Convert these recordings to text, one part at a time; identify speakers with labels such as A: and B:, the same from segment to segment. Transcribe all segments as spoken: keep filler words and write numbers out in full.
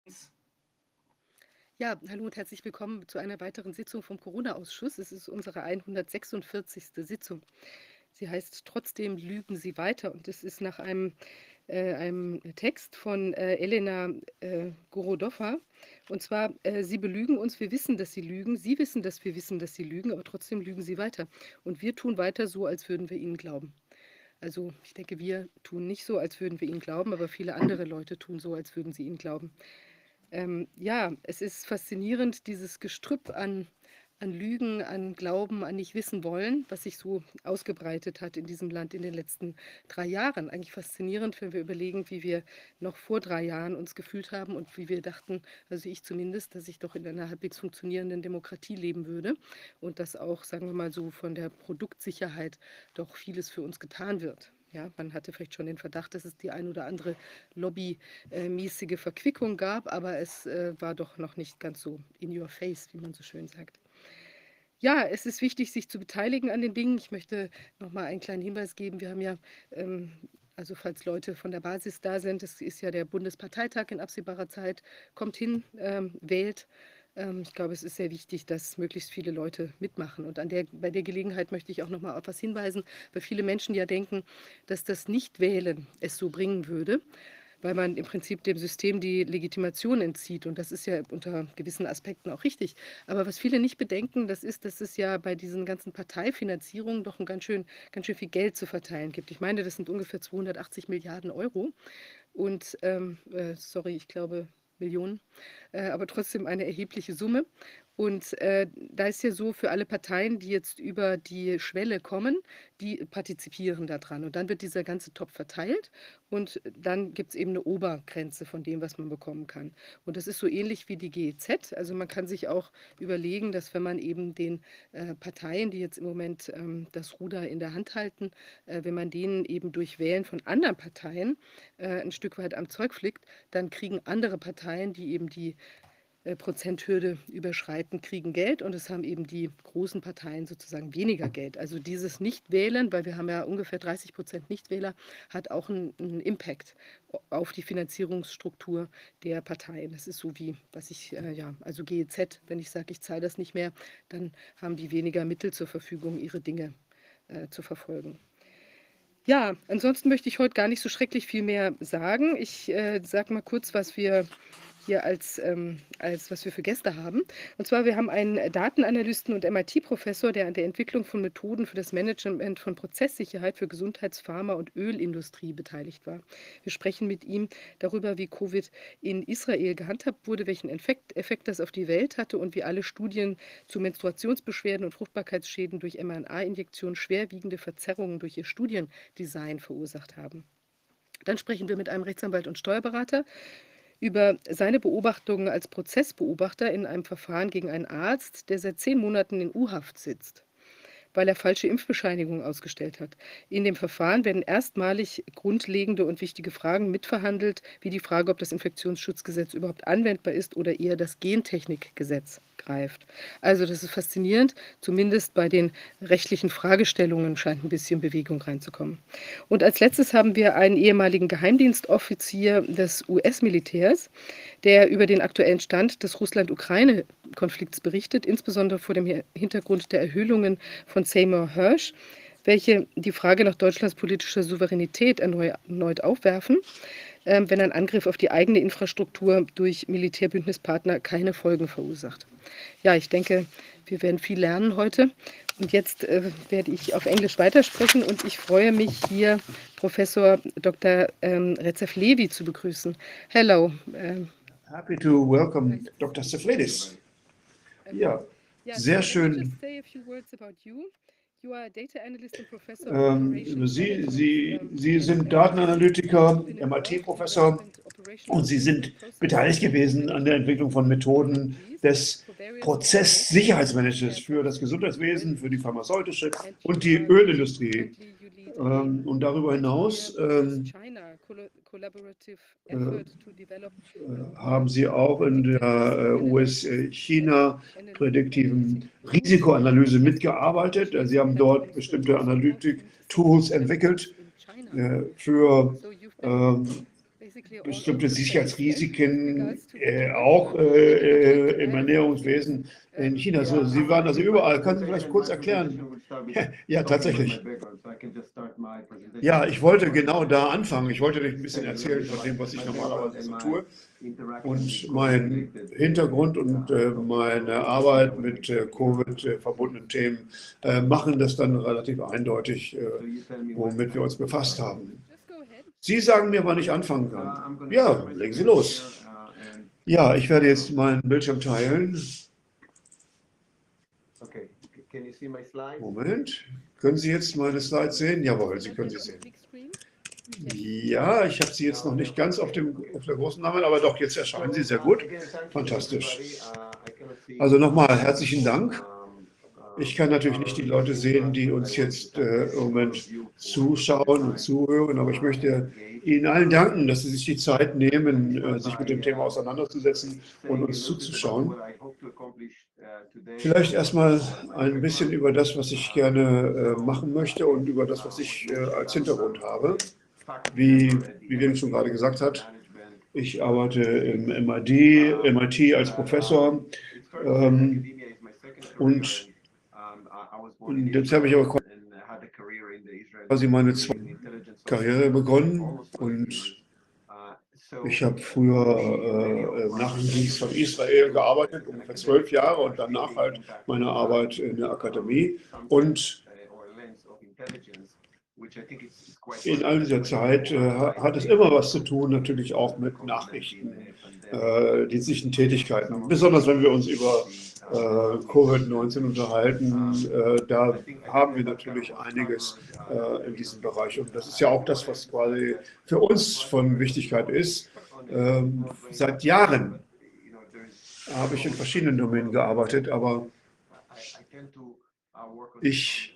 A: Ja, hallo und herzlich willkommen zu einer weiteren Sitzung vom Corona-Ausschuss. Es ist unsere hundertsechsundvierzigste Sitzung. Sie heißt Trotzdem lügen Sie weiter und es ist nach einem, äh, einem Text von äh, Elena äh, Gorodowa. Und zwar, äh, Sie belügen uns, wir wissen, dass Sie lügen. Sie wissen, dass wir wissen, dass Sie lügen, aber trotzdem lügen Sie weiter. Und wir tun weiter so, als würden wir Ihnen glauben. Also ich denke, wir tun nicht so, als würden wir Ihnen glauben, aber viele andere Leute tun so, als würden sie Ihnen glauben. Ähm, ja, es ist faszinierend, dieses Gestrüpp an an Lügen, an Glauben, an Nicht-Wissen-Wollen, was sich so ausgebreitet hat in diesem Land in den letzten drei Jahren. Eigentlich faszinierend, wenn wir überlegen, wie wir noch vor drei Jahren uns gefühlt haben und wie wir dachten, also ich zumindest, dass ich doch in einer halbwegs funktionierenden Demokratie leben würde und dass auch, sagen wir mal so, von der Produktsicherheit doch vieles für uns getan wird. Ja, man hatte vielleicht schon den Verdacht, dass es die ein oder andere lobbymäßige Verquickung gab, aber es äh, war doch noch nicht ganz so in your face, wie man so schön sagt. Ja, es ist wichtig, sich zu beteiligen an den Dingen. Ich möchte noch mal einen kleinen Hinweis geben. Wir haben ja, ähm, also falls Leute von der Basis da sind, es ist ja der Bundesparteitag in absehbarer Zeit, kommt hin, ähm, wählt. Ähm, ich glaube, es ist sehr wichtig, dass möglichst viele Leute mitmachen. Und an der, bei der Gelegenheit möchte ich auch noch mal auf was hinweisen, weil viele Menschen ja denken, dass das Nichtwählen es so bringen würde, weil man im Prinzip dem System die Legitimation entzieht. Und das ist ja unter gewissen Aspekten auch richtig. Aber was viele nicht bedenken, das ist, dass es ja bei diesen ganzen Parteifinanzierungen doch ein ganz schön, ganz schön viel Geld zu verteilen gibt. Ich meine, das sind ungefähr zweihundertachtzig Milliarden Euro. Und, ähm, äh, sorry, ich glaube Millionen, äh, aber trotzdem eine erhebliche Summe. Und äh, da ist ja so, für alle Parteien, die jetzt über die Schwelle kommen, die partizipieren daran. Und dann wird dieser ganze Topf verteilt und dann gibt es eben eine Obergrenze von dem, was man bekommen kann. Und das ist so ähnlich wie die G E Z. Also man kann sich auch überlegen, dass wenn man eben den äh, Parteien, die jetzt im Moment ähm, das Ruder in der Hand halten, äh, wenn man denen eben durch Wählen von anderen Parteien äh, ein Stück weit am Zeug flickt, dann kriegen andere Parteien, die eben die äh, Prozenthürde überschreiten, kriegen Geld und es haben eben die großen Parteien sozusagen weniger Geld. Also dieses Nichtwählen, weil wir haben ja ungefähr dreißig Prozent Nichtwähler, hat auch einen, einen Impact auf die Finanzierungsstruktur der Parteien. Das ist so wie, was ich, äh, ja, also G E Z, wenn ich sage, ich zahle das nicht mehr, dann haben die weniger Mittel zur Verfügung, ihre Dinge äh, zu verfolgen. Ja, ansonsten möchte ich heute gar nicht so schrecklich viel mehr sagen. Ich äh, sage mal kurz, was wir hier als, ähm, als was wir für Gäste haben. Und zwar, wir haben einen Datenanalysten und M I T-Professor, der an der Entwicklung von Methoden für das Management von Prozesssicherheit für Gesundheits-, Pharma- und Ölindustrie beteiligt war. Wir sprechen mit ihm darüber, wie Covid in Israel gehandhabt wurde, welchen Effekt, Effekt das auf die Welt hatte und wie alle Studien zu Menstruationsbeschwerden und Fruchtbarkeitsschäden durch M R N A-Injektion schwerwiegende Verzerrungen durch ihr Studiendesign verursacht haben. Dann sprechen wir mit einem Rechtsanwalt und Steuerberater über seine Beobachtungen als Prozessbeobachter in einem Verfahren gegen einen Arzt, der seit zehn Monaten in U-Haft sitzt, weil er falsche Impfbescheinigungen ausgestellt hat. In dem Verfahren werden erstmalig grundlegende und wichtige Fragen mitverhandelt, wie die Frage, ob das Infektionsschutzgesetz überhaupt anwendbar ist oder eher das Gentechnikgesetz greift. Also das ist faszinierend, zumindest bei den rechtlichen Fragestellungen scheint ein bisschen Bewegung reinzukommen. Und als letztes haben wir einen ehemaligen Geheimdienstoffizier des U S-Militärs, der über den aktuellen Stand des Russland-Ukraine-Konflikts berichtet, insbesondere vor dem Hintergrund der Erhöhungen von Seymour Hersh, welche die Frage nach Deutschlands politischer Souveränität erneut aufwerfen, ähm, wenn ein Angriff auf die eigene Infrastruktur durch Militärbündnispartner keine Folgen verursacht. Ja, ich denke, wir werden viel lernen heute. Und jetzt äh, werde ich auf Englisch weitersprechen und ich freue mich, hier Professor Doktor Ähm, Recep-Levi zu begrüßen. Hello. Ähm,
B: Happy to welcome Doktor Savlidis.
A: okay.
B: Ja,
A: Yeah, so
B: sehr
A: let me
B: schön.
A: just say a few words about you. You are a data analyst and professor of
B: Ähm,
A: operations
B: Sie,
A: management
B: Sie,
A: um,
B: Sie
A: at
B: sind
A: M I T.
B: Datenanalytiker,
A: You've been
B: M I
A: involved in
B: T-Professor
A: development
B: und
A: operational
B: Sie
A: tools
B: sind
A: and processes
B: beteiligt
A: for the
B: gewesen an der
A: management
B: Entwicklung
A: of
B: von
A: infectious
B: Methoden
A: disease
B: des
A: for various organizations such as
B: Prozesssicherheitsmanagements
A: Care
B: für das
A: Pharmaceuticals
B: Gesundheitswesen, für die pharmazeutische
A: and you
B: und die
A: are
B: Ölindustrie.
A: currently you lead a
B: Ähm, Und darüber
A: multi-year
B: hinaus
A: U S
B: ähm,
A: China collaborative
B: äh,
A: effort to develop
B: haben Sie auch in
A: predictive
B: der
A: risk
B: äh,
A: analysis and
B: U S-China-prädiktiven
A: analytic tools
B: Risikoanalyse
A: as part of
B: mitgearbeitet. Äh,
A: partnerships
B: Sie
A: with
B: haben dort
A: platforms for
B: bestimmte
A: data support and system
B: Analytik-Tools
A: development
B: entwickelt
A: in China.
B: äh, für
A: So you've been
B: ähm, bestimmte Sicherheitsrisiken äh, auch äh, äh, im Ernährungswesen in China. Also Sie waren also überall. Können Sie vielleicht kurz erklären? Ja, tatsächlich. Ja, ich wollte genau da anfangen. Ich wollte euch ein bisschen erzählen von dem, was ich normalerweise so tue. Und mein Hintergrund und äh, meine Arbeit mit äh, Covid äh, verbundenen Themen äh, machen das dann relativ eindeutig, äh, womit wir uns befasst haben. Sie sagen mir, wann ich anfangen kann. Ja, legen Sie los. Ja, ich werde jetzt meinen Bildschirm teilen. Moment. Können Sie jetzt meine Slides sehen? Jawohl, Sie können sie sehen. Ja, ich habe sie jetzt noch nicht ganz auf, dem, auf der großen Leinwand, aber doch, jetzt erscheinen sie sehr gut. Fantastisch. Also nochmal herzlichen Dank. Ich kann natürlich nicht die Leute sehen, die uns jetzt äh, im Moment zuschauen und zuhören, aber ich möchte Ihnen allen danken, dass Sie sich die Zeit nehmen, äh, sich mit dem Thema auseinanderzusetzen und uns zuzuschauen. Vielleicht erstmal ein bisschen über das, was ich gerne äh, machen möchte und über das, was ich äh, als Hintergrund habe. Wie Vivian schon gerade gesagt hat, ich arbeite im M I D, M I T als Professor ähm, und, und jetzt habe ich aber quasi meine zweite Karriere begonnen und ich habe früher äh, im Nachrichtendienst von Israel gearbeitet, ungefähr zwölf Jahre und danach halt meine Arbeit in der Akademie und in all dieser Zeit äh, hat es immer was zu tun, natürlich auch mit Nachrichten, äh, dienstlichen Tätigkeiten. Besonders wenn wir uns über äh, Covid neunzehn unterhalten, äh, da haben wir natürlich einiges äh, in diesem Bereich. Und das ist ja auch das, was quasi für uns von Wichtigkeit ist. Ähm, seit Jahren habe ich in verschiedenen Domänen gearbeitet, aber ich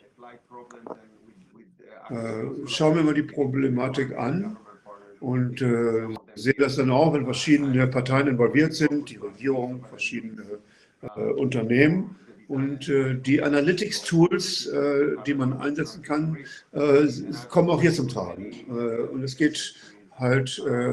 B: äh, schaue mir immer die Problematik an und äh, sehe das dann auch, wenn verschiedene Parteien involviert sind, die Regierung, verschiedene äh, Unternehmen. Und äh, die Analytics-Tools, äh, die man einsetzen kann, äh, kommen auch hier zum Tragen. Äh, und es geht halt äh,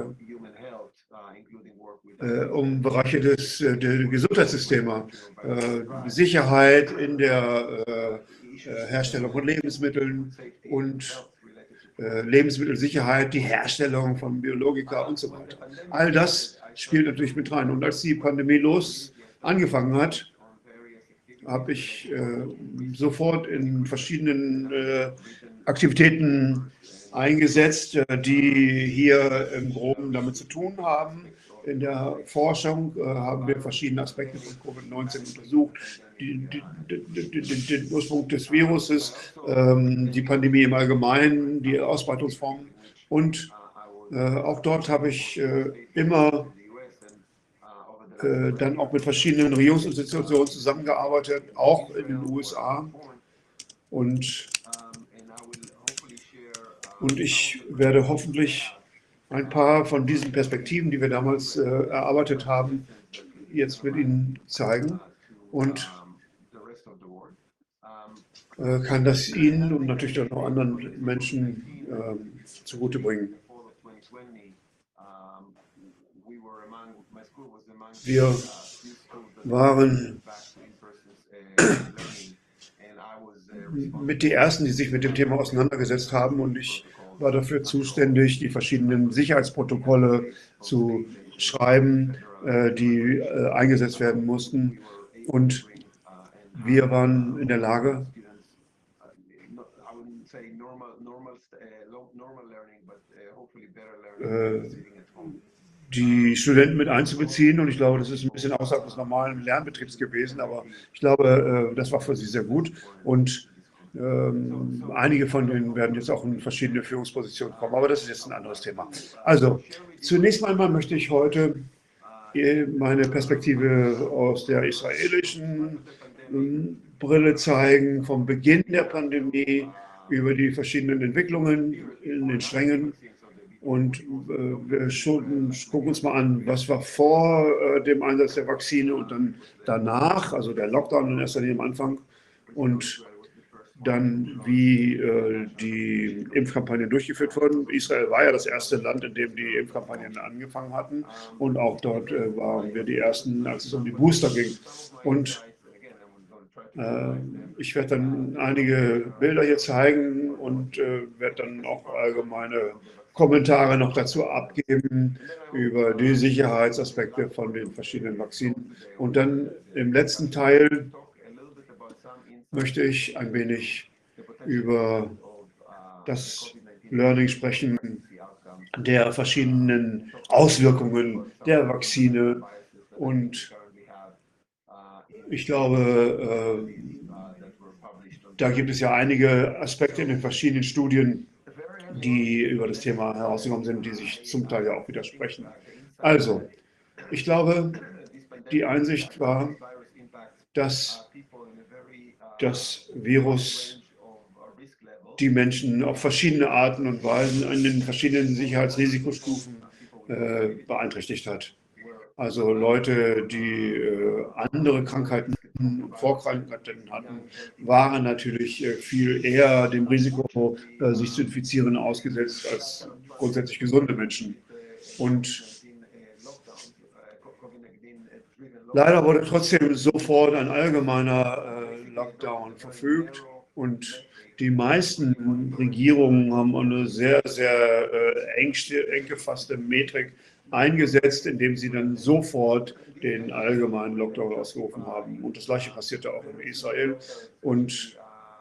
B: äh, um Bereiche des äh, der Gesundheitssystems, äh, Sicherheit in der äh, Herstellung von Lebensmitteln und äh, Lebensmittelsicherheit, die Herstellung von Biologika und so weiter. All das spielt natürlich mit rein. Und als die Pandemie los angefangen hat, habe ich äh, sofort in verschiedenen äh, Aktivitäten eingesetzt, äh, die hier im Groben damit zu tun haben. In der Forschung äh, haben wir verschiedene Aspekte von Covid neunzehn untersucht, die, die, die, den Ursprung des Viruses, ähm, die Pandemie im Allgemeinen, die Ausbreitungsformen. Und äh, auch dort habe ich äh, immer äh, dann auch mit verschiedenen Regierungsinstitutionen zusammengearbeitet, auch in den U S A. Und, und ich werde hoffentlich ein paar von diesen Perspektiven, die wir damals äh, erarbeitet haben, jetzt mit Ihnen zeigen und äh, kann das Ihnen und natürlich auch noch anderen Menschen äh, zugute bringen. Wir waren mit die Ersten, die sich mit dem Thema auseinandergesetzt haben und ich war dafür zuständig, die verschiedenen Sicherheitsprotokolle zu schreiben, äh, die äh, eingesetzt werden mussten. Und wir waren in der Lage, äh, die Studenten mit einzubeziehen. Und ich glaube, das ist ein bisschen außerhalb des normalen Lernbetriebs gewesen, aber ich glaube, äh, das war für sie sehr gut. Und ähm, einige von denen werden jetzt auch in verschiedene Führungspositionen kommen, aber das ist jetzt ein anderes Thema. Also, zunächst einmal möchte ich heute meine Perspektive aus der israelischen ähm, Brille zeigen, vom Beginn der Pandemie über die verschiedenen Entwicklungen in den Strängen. Und äh, wir schon, gucken uns mal an, was war vor äh, dem Einsatz der Vakzine und dann danach, also der Lockdown in erster Linie am Anfang. Und dann, wie äh, die Impfkampagnen durchgeführt wurden. Israel war ja das erste Land, in dem die Impfkampagnen angefangen hatten. Und auch dort äh, waren wir die Ersten, als es um die Booster ging. Und äh, ich werde dann einige Bilder hier zeigen und äh, werde dann auch allgemeine Kommentare noch dazu abgeben über die Sicherheitsaspekte von den verschiedenen Vakzinen. Und dann im letzten Teil möchte ich ein wenig über das Learning sprechen der verschiedenen Auswirkungen der Vakzine. Und ich glaube, äh, da gibt es ja einige Aspekte in den verschiedenen Studien, die über das Thema herausgekommen sind, die sich zum Teil ja auch widersprechen. Also, ich glaube, die Einsicht war, dass das Virus die Menschen auf verschiedene Arten und Weisen in den verschiedenen Sicherheitsrisikostufen äh, beeinträchtigt hat. Also Leute, die äh, andere Krankheiten und Vorkrankheiten hatten, waren natürlich äh, viel eher dem Risiko, äh, sich zu infizieren, ausgesetzt als grundsätzlich gesunde Menschen. Und leider wurde trotzdem sofort ein allgemeiner äh, Lockdown verfügt und die meisten Regierungen haben eine sehr, sehr äh, eng, eng gefasste Metrik eingesetzt, indem sie dann sofort den allgemeinen Lockdown ausgerufen haben. Und das Gleiche passierte auch in Israel. Und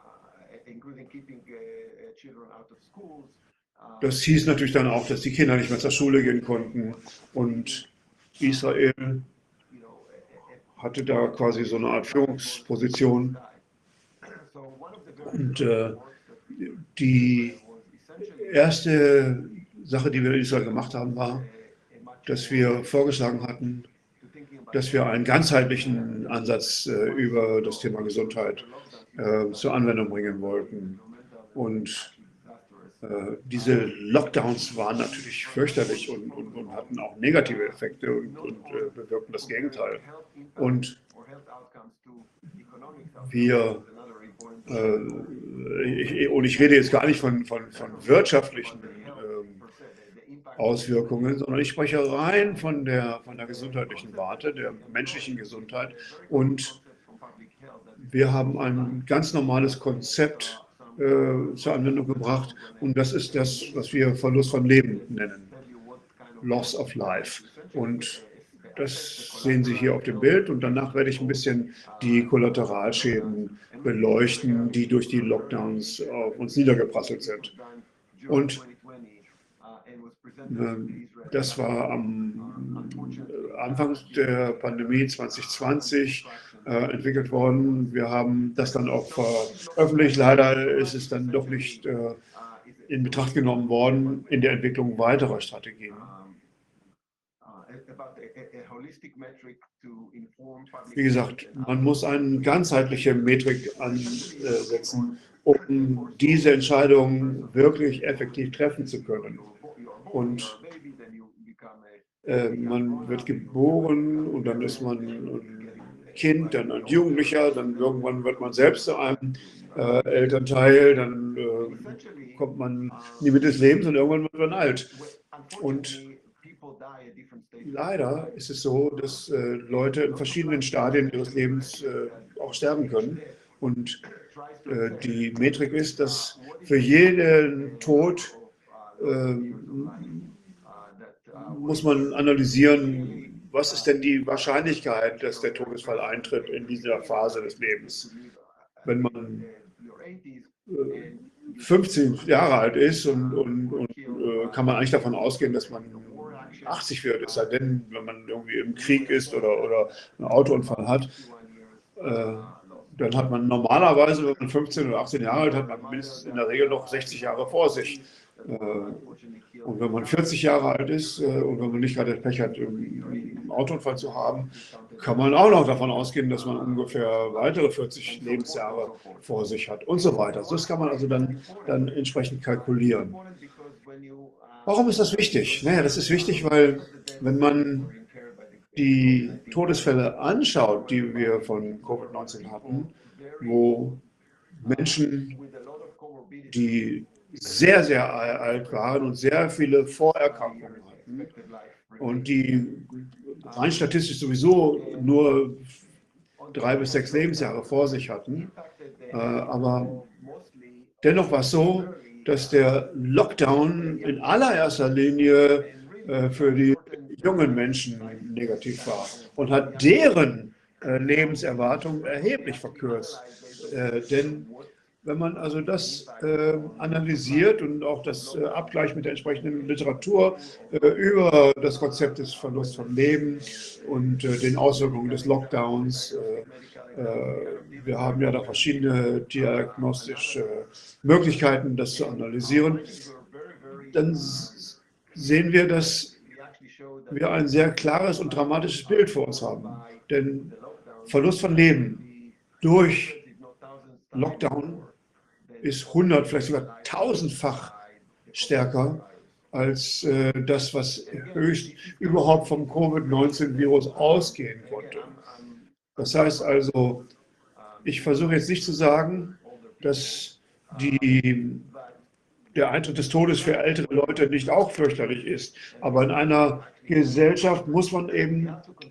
B: das hieß natürlich dann auch, dass die Kinder nicht mehr zur Schule gehen konnten. Und Israel hatte da quasi so eine Art Führungsposition. Und äh, die erste Sache, die wir in Israel gemacht haben, war, dass wir vorgeschlagen hatten, dass wir einen ganzheitlichen Ansatz äh, über das Thema Gesundheit äh, zur Anwendung bringen wollten. Und äh, diese Lockdowns waren natürlich fürchterlich und, und, und hatten auch negative Effekte und, und äh, bewirkten das Gegenteil. Und wir Äh, ich, und ich rede jetzt gar nicht von, von, von wirtschaftlichen ähm, Auswirkungen, sondern ich spreche rein von der, von der gesundheitlichen Warte, der menschlichen Gesundheit. Und wir haben ein ganz normales Konzept äh, zur Anwendung gebracht. Und das ist das, was wir Verlust von Leben nennen. Loss of Life. Und das sehen Sie hier auf dem Bild und danach werde ich ein bisschen die Kollateralschäden beleuchten, die durch die Lockdowns auf uns niedergeprasselt sind. Und äh, das war am Anfang der Pandemie zwanzig zwanzig äh, entwickelt worden. Wir haben das dann auch veröffentlicht. Leider ist es dann doch nicht äh, in Betracht genommen worden in der Entwicklung weiterer Strategien. Wie gesagt, man muss eine ganzheitliche Metrik ansetzen, um diese Entscheidung wirklich effektiv treffen zu können. Und äh, man wird geboren und dann ist man ein Kind, dann ein Jugendlicher, dann irgendwann wird man selbst zu einem äh, Elternteil, dann äh, kommt man in die Mitte des Lebens und irgendwann wird man alt. Und leider ist es so, dass äh, Leute in verschiedenen Stadien ihres Lebens äh, auch sterben können. Und äh, die Metrik ist, dass für jeden Tod äh, muss man analysieren, was ist denn die Wahrscheinlichkeit, dass der Todesfall eintritt in dieser Phase des Lebens. Wenn man äh, fünfzehn Jahre alt ist und, und, und äh, kann man eigentlich davon ausgehen, dass man achtzig wird, es sei denn, wenn man irgendwie im Krieg ist oder, oder einen Autounfall hat, äh, dann hat man normalerweise, wenn man fünfzehn oder achtzehn Jahre alt hat, man mindestens in der Regel noch sechzig Jahre vor sich. Äh, und wenn man vierzig Jahre alt ist äh, und wenn man nicht gerade das Pech hat, einen Autounfall zu haben, kann man auch noch davon ausgehen, dass man ungefähr weitere vierzig Lebensjahre vor sich hat und so weiter. Das kann man also dann, dann entsprechend kalkulieren. Warum ist das wichtig? Naja, das ist wichtig, weil wenn man die Todesfälle anschaut, die wir von Covid neunzehn hatten, wo Menschen, die sehr, sehr alt waren und sehr viele Vorerkrankungen hatten und die rein statistisch sowieso nur drei bis sechs Lebensjahre vor sich hatten. Aber dennoch war es so, dass der Lockdown in allererster Linie für die jungen Menschen negativ war und hat deren Lebenserwartung erheblich verkürzt. Denn wenn man also das äh, analysiert und auch das äh, Abgleich mit der entsprechenden Literatur äh, über das Konzept des Verlusts von Leben und äh, den Auswirkungen des Lockdowns, äh, äh, wir haben ja da verschiedene diagnostische Möglichkeiten, das zu analysieren, dann sehen wir, dass wir ein sehr klares und dramatisches Bild vor uns haben. Denn Verlust von Leben durch Lockdown ist hundert, vielleicht sogar tausendfach stärker als äh, das, was höchst überhaupt vom Covid neunzehn Virus ausgehen konnte. Das heißt also, ich versuche jetzt nicht zu sagen, dass die, der Eintritt des Todes für ältere Leute nicht auch fürchterlich ist, aber in einer Gesellschaft muss man eben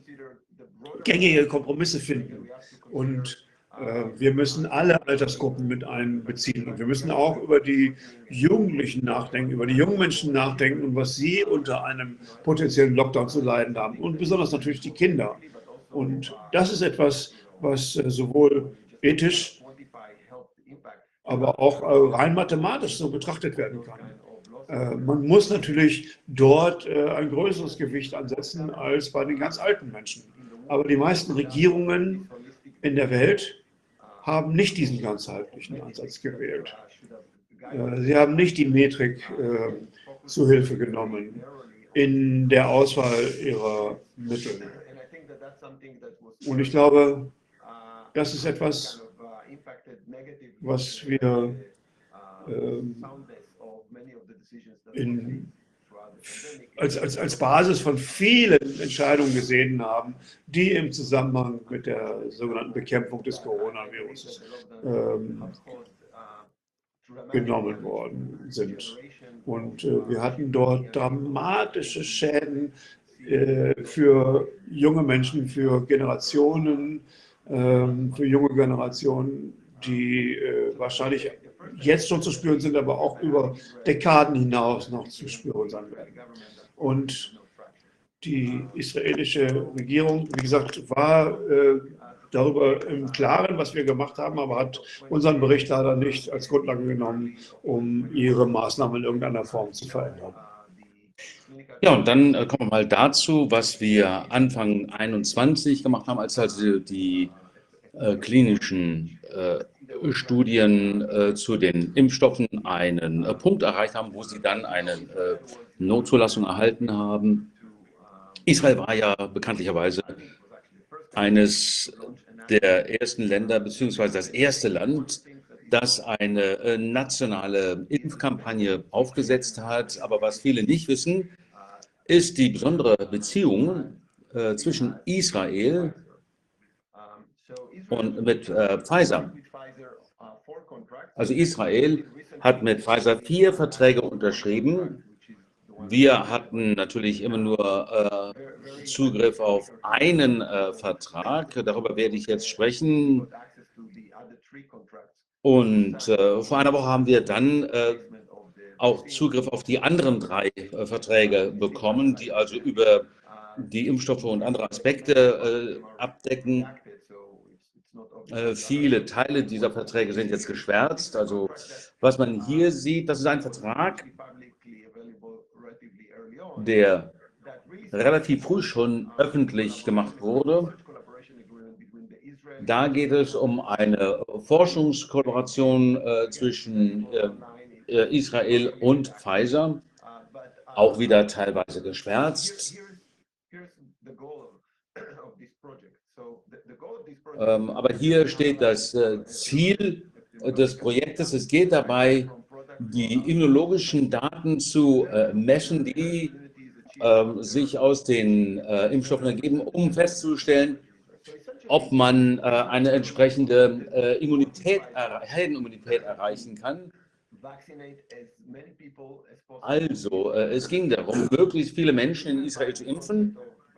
B: gängige Kompromisse finden. Und wir müssen alle Altersgruppen mit einbeziehen und wir müssen auch über die Jugendlichen nachdenken, über die jungen Menschen nachdenken und was sie unter einem potenziellen Lockdown zu leiden haben und besonders natürlich die Kinder. Und das ist etwas, was sowohl ethisch, aber auch rein mathematisch so betrachtet werden kann. Man muss natürlich dort ein größeres Gewicht ansetzen als bei den ganz alten Menschen. Aber die meisten Regierungen in der Welt haben nicht diesen ganzheitlichen Ansatz gewählt. Sie haben nicht die Metrik äh, zu Hilfe genommen in der Auswahl ihrer Mittel. Und ich glaube, das ist etwas, was wir äh, in Als, als, als Basis von vielen Entscheidungen gesehen haben, die im Zusammenhang mit der sogenannten Bekämpfung des Coronavirus ähm, genommen worden sind. Und äh, wir hatten dort dramatische Schäden äh, für junge Menschen, für Generationen, äh, für junge Generationen, die äh, wahrscheinlich jetzt schon zu spüren sind, aber auch über Dekaden hinaus noch zu spüren sein werden. Und die israelische Regierung, wie gesagt, war äh, darüber im Klaren, was wir gemacht haben, aber hat unseren Bericht leider nicht als Grundlage genommen, um ihre Maßnahmen in irgendeiner Form zu verändern.
C: Ja, und dann äh, kommen wir mal dazu, was wir Anfang einundzwanzig gemacht haben, als also die äh, klinischen äh, Studien äh, zu den Impfstoffen einen äh, Punkt erreicht haben, wo sie dann eine äh, Notzulassung erhalten haben. Israel war ja bekanntlicherweise eines der ersten Länder, beziehungsweise das erste Land, das eine äh, nationale Impfkampagne aufgesetzt hat. Aber was viele nicht wissen, ist die besondere Beziehung äh, zwischen Israel und mit äh, Pfizer. Also Israel hat mit Pfizer vier Verträge unterschrieben. Wir hatten natürlich immer nur äh, Zugriff auf einen äh, Vertrag. Darüber werde ich jetzt sprechen. Und äh, vor einer Woche haben wir dann äh, auch Zugriff auf die anderen drei äh, Verträge bekommen, die also über die Impfstoffe und andere Aspekte äh, abdecken. Äh, viele Teile dieser Verträge sind jetzt geschwärzt. Also was man hier sieht, das ist ein Vertrag, der relativ früh schon öffentlich gemacht wurde. Da geht es um eine Forschungskollaboration äh, zwischen äh, Israel und Pfizer, auch wieder teilweise geschwärzt. Ähm, aber hier steht das äh, Ziel des Projektes. Es geht dabei, die immunologischen Daten zu äh, messen, die äh, sich aus den äh, Impfstoffen ergeben, um festzustellen, ob man äh, eine entsprechende äh, Immunität, Herdenimmunität erreichen kann. Also, äh, es ging darum, möglichst viele Menschen in Israel zu impfen.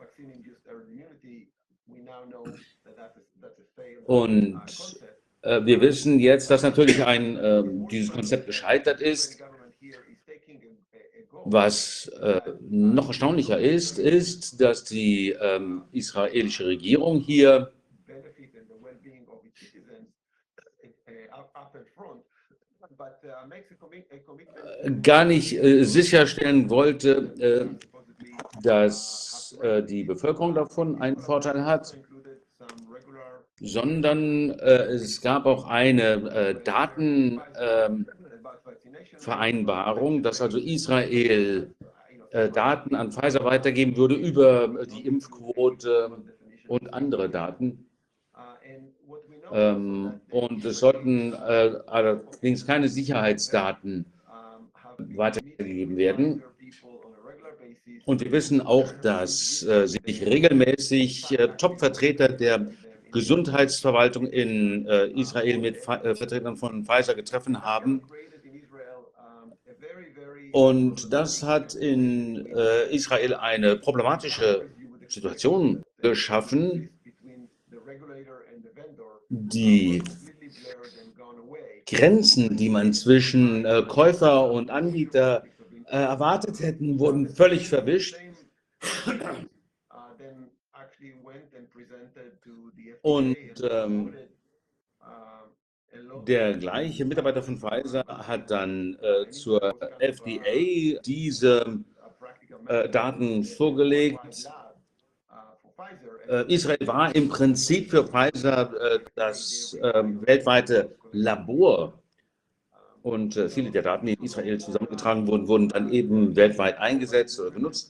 C: Und äh, wir wissen jetzt, dass natürlich ein, äh, dieses Konzept gescheitert ist. Was äh, noch erstaunlicher ist, ist, dass die ähm, israelische Regierung hier äh, gar nicht äh, sicherstellen wollte, äh, dass äh, die Bevölkerung davon einen Vorteil hat, sondern äh, es gab auch eine äh, Datenvereinbarung, äh, dass also Israel äh, Daten an Pfizer weitergeben würde über die Impfquote und andere Daten. Ähm, und es sollten äh, allerdings keine Sicherheitsdaten weitergegeben werden. Und wir wissen auch, dass äh, sich regelmäßig äh, Top-Vertreter der Gesundheitsverwaltung in äh, Israel mit äh, Vertretern von Pfizer getroffen haben. Und das hat in äh, Israel eine problematische Situation geschaffen. Die Grenzen, die man zwischen äh, Käufer und Anbieter äh, erwartet hätten, wurden völlig verwischt. Und ähm, der gleiche Mitarbeiter von Pfizer hat dann äh, zur F D A diese äh, Daten vorgelegt. Äh, Israel war im Prinzip für Pfizer äh, das äh, weltweite Labor. Und äh, viele der Daten, die in Israel zusammengetragen wurden, wurden dann eben weltweit eingesetzt oder benutzt.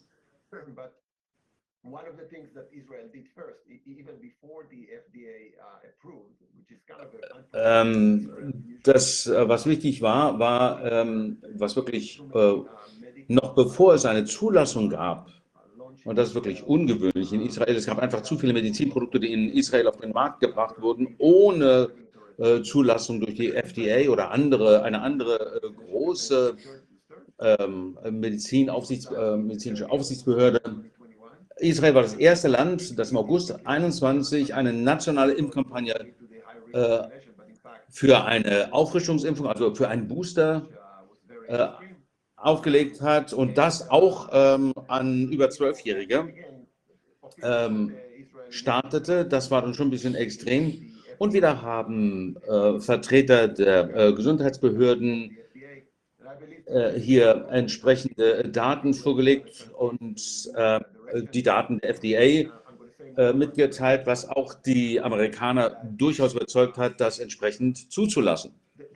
C: Ähm, das, äh, was wichtig war, war, ähm, was wirklich äh, noch bevor es eine Zulassung gab, und das ist wirklich ungewöhnlich in Israel, es gab einfach zu viele Medizinprodukte, die in Israel auf den Markt gebracht wurden, ohne äh, Zulassung durch die F D A oder andere, eine andere äh, große ähm, Medizinaufsichts, äh, medizinische Aufsichtsbehörde. Israel war das erste Land, das im August einundzwanzig eine nationale Impfkampagne äh, für eine Auffrischungsimpfung, also für einen Booster, äh, aufgelegt hat, und das auch ähm, an über Zwölfjährige ähm, startete. Das war dann schon ein bisschen extrem. Und wieder haben äh, Vertreter der äh, Gesundheitsbehörden äh, hier entsprechende Daten vorgelegt und äh, die Daten der F D A äh, mitgeteilt, was auch die Amerikaner durchaus überzeugt hat, das entsprechend zuzulassen.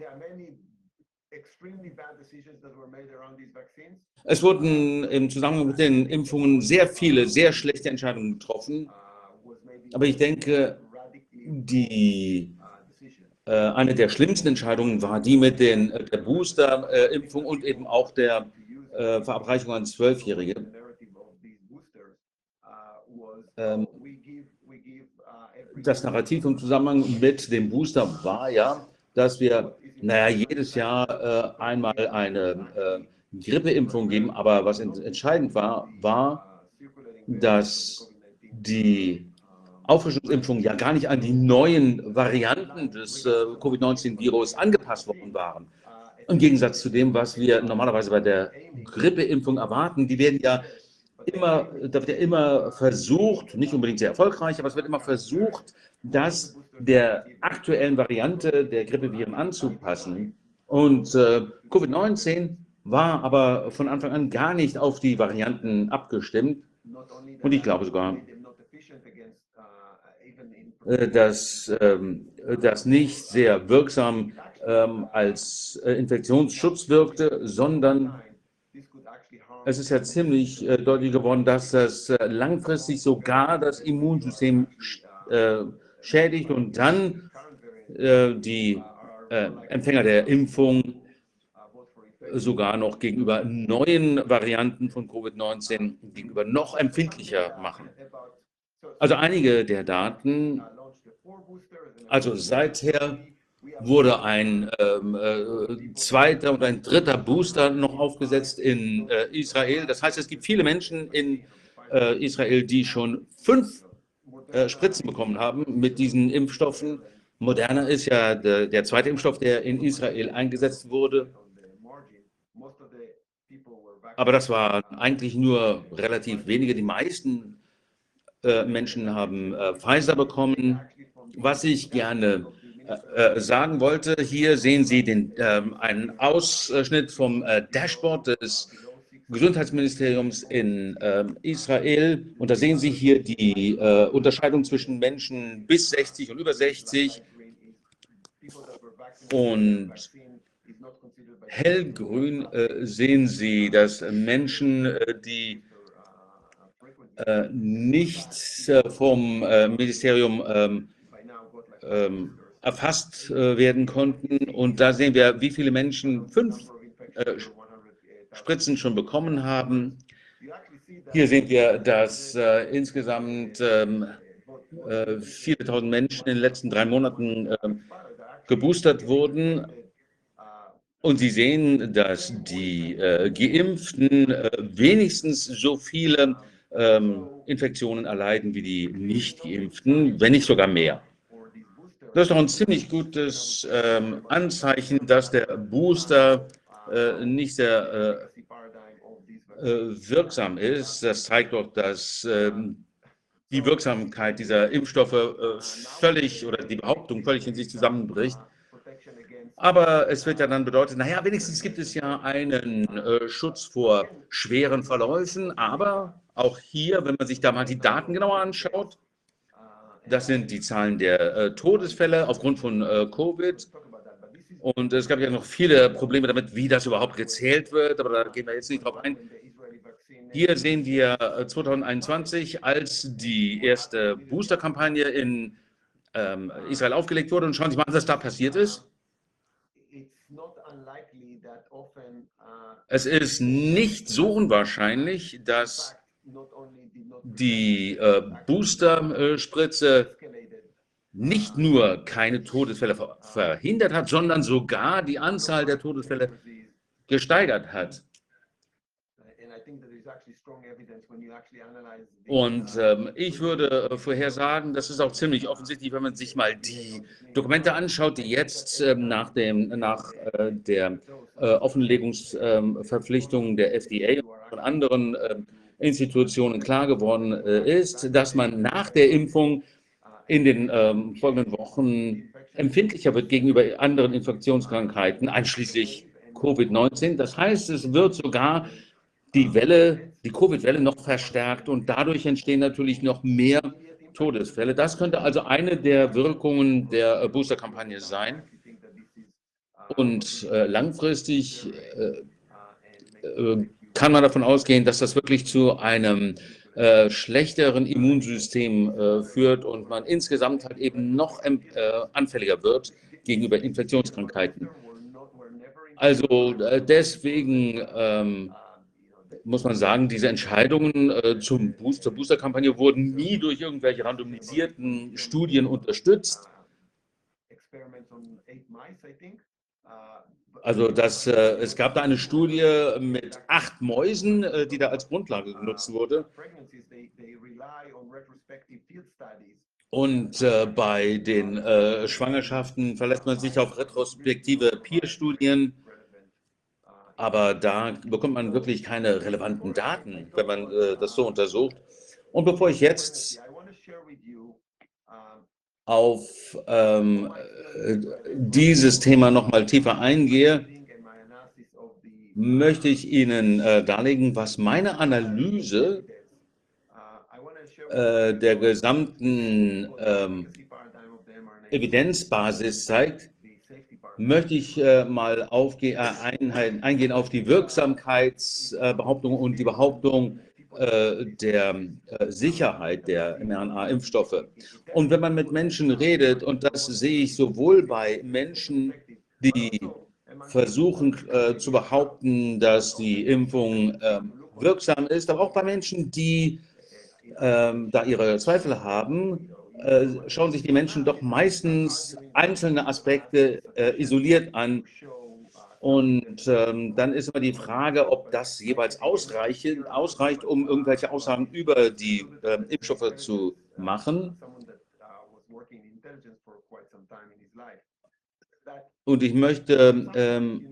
C: Es wurden im Zusammenhang mit den Impfungen sehr viele, sehr schlechte Entscheidungen getroffen. Aber ich denke, die, äh, eine der schlimmsten Entscheidungen war die mit den, äh, der Booster-Impfung und eben auch der äh, Verabreichung an Zwölfjährige. Ähm, das Narrativ im Zusammenhang mit dem Booster war ja, dass wir, naja, jedes Jahr äh, einmal eine äh, Grippeimpfung geben, aber was entscheidend war, war, dass die Auffrischungsimpfungen ja gar nicht an die neuen Varianten des äh, Covid neunzehn Virus angepasst worden waren. Im Gegensatz zu dem, was wir normalerweise bei der Grippeimpfung erwarten, die werden ja immer, da wird ja immer versucht, nicht unbedingt sehr erfolgreich, aber es wird immer versucht, das der aktuellen Variante der Grippeviren anzupassen. Und äh, Covid neunzehn war aber von Anfang an gar nicht auf die Varianten abgestimmt. Und ich glaube sogar, äh, dass ähm, das nicht sehr wirksam ähm, als äh, Infektionsschutz wirkte, sondern es ist ja ziemlich äh, deutlich geworden, dass das äh, langfristig sogar das Immunsystem äh, schädigt und dann äh, die äh, Empfänger der Impfung sogar noch gegenüber neuen Varianten von Covid neunzehn gegenüber noch empfindlicher machen. Also einige der Daten Also seither wurde ein ähm, äh, zweiter und ein dritter Booster noch aufgesetzt in äh, Israel. Das heißt, es gibt viele Menschen in äh, Israel, die schon fünf äh, Spritzen bekommen haben mit diesen Impfstoffen. Moderna ist ja der, der zweite Impfstoff, der in Israel eingesetzt wurde. Aber das waren eigentlich nur relativ wenige. Die meisten äh, Menschen haben äh, Pfizer bekommen. Was ich gerne äh, äh, sagen wollte, hier sehen Sie den, äh, einen Ausschnitt vom äh, Dashboard des Gesundheitsministeriums in äh, Israel. Und da sehen Sie hier die äh, Unterscheidung zwischen Menschen bis sechzig und über sechzig. Und hellgrün äh, sehen Sie, dass Menschen, äh, die äh, nicht äh, vom äh, Ministerium ähm, ähm, erfasst äh, werden konnten. Und da sehen wir, wie viele Menschen fünf äh, Spritzen schon bekommen haben. Hier sehen wir, dass äh, insgesamt ähm, äh, viele tausend Menschen in den letzten drei Monaten äh, geboostert wurden. Und Sie sehen, dass die äh, Geimpften äh, wenigstens so viele ähm, Infektionen erleiden wie die Nicht-Geimpften, wenn nicht sogar mehr. Das ist doch ein ziemlich gutes ähm, Anzeichen, dass der Booster äh, nicht sehr äh, äh, wirksam ist. Das zeigt doch, dass ähm, die Wirksamkeit dieser Impfstoffe äh, völlig oder die Behauptung völlig in sich zusammenbricht. Aber es wird ja dann bedeuten, naja, wenigstens gibt es ja einen äh, Schutz vor schweren Verläufen. Aber auch hier, wenn man sich da mal die Daten genauer anschaut, das sind die Zahlen der äh, Todesfälle aufgrund von äh, Covid. Und es gab ja noch viele Probleme damit, wie das überhaupt gezählt wird, aber da gehen wir jetzt nicht drauf ein. Hier sehen wir äh, zwanzig einundzwanzig, als die erste Booster-Kampagne in ähm, Israel aufgelegt wurde. Und schauen Sie mal, was da passiert ist. Es ist nicht so unwahrscheinlich, dass die äh, Booster-Spritze nicht nur keine Todesfälle ver verhindert hat, sondern sogar die Anzahl der Todesfälle gesteigert hat. Und ähm, ich würde äh, vorhersagen, das ist auch ziemlich offensichtlich, wenn man sich mal die Dokumente anschaut, die jetzt ähm, nach, dem, nach äh, der äh, Offenlegungsverpflichtung ähm, der F D A und von anderen äh, Institutionen klar geworden äh, ist, dass man nach der Impfung in den ähm, folgenden Wochen empfindlicher wird gegenüber anderen Infektionskrankheiten, einschließlich Covid neunzehn. Das heißt, es wird sogar die Welle, die Covid-Welle noch verstärkt und dadurch entstehen natürlich noch mehr Todesfälle. Das könnte also eine der Wirkungen der äh, Booster-Kampagne sein. Und äh, langfristig äh, äh, kann man davon ausgehen, dass das wirklich zu einem äh, schlechteren Immunsystem äh, führt und man insgesamt halt eben noch äh, anfälliger wird gegenüber Infektionskrankheiten. Also äh, deswegen ähm, muss man sagen, diese Entscheidungen äh, zum Boost, zur Booster-Kampagne wurden nie durch irgendwelche randomisierten Studien unterstützt. Also das, äh, es gab da eine Studie mit acht Mäusen, äh, die da als Grundlage genutzt wurde. Und äh, bei den äh, Schwangerschaften verlässt man sich auf retrospektive Peer-Studien. Aber da bekommt man wirklich keine relevanten Daten, wenn man äh, das so untersucht. Und bevor ich jetzt auf ähm, dieses Thema noch mal tiefer eingehe, möchte ich Ihnen äh, darlegen, was meine Analyse äh, der gesamten ähm, Evidenzbasis zeigt. Möchte ich äh, mal aufge äh, ein, eingehen auf die Wirksamkeitsbehauptung äh, und die Behauptung äh, der äh, Sicherheit der mRNA-Impfstoffe. Und wenn man mit Menschen redet, und das sehe ich sowohl bei Menschen, die versuchen äh, zu behaupten, dass die Impfung äh, wirksam ist, aber auch bei Menschen, die äh, da ihre Zweifel haben, äh, schauen sich die Menschen doch meistens einzelne Aspekte äh, isoliert an. Und ähm, dann ist immer die Frage, ob das jeweils ausreiche, ausreicht, um irgendwelche Aussagen über die äh, Impfstoffe zu machen. Und ich möchte ähm,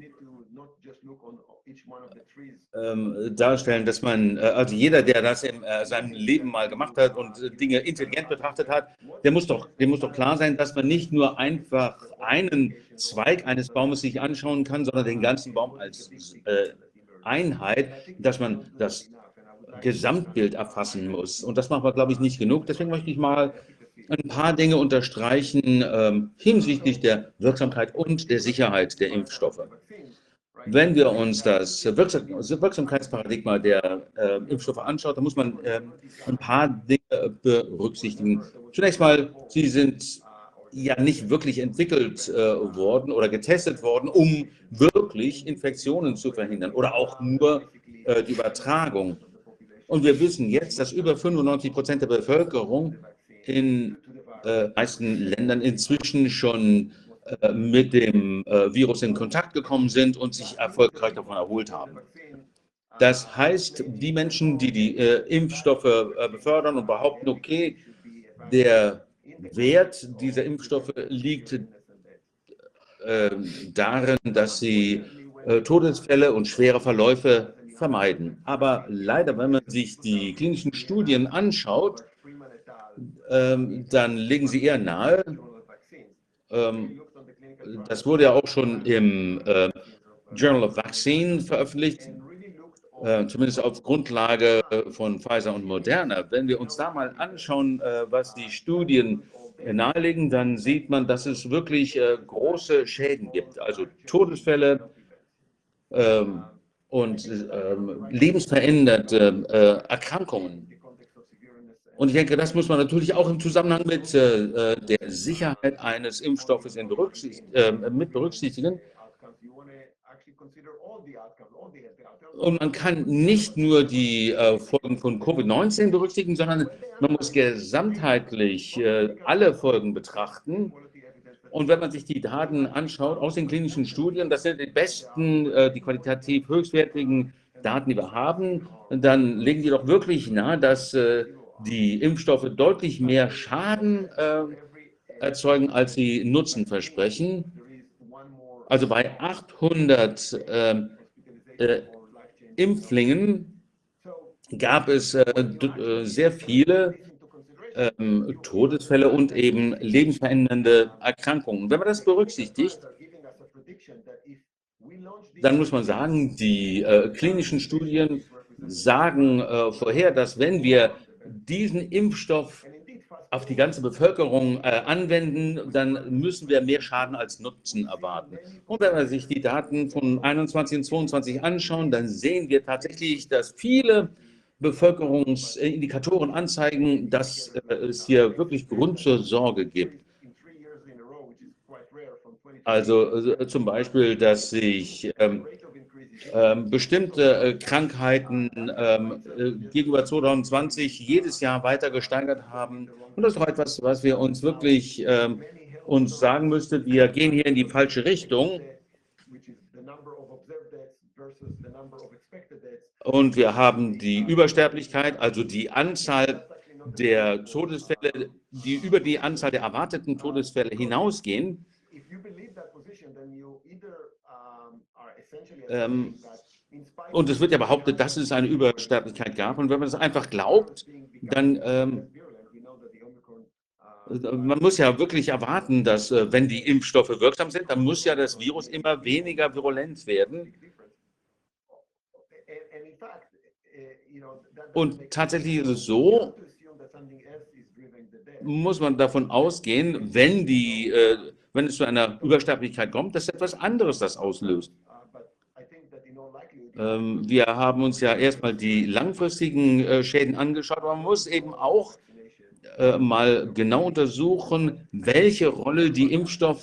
C: ähm, darstellen, dass man, äh, also jeder, der das in äh, seinem Leben mal gemacht hat und äh, Dinge intelligent betrachtet hat, der muss doch, dem muss doch klar sein, dass man nicht nur einfach einen Zweig eines Baumes sich anschauen kann, sondern den ganzen Baum als äh, Einheit, dass man das Gesamtbild erfassen muss. Und das macht man, glaube ich, nicht genug. Deswegen möchte ich mal ein paar Dinge unterstreichen ähm, hinsichtlich der Wirksamkeit und der Sicherheit der Impfstoffe. Wenn wir uns das Wirksamkeitsparadigma der äh, Impfstoffe anschauen, dann muss man äh, ein paar Dinge berücksichtigen. Zunächst mal, sie sind ja nicht wirklich entwickelt äh, worden oder getestet worden, um wirklich Infektionen zu verhindern oder auch nur äh, die Übertragung. Und wir wissen jetzt, dass über fünfundneunzig Prozent der Bevölkerung in äh, meisten Ländern inzwischen schon äh, mit dem äh, Virus in Kontakt gekommen sind und sich erfolgreich davon erholt haben. Das heißt, die Menschen, die die äh, Impfstoffe äh, befördern und behaupten, okay, der Wert dieser Impfstoffe liegt äh, darin, dass sie äh, Todesfälle und schwere Verläufe vermeiden. Aber leider, wenn man sich die klinischen Studien anschaut, ähm, dann legen sie eher nahe, ähm, das wurde ja auch schon im äh, Journal of Vaccine veröffentlicht, äh, zumindest auf Grundlage von Pfizer und Moderna. Wenn wir uns da mal anschauen, äh, was die Studien äh, nahelegen, dann sieht man, dass es wirklich äh, große Schäden gibt, also Todesfälle ähm, und ähm, lebensveränderte äh, Erkrankungen. Und ich denke, das muss man natürlich auch im Zusammenhang mit äh, der Sicherheit eines Impfstoffes in Berücksicht, äh, mit berücksichtigen. Und man kann nicht nur die äh, Folgen von Covid neunzehn berücksichtigen, sondern man muss gesamtheitlich äh, alle Folgen betrachten. Und wenn man sich die Daten anschaut aus den klinischen Studien, das sind die besten, äh, die qualitativ höchstwertigen Daten, die wir haben, dann legen die doch wirklich nahe, dass äh, die Impfstoffe deutlich mehr Schaden äh, erzeugen, als sie Nutzen versprechen. Also bei achthundert äh, äh, Impflingen gab es äh, sehr viele ähm, Todesfälle und eben lebensverändernde Erkrankungen. Wenn man das berücksichtigt, dann muss man sagen, die äh, klinischen Studien sagen äh, vorher, dass wenn wir diesen Impfstoff auf die ganze Bevölkerung äh, anwenden, dann müssen wir mehr Schaden als Nutzen erwarten. Und wenn wir sich die Daten von einundzwanzig und zweiundzwanzig anschauen, dann sehen wir tatsächlich, dass viele Bevölkerungsindikatoren anzeigen, dass äh, es hier wirklich Grund zur Sorge gibt. Also äh, zum Beispiel, dass sich ähm, ähm, bestimmte äh, Krankheiten ähm, äh, gegenüber zweitausendzwanzig jedes Jahr weiter gesteigert haben. Und das ist doch etwas, was wir uns wirklich ähm, uns sagen müssten, wir gehen hier in die falsche Richtung. Und wir haben die Übersterblichkeit, also die Anzahl der Todesfälle, die über die Anzahl der erwarteten Todesfälle hinausgehen. Ähm, und es wird ja behauptet, dass es eine Übersterblichkeit gab. Und wenn man das einfach glaubt, dann ähm, man muss ja wirklich erwarten, dass äh, wenn die Impfstoffe wirksam sind, dann muss ja das Virus immer weniger virulent werden. Und tatsächlich ist es so, muss man davon ausgehen, wenn, die, äh, wenn es zu einer Übersterblichkeit kommt, dass etwas anderes das auslöst. Ähm, wir haben uns ja erstmal die langfristigen äh, Schäden angeschaut, aber man muss eben auch äh, mal genau untersuchen, welche Rolle die Impfstoffe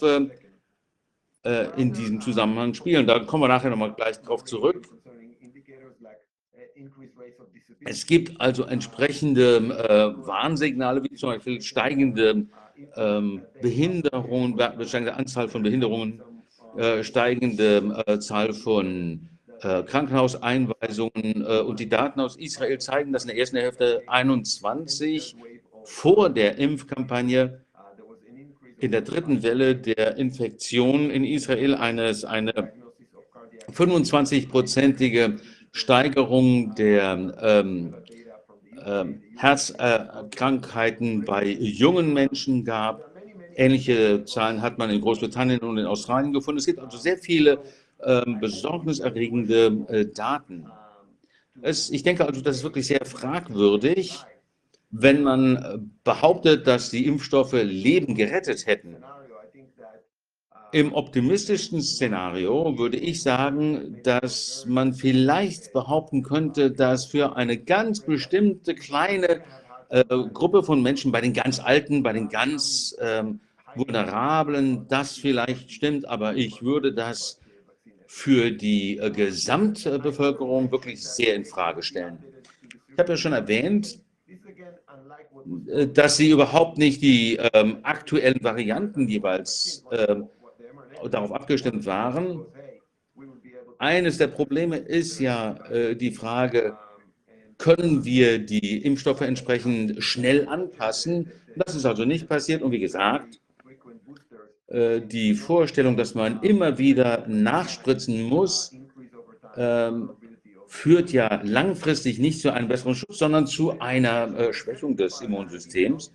C: äh, in diesem Zusammenhang spielen. Da kommen wir nachher nochmal gleich drauf zurück. Es gibt also entsprechende äh, Warnsignale, wie zum Beispiel steigende ähm, Behinderungen, steigende Anzahl von Behinderungen, äh, steigende äh, Zahl von äh, Krankenhauseinweisungen. Äh, und die Daten aus Israel zeigen, dass in der ersten Hälfte einundzwanzig vor der Impfkampagne in der dritten Welle der Infektion in Israel eines, eine fünfundzwanzig-prozentige Steigerung der ähm, ähm, Herzkrankheiten äh, bei jungen Menschen gab. Ähnliche Zahlen hat man in Großbritannien und in Australien gefunden. Es gibt also sehr viele ähm, besorgniserregende äh, Daten. Es, ich denke also, das ist wirklich sehr fragwürdig, wenn man behauptet, dass die Impfstoffe Leben gerettet hätten. Im optimistischsten Szenario würde ich sagen, dass man vielleicht behaupten könnte, dass für eine ganz bestimmte kleine äh, Gruppe von Menschen, bei den ganz Alten, bei den ganz ähm, Vulnerablen, das vielleicht stimmt, aber ich würde das für die äh, Gesamtbevölkerung wirklich sehr in Frage stellen. Ich habe ja schon erwähnt, äh, dass sie überhaupt nicht die ähm, aktuellen Varianten jeweils äh, darauf abgestimmt waren. Eines der Probleme ist ja äh, die Frage, können wir die Impfstoffe entsprechend schnell anpassen? Das ist also nicht passiert. Und wie gesagt, äh, die Vorstellung, dass man immer wieder nachspritzen muss, ähm, führt ja langfristig nicht zu einem besseren Schutz, sondern zu einer äh, Schwächung des Immunsystems.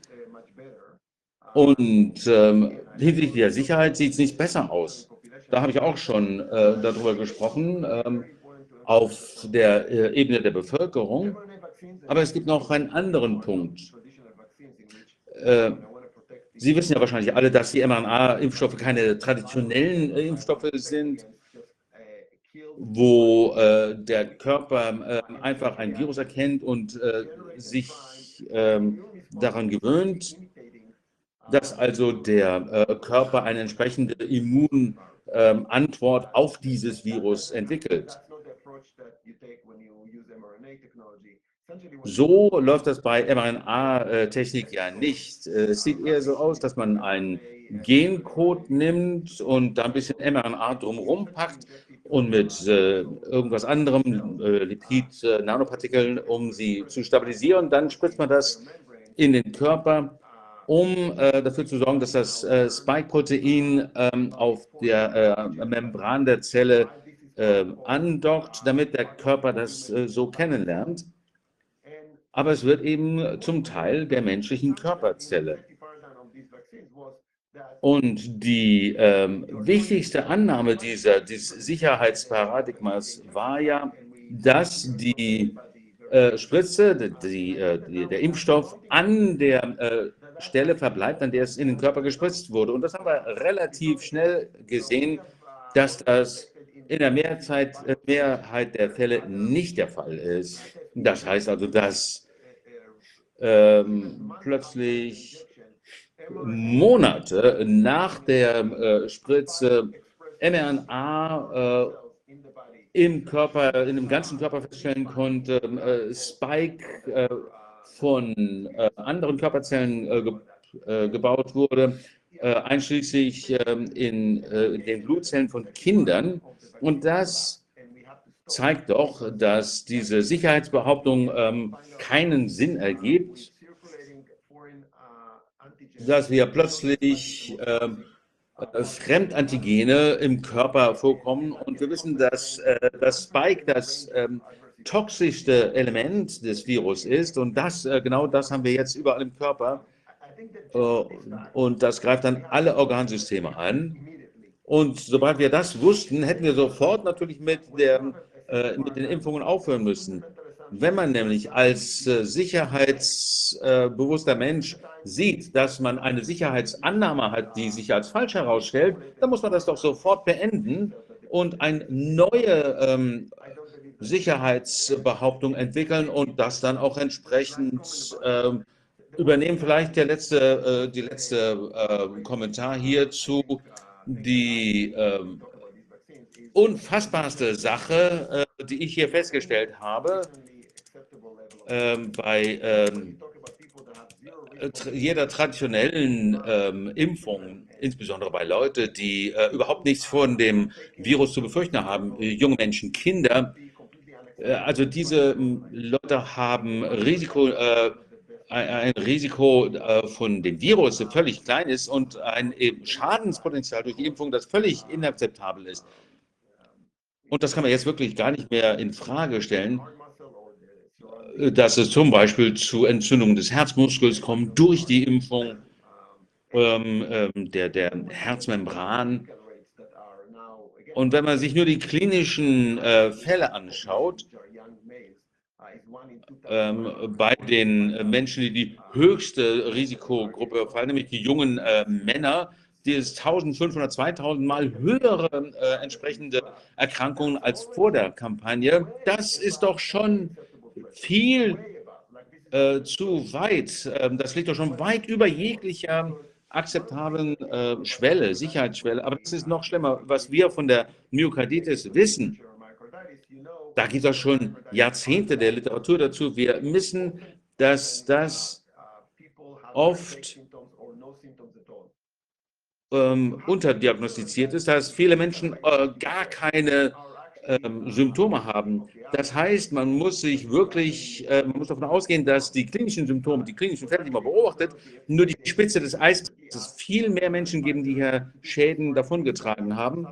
C: Und ähm, hinsichtlich der Sicherheit sieht es nicht besser aus. Da habe ich auch schon äh, darüber gesprochen, ähm, auf der äh, Ebene der Bevölkerung. Aber es gibt noch einen anderen Punkt. Äh, Sie wissen ja wahrscheinlich alle, dass die mRNA-Impfstoffe keine traditionellen äh, Impfstoffe sind, wo äh, der Körper äh, einfach ein Virus erkennt und äh, sich äh, daran gewöhnt, dass also der äh, Körper eine entsprechende Immunantwort ähm, auf dieses Virus entwickelt. So läuft das bei mRNA-Technik ja nicht. Es sieht eher so aus, dass man einen Gencode nimmt und da ein bisschen mRNA drumherum packt und mit äh, irgendwas anderem, äh, Lipid-Nanopartikeln, äh, um sie zu stabilisieren. Dann spritzt man das in den Körper, um äh, dafür zu sorgen, dass das äh, Spike-Protein ähm, auf der äh, Membran der Zelle äh, andockt, damit der Körper das äh, so kennenlernt. Aber es wird eben zum Teil der menschlichen Körperzelle. Und die ähm, wichtigste Annahme dieser, dieses Sicherheitsparadigmas war ja, dass die äh, Spritze, die, die, der Impfstoff an der äh, Stelle verbleibt, an der es in den Körper gespritzt wurde. Und das haben wir relativ schnell gesehen, dass das in der Mehrzeit, Mehrheit der Fälle nicht der Fall ist. Das heißt also, dass ähm, plötzlich Monate nach der äh, Spritze mRNA äh, im Körper, in dem ganzen Körper feststellen konnte, äh, Spike äh, von äh, anderen Körperzellen äh, ge äh, gebaut wurde, äh, einschließlich äh, in äh, den Blutzellen von Kindern. Und das zeigt doch, dass diese Sicherheitsbehauptung ähm, keinen Sinn ergibt, dass wir plötzlich äh, Fremdantigene im Körper vorkommen. Und wir wissen, dass äh, das Spike das äh, toxischste Element des Virus ist. Und das, äh, genau das haben wir jetzt überall im Körper. Äh, und das greift dann alle Organsysteme an. Und sobald wir das wussten, hätten wir sofort natürlich mit, der, äh, mit den Impfungen aufhören müssen. Wenn man nämlich als äh, sicherheitsbewusster äh, Mensch sieht, dass man eine Sicherheitsannahme hat, die sich als falsch herausstellt, dann muss man das doch sofort beenden und eine neue ähm, Sicherheitsbehauptung entwickeln und das dann auch entsprechend äh, übernehmen. Vielleicht der letzte, äh, die letzte äh, Kommentar hierzu. Die äh, unfassbarste Sache die ich hier festgestellt habe, ähm, bei ähm, jeder traditionellen ähm, Impfung, insbesondere bei Leuten, die äh, überhaupt nichts von dem Virus zu befürchten haben, äh, junge Menschen, Kinder, äh, also diese ähm, Leute haben Risiko, äh, ein, ein Risiko äh, von dem Virus, das völlig klein ist und ein eben Schadenspotenzial durch die Impfung, das völlig inakzeptabel ist. Und das kann man jetzt wirklich gar nicht mehr in Frage stellen, dass es zum Beispiel zu Entzündungen des Herzmuskels kommt durch die Impfung, ähm, ähm, der, der Herzmembran. Und wenn man sich nur die klinischen äh, Fälle anschaut, ähm, bei den äh, Menschen, die die höchste Risikogruppe fallen, nämlich die jungen äh, Männer, die es eintausendfünfhundert, zweitausend Mal höhere äh, entsprechende Erkrankungen als vor der Kampagne. Das ist doch schon viel äh, zu weit. Ähm, das liegt doch schon weit über jeglicher akzeptablen äh, Schwelle, Sicherheitsschwelle. Aber das ist noch schlimmer, was wir von der Myokarditis wissen. Da gibt es schon Jahrzehnte der Literatur dazu. Wir wissen, dass das oft ähm, unterdiagnostiziert ist, dass viele Menschen äh, gar keine ähm, Symptome haben. Das heißt, man muss sich wirklich, äh, man muss davon ausgehen, dass die klinischen Symptome, die klinischen Fälle, die man beobachtet, nur die Spitze des Eisbergs, dass es viel mehr Menschen geben, die hier Schäden davongetragen haben.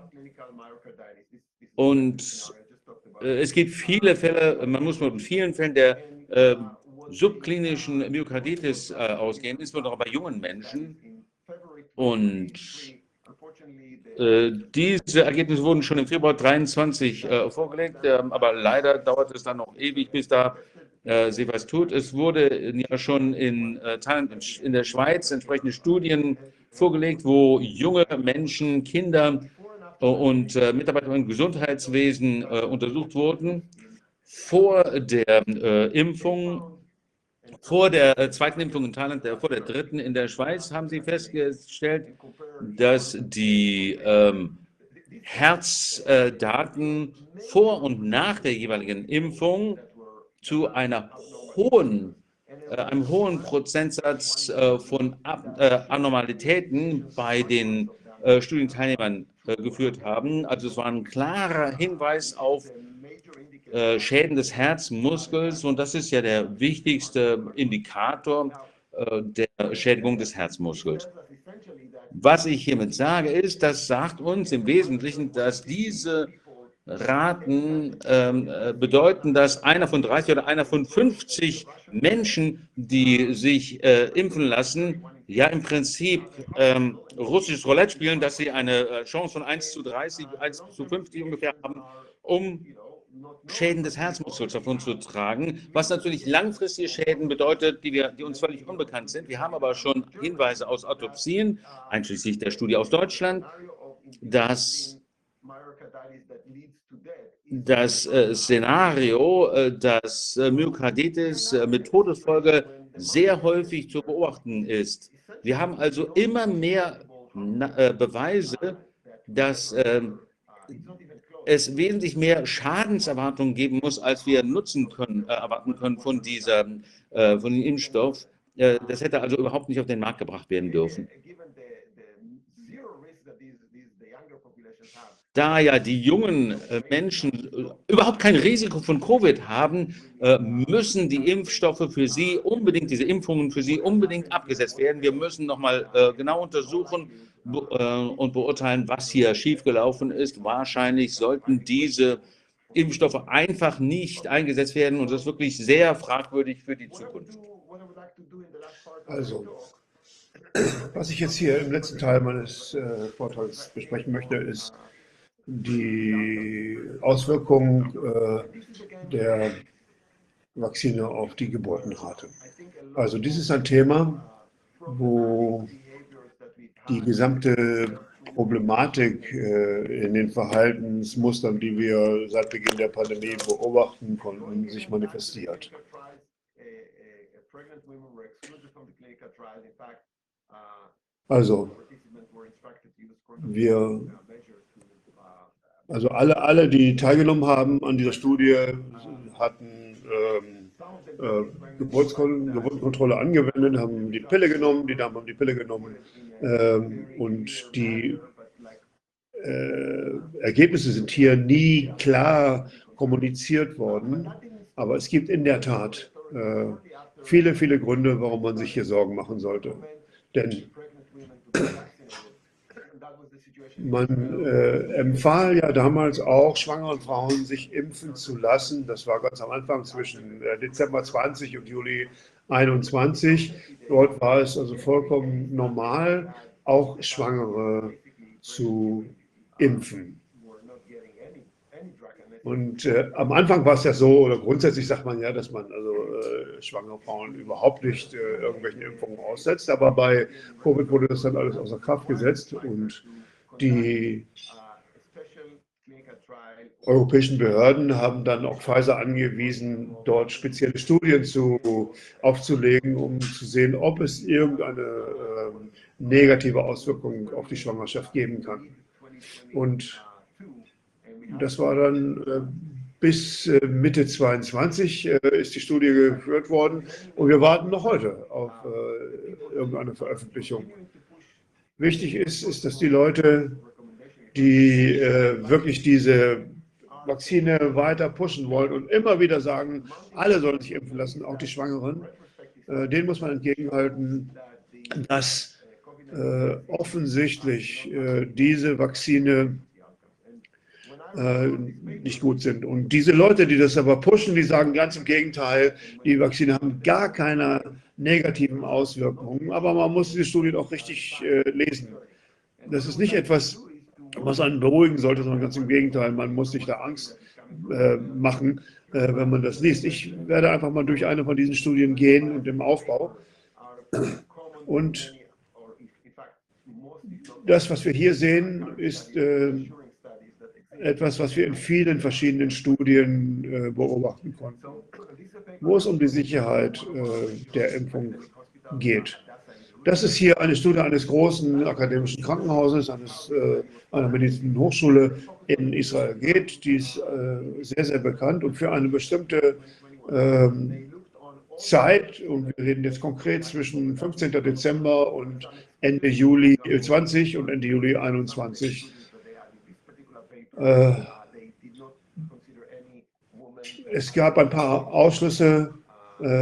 C: Und äh, es gibt viele Fälle, man muss von vielen Fällen der äh, subklinischen Myokarditis äh, ausgehen, insbesondere bei jungen Menschen. Und äh, diese Ergebnisse wurden schon im Februar dreiundzwanzig äh, vorgelegt, äh, aber leider dauert es dann noch ewig, bis da äh, sich was tut. Es wurde ja schon in, äh, in der Schweiz entsprechende Studien vorgelegt, wo junge Menschen, Kinder äh, und äh, Mitarbeiter im Gesundheitswesen äh, untersucht wurden vor der äh, Impfung. Vor der äh, zweiten Impfung in Thailand, der, vor der dritten in der Schweiz, haben sie festgestellt, dass die ähm, Herzdaten äh, vor und nach der jeweiligen Impfung zu einer hohen, äh, einem hohen Prozentsatz äh, von Ab äh, Anormalitäten bei den äh, Studienteilnehmern äh, geführt haben. Also es war ein klarer Hinweis auf Äh, Schäden des Herzmuskels und das ist ja der wichtigste Indikator äh, der Schädigung des Herzmuskels. Was ich hiermit sage, ist, das sagt uns im Wesentlichen, dass diese Raten ähm, äh, bedeuten, dass einer von dreißig oder einer von fünfzig Menschen, die sich äh, impfen lassen, ja im Prinzip ähm, russisches Roulette spielen, dass sie eine äh, Chance von eins zu dreißig, eins zu fünfzig ungefähr haben, um Schäden des Herzmuskels davon zu tragen, was natürlich langfristige Schäden bedeutet, die, wir, die uns völlig unbekannt sind. Wir haben aber schon Hinweise aus Autopsien, einschließlich der Studie aus Deutschland, dass das äh, Szenario, äh, dass äh, Myokarditis äh, mit Todesfolge sehr häufig zu beobachten ist. Wir haben also immer mehr äh, Beweise, dass äh, es wesentlich mehr Schadenserwartungen geben muss, als wir Nutzen können, äh, erwarten können von, dieser, äh, von dem Impfstoff. Äh, das hätte also überhaupt nicht auf den Markt gebracht werden dürfen. Da ja die jungen äh, Menschen äh, überhaupt kein Risiko von Covid haben, äh, müssen die Impfstoffe für sie unbedingt, diese Impfungen für sie unbedingt abgesetzt werden. Wir müssen nochmal äh, genau untersuchen be äh, und beurteilen, was hier schiefgelaufen ist. Wahrscheinlich sollten diese Impfstoffe einfach nicht eingesetzt werden und das ist wirklich sehr fragwürdig für die Zukunft.
B: Also, was ich jetzt hier im letzten Teil meines äh, Vortrags besprechen möchte, ist die Auswirkung äh, der Vakzine auf die Geburtenrate. Also dies ist ein Thema, wo die gesamte Problematik äh, in den Verhaltensmustern, die wir seit Beginn der Pandemie beobachten konnten, sich manifestiert. Also, wir Also alle, alle, die teilgenommen haben an dieser Studie, hatten ähm, äh, Geburtskon Geburtenkontrolle angewendet, haben die Pille genommen, die Damen haben die Pille genommen ähm, und die äh, Ergebnisse sind hier nie klar kommuniziert worden, aber es gibt in der Tat äh, viele, viele Gründe, warum man sich hier Sorgen machen sollte. Denn man äh, empfahl ja damals auch schwangeren Frauen, sich impfen zu lassen. Das war ganz am Anfang zwischen äh, Dezember zwanzig und Juli einundzwanzig. Dort war es also vollkommen normal, auch Schwangere zu impfen. Und äh, am Anfang war es ja so, oder grundsätzlich sagt man ja, dass man also äh, schwangere Frauen überhaupt nicht äh, irgendwelchen Impfungen aussetzt. Aber bei Covid wurde das dann alles außer Kraft gesetzt und die europäischen Behörden haben dann auch Pfizer angewiesen, dort spezielle Studien zu, aufzulegen, um zu sehen, ob es irgendeine äh, negative Auswirkung auf die Schwangerschaft geben kann. Und das war dann äh, bis äh, Mitte zweiundzwanzig äh, ist die Studie geführt worden und wir warten noch heute auf äh, irgendeine Veröffentlichung. Wichtig ist, ist, dass die Leute, die äh, wirklich diese Vakzine weiter pushen wollen und immer wieder sagen, alle sollen sich impfen lassen, auch die Schwangeren, äh, denen muss man entgegenhalten, dass äh, offensichtlich äh, diese Vakzine äh, nicht gut sind. Und diese Leute, die das aber pushen, die sagen ganz im Gegenteil, die Vakzine haben gar keine negativen Auswirkungen, aber man muss diese Studien auch richtig äh, lesen. Das ist nicht etwas, was einen beruhigen sollte, sondern ganz im Gegenteil, man muss sich da Angst äh, machen, äh, wenn man das liest. Ich werde einfach mal durch eine von diesen Studien gehen und im Aufbau. Und das, was wir hier sehen, ist äh, etwas, was wir in vielen verschiedenen Studien äh, beobachten konnten, wo es um die Sicherheit äh, der Impfung geht. Das ist hier eine Studie eines großen akademischen Krankenhauses, eines, äh, einer medizinischen Hochschule in Israel geht. Die ist äh, sehr, sehr bekannt und für eine bestimmte ähm, Zeit, und wir reden jetzt konkret zwischen fünfzehnten Dezember und Ende Juli zwanzig und Ende Juli einundzwanzig, äh, es gab ein paar Ausschlüsse. Äh,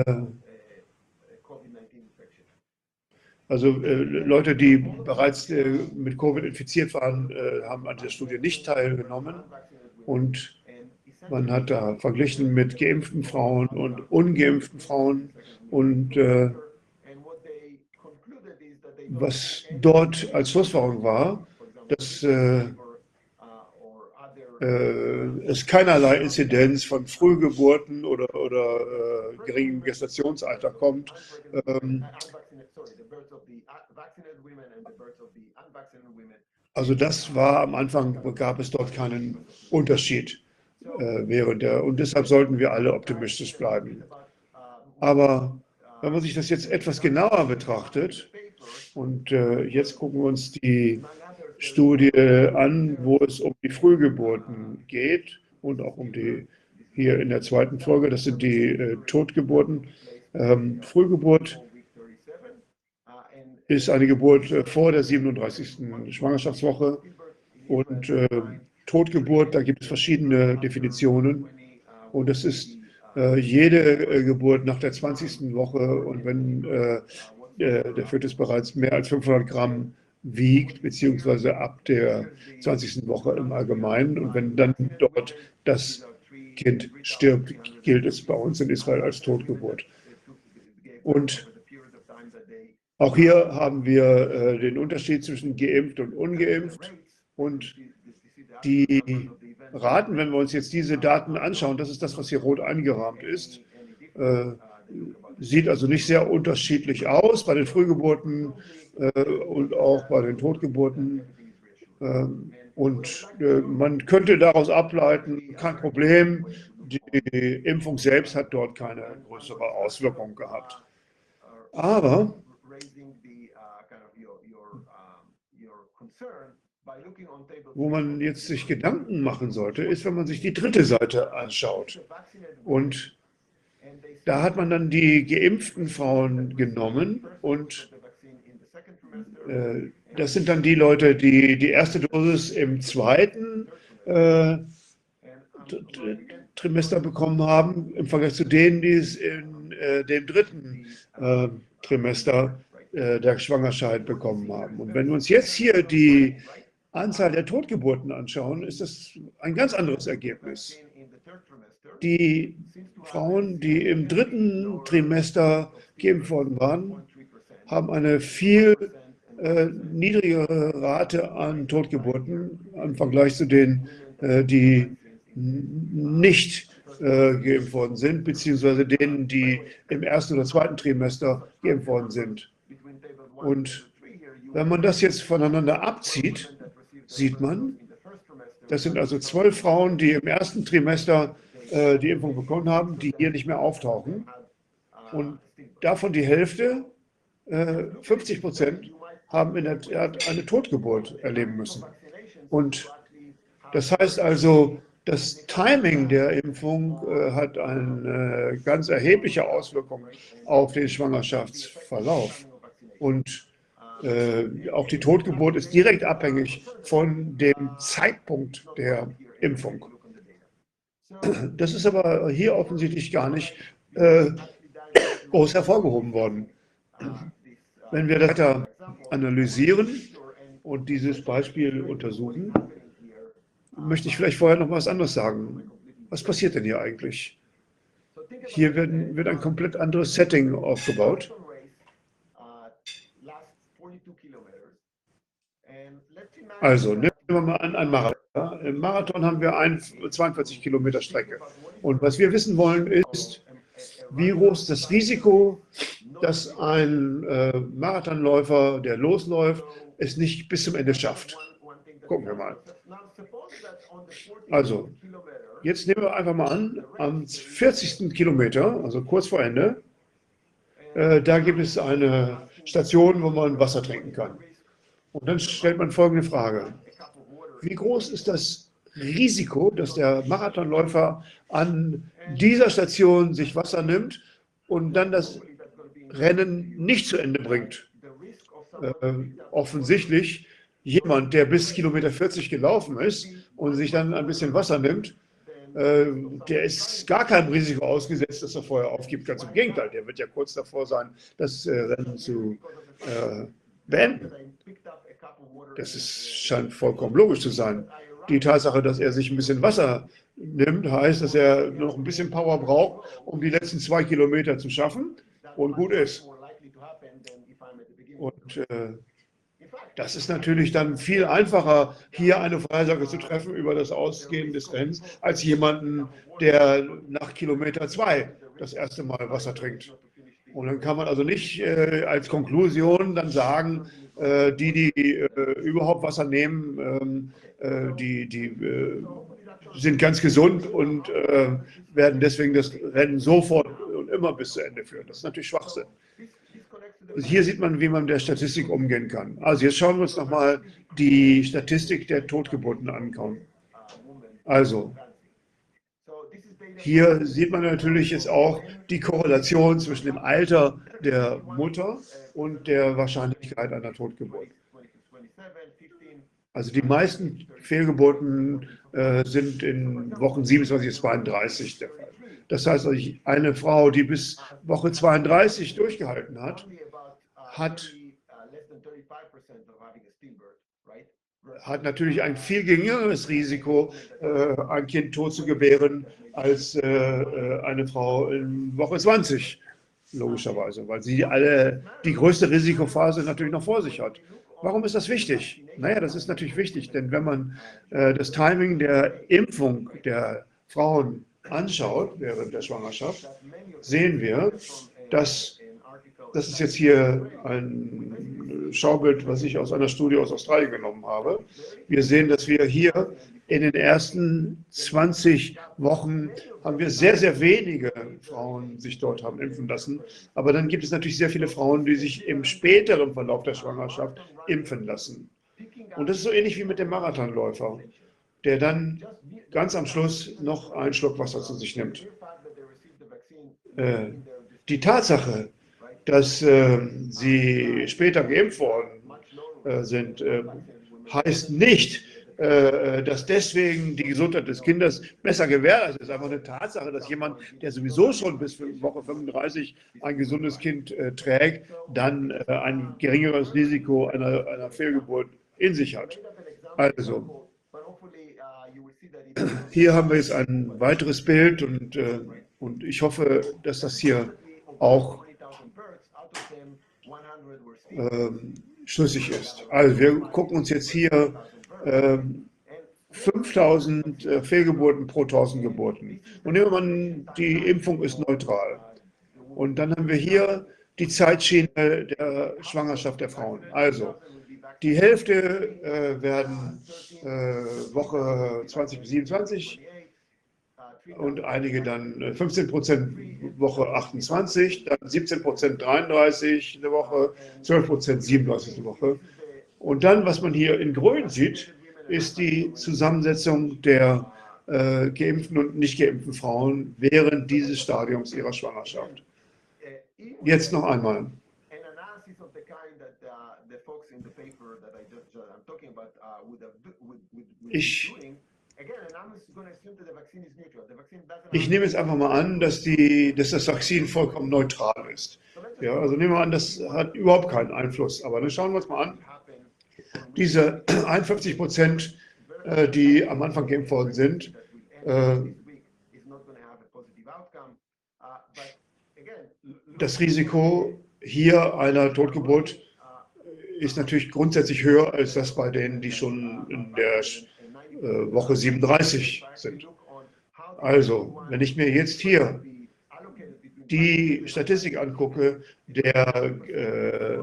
B: Also äh, Leute, die bereits äh, mit Covid infiziert waren, äh, haben an dieser Studie nicht teilgenommen. Und man hat da verglichen mit geimpften Frauen und ungeimpften Frauen. Und äh, was dort als Schlussfolgerung war, dass äh, äh, es keinerlei Inzidenz von Frühgeburten oder, oder äh, geringem Gestationsalter kommt. Ähm, Also das war am Anfang, gab es dort keinen Unterschied äh, während der, und deshalb sollten wir alle optimistisch bleiben. Aber wenn man sich das jetzt etwas genauer betrachtet, und äh, jetzt gucken wir uns die Studie an, wo es um die Frühgeburten geht und auch um die, hier in der zweiten Folge, das sind die äh, Totgeburten. Ähm, Frühgeburt ist eine Geburt äh, vor der siebenunddreißigsten Schwangerschaftswoche und äh, Totgeburt, da gibt es verschiedene Definitionen und das ist äh, jede äh, Geburt nach der zwanzigsten Woche und wenn äh, der, der Fötus bereits mehr als fünfhundert Gramm wiegt, beziehungsweise ab der zwanzigsten Woche im Allgemeinen und wenn dann dort das Kind stirbt, gilt es bei uns in Israel als Totgeburt. Und auch hier haben wir äh, den Unterschied zwischen geimpft und ungeimpft. Und die Raten, wenn wir uns jetzt diese Daten anschauen, das ist das, was hier rot eingerahmt ist, äh, sieht also nicht sehr unterschiedlich aus bei den Frühgeburten äh, und auch bei den Totgeburten. Äh, und äh, man könnte daraus ableiten, kein Problem, die Impfung selbst hat dort keine größere Auswirkung gehabt. Aber Wo man jetzt sich Gedanken machen sollte, ist, wenn man sich die dritte Seite anschaut. Und da hat man dann die geimpften Frauen genommen und äh, das sind dann die Leute, die die erste Dosis im zweiten äh, Trimester bekommen haben, im Vergleich zu denen, die es in äh, dem dritten äh, Trimester äh, der Schwangerschaft bekommen haben. Und wenn wir uns jetzt hier die Anzahl der Totgeburten anschauen, ist das ein ganz anderes Ergebnis. Die Frauen, die im dritten Trimester geimpft worden waren, haben eine viel äh, niedrigere Rate an Totgeburten im Vergleich zu denen, äh, die nicht äh, geimpft worden sind, beziehungsweise denen, die im ersten oder zweiten Trimester geimpft worden sind. Und wenn man das jetzt voneinander abzieht, sieht man, das sind also zwölf Frauen, die im ersten Trimester äh, die Impfung bekommen haben, die hier nicht mehr auftauchen. Und davon die Hälfte, äh, fünfzig Prozent, haben in der Tat eine Totgeburt erleben müssen. Und das heißt also, das Timing der Impfung äh, hat eine äh, ganz erhebliche Auswirkung auf den Schwangerschaftsverlauf. Und äh, auch die Totgeburt ist direkt abhängig von dem Zeitpunkt der Impfung. Das ist aber hier offensichtlich gar nicht äh, groß hervorgehoben worden. Wenn wir das weiter analysieren und dieses Beispiel untersuchen, möchte ich vielleicht vorher noch was anderes sagen. Was passiert denn hier eigentlich? Hier wird, wird ein komplett anderes Setting aufgebaut. Also, nehmen wir mal an, ein Marathon. Im Marathon haben wir ein, zweiundvierzig Kilometer Strecke. Und was wir wissen wollen, ist, wie groß ist das Risiko, dass ein äh, Marathonläufer, der losläuft, es nicht bis zum Ende schafft. Gucken wir mal. Also, jetzt nehmen wir einfach mal an, am vierzigsten Kilometer, also kurz vor Ende, äh, da gibt es eine Station, wo man Wasser trinken kann. Und dann stellt man folgende Frage. Wie groß ist das Risiko, dass der Marathonläufer an dieser Station sich Wasser nimmt und dann das Rennen nicht zu Ende bringt? Äh, offensichtlich jemand, der bis Kilometer vierzig gelaufen ist und sich dann ein bisschen Wasser nimmt, äh, der ist gar keinem Risiko ausgesetzt, dass er vorher aufgibt. Ganz im Gegenteil, der wird ja kurz davor sein, das äh, Rennen zu äh, beenden. Das ist, scheint vollkommen logisch zu sein. Die Tatsache, dass er sich ein bisschen Wasser nimmt, heißt, dass er noch ein bisschen Power braucht, um die letzten zwei Kilometer zu schaffen und gut ist. Und äh, das ist natürlich dann viel einfacher, hier eine Vorhersage zu treffen über das Ausgehen des Rennens, als jemanden, der nach Kilometer zwei das erste Mal Wasser trinkt. Und dann kann man also nicht äh, als Konklusion dann sagen, äh, die, die äh, überhaupt Wasser nehmen, ähm, äh, die, die äh, sind ganz gesund und äh, werden deswegen das Rennen sofort und immer bis zu Ende führen. Das ist natürlich Schwachsinn. Also hier sieht man, wie man mit der Statistik umgehen kann. Also jetzt schauen wir uns nochmal die Statistik der Totgeburten an. Also hier sieht man natürlich jetzt auch die Korrelation zwischen dem Alter der Mutter und der Wahrscheinlichkeit einer Totgeburt. Also die meisten Fehlgeburten äh, sind in Wochen siebenundzwanzig bis zweiunddreißig der Fall. Das heißt, eine Frau, die bis Woche zweiunddreißig durchgehalten hat, hat, hat natürlich ein viel geringeres Risiko, äh, ein Kind tot zu gebären, als äh, eine Frau in Woche zwanzig, logischerweise, weil sie alle die größte Risikophase natürlich noch vor sich hat. Warum ist das wichtig? Naja, das ist natürlich wichtig, denn wenn man äh, das Timing der Impfung der Frauen anschaut während der Schwangerschaft, sehen wir, dass, das ist jetzt hier ein Schaubild, was ich aus einer Studie aus Australien genommen habe. Wir sehen, dass wir hier in den ersten zwanzig Wochen haben wir sehr, sehr wenige Frauen sich dort haben impfen lassen. Aber dann gibt es natürlich sehr viele Frauen, die sich im späteren Verlauf der Schwangerschaft impfen lassen. Und das ist so ähnlich wie mit dem Marathonläufer, der dann ganz am Schluss noch einen Schluck Wasser zu sich nimmt. Äh, die Tatsache, dass äh, sie später geimpft worden äh, sind, äh, heißt nicht, äh, dass deswegen die Gesundheit des Kindes besser gewährleistet ist. Es ist einfach eine Tatsache, dass jemand, der sowieso schon bis Woche fünfunddreißig ein gesundes Kind äh, trägt, dann äh, ein geringeres Risiko einer, einer Fehlgeburt in sich hat. Also, hier haben wir jetzt ein weiteres Bild und, äh, und ich hoffe, dass das hier auch ähm, schlüssig ist. Also wir gucken uns jetzt hier ähm, fünftausend äh, Fehlgeburten pro tausend Geburten. Und nehmen wir an, die Impfung ist neutral. Und dann haben wir hier die Zeitschiene der Schwangerschaft der Frauen. Also die Hälfte äh, werden äh, Woche zwanzig bis siebenundzwanzig und einige dann fünfzehn Prozent Woche achtundzwanzig, dann siebzehn Prozent dreiunddreißig eine Woche, zwölf Prozent siebenunddreißig eine Woche. Und dann, was man hier in grün sieht, ist die Zusammensetzung der äh, geimpften und nicht geimpften Frauen während dieses Stadiums ihrer Schwangerschaft. Jetzt noch einmal. Ich, ich nehme jetzt einfach mal an, dass, die, dass das Vakzin vollkommen neutral ist. Ja, also nehmen wir an, das hat überhaupt keinen Einfluss. Aber dann schauen wir uns mal an. Diese einundfünfzig Prozent, äh, die am Anfang geimpft worden sind, äh, das Risiko hier einer Totgeburt ist natürlich grundsätzlich höher als das bei denen, die schon in der äh, Woche siebenunddreißig sind. Also, wenn ich mir jetzt hier die Statistik angucke, der äh,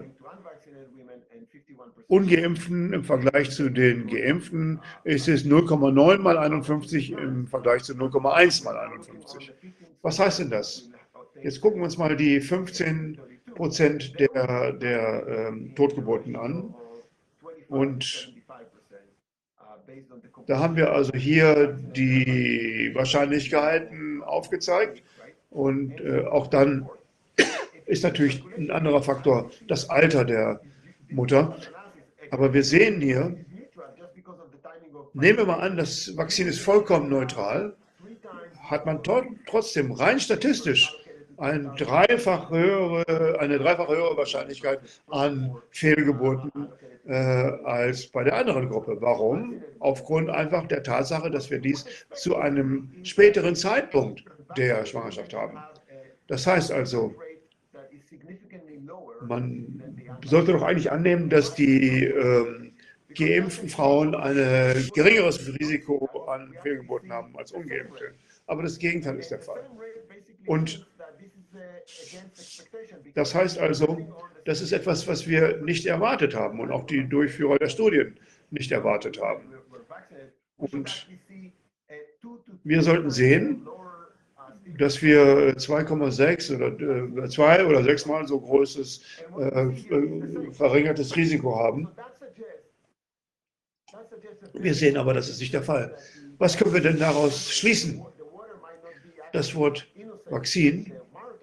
B: Ungeimpften im Vergleich zu den Geimpften, ist es null Komma neun mal einundfünfzig im Vergleich zu null Komma eins mal einundfünfzig. Was heißt denn das? Jetzt gucken wir uns mal die fünfzehn Prozent der, der ähm, Totgeburten an. Und da haben wir also hier die Wahrscheinlichkeiten aufgezeigt. Und äh, auch dann ist natürlich ein anderer Faktor das Alter der Mutter. Aber wir sehen hier, nehmen wir mal an, das Vakzin ist vollkommen neutral, hat man trotzdem rein statistisch eine dreifach höhere, eine dreifach höhere Wahrscheinlichkeit an Fehlgeburten äh, als bei der anderen Gruppe. Warum? Aufgrund einfach der Tatsache, dass wir dies zu einem späteren Zeitpunkt der Schwangerschaft haben. Das heißt also, man sollte doch eigentlich annehmen, dass die äh, geimpften Frauen ein geringeres Risiko an Fehlgeburten haben als ungeimpfte. Aber das Gegenteil ist der Fall. Und das heißt also, das ist etwas, was wir nicht erwartet haben und auch die Durchführer der Studien nicht erwartet haben. Und wir sollten sehen, dass wir zwei Komma sechs oder äh, zwei oder sechs Mal so großes äh, verringertes Risiko haben. Wir sehen aber, das ist nicht der Fall. Was können wir denn daraus schließen? Das Wort Vakzin,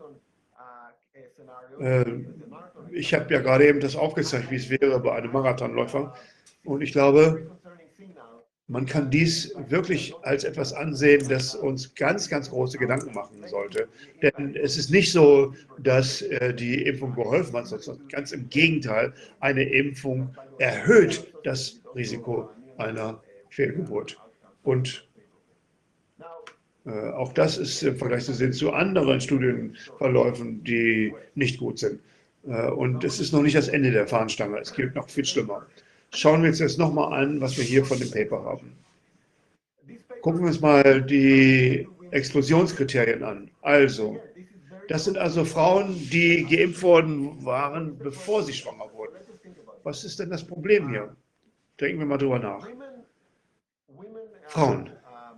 B: äh, ich habe ja gerade eben das aufgezeigt, wie es wäre bei einem Marathonläufer. Und ich glaube, man kann dies wirklich als etwas ansehen, das uns ganz, ganz große Gedanken machen sollte. Denn es ist nicht so, dass äh, die Impfung geholfen hat, sondern ganz im Gegenteil, eine Impfung erhöht das Risiko einer Fehlgeburt. Und äh, auch das ist im Vergleich zu sehen zu anderen Studienverläufen, die nicht gut sind. Äh, und es ist noch nicht das Ende der Fahnenstange, es geht noch viel schlimmer. Schauen wir uns jetzt nochmal an, was wir hier von dem Paper haben. Gucken wir uns mal die Exklusionskriterien an. Also, das sind also Frauen, die geimpft worden waren, bevor sie schwanger wurden. Was ist denn das Problem hier? Denken wir mal drüber nach. Frauen,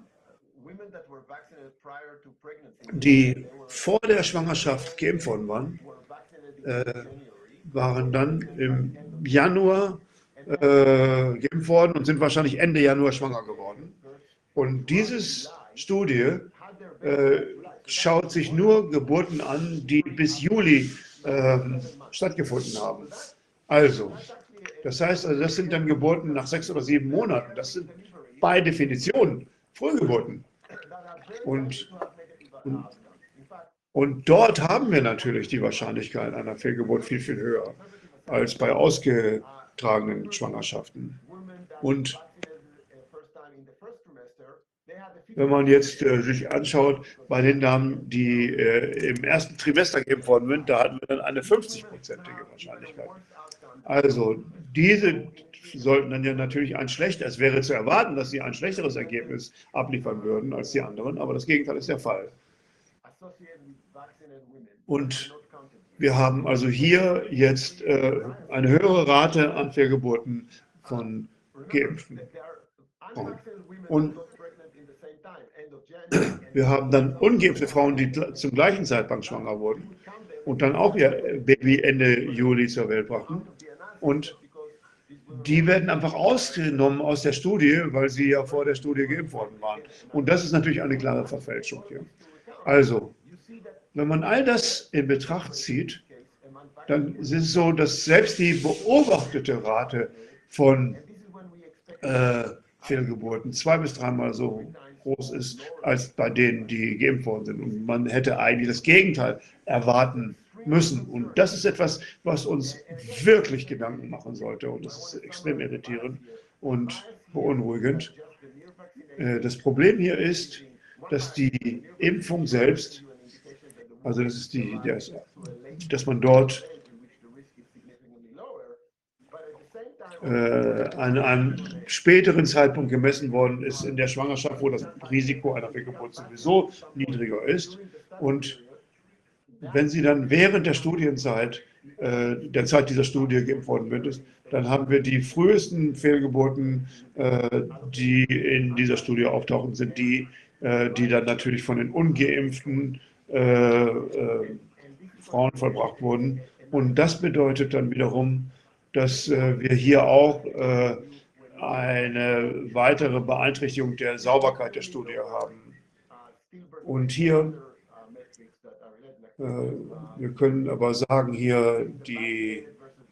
B: die vor der Schwangerschaft geimpft worden waren, äh, waren dann im Januar äh, geimpft worden und sind wahrscheinlich Ende Januar schwanger geworden. Und diese Studie äh, schaut sich nur Geburten an, die bis Juli äh, stattgefunden haben. Also, das heißt, also das sind dann Geburten nach sechs oder sieben Monaten. Das sind bei Definition Frühgeburten. Und, und, und dort haben wir natürlich die Wahrscheinlichkeit einer Fehlgeburt viel, viel höher als bei ausgetragenen Schwangerschaften. Und wenn man jetzt äh, sich anschaut, bei den Damen, die äh, im ersten Trimester geimpft worden sind, da hatten wir dann eine fünfzig-prozentige Wahrscheinlichkeit. Also diese sollten dann ja natürlich ein schlechter, es wäre zu erwarten, dass sie ein schlechteres Ergebnis abliefern würden als die anderen, aber das Gegenteil ist der Fall. Und wir haben also hier jetzt äh, eine höhere Rate an Fehlgeburten von Geimpften. Und wir haben dann ungeimpfte Frauen, die zum gleichen Zeitpunkt schwanger wurden und dann auch ihr Baby Ende Juli zur Welt brachten. Und die werden einfach ausgenommen aus der Studie, weil sie ja vor der Studie geimpft worden waren. Und das ist natürlich eine klare Verfälschung hier. Also, wenn man all das in Betracht zieht, dann ist es so, dass selbst die beobachtete Rate von äh, Fehlgeburten zwei bis dreimal so groß ist, als bei denen, die geimpft worden sind. Und man hätte eigentlich das Gegenteil erwarten müssen. Und das ist etwas, was uns wirklich Gedanken machen sollte. Und das ist extrem irritierend und beunruhigend. Das Problem hier ist, dass die Impfung selbst, also das ist die, das, dass man dort äh, an einem späteren Zeitpunkt gemessen worden ist in der Schwangerschaft, wo das Risiko einer Fehlgeburt sowieso niedriger ist. Und wenn sie dann während der Studienzeit, äh, der Zeit dieser Studie geimpft worden sind, dann haben wir die frühesten Fehlgeburten, äh, die in dieser Studie auftauchen, sind die, äh, die dann natürlich von den ungeimpften äh, äh, Frauen vollbracht wurden. Und das bedeutet dann wiederum, dass äh, wir hier auch äh, eine weitere Beeinträchtigung der Sauberkeit der Studie haben. Und hier, äh, wir können aber sagen, hier die,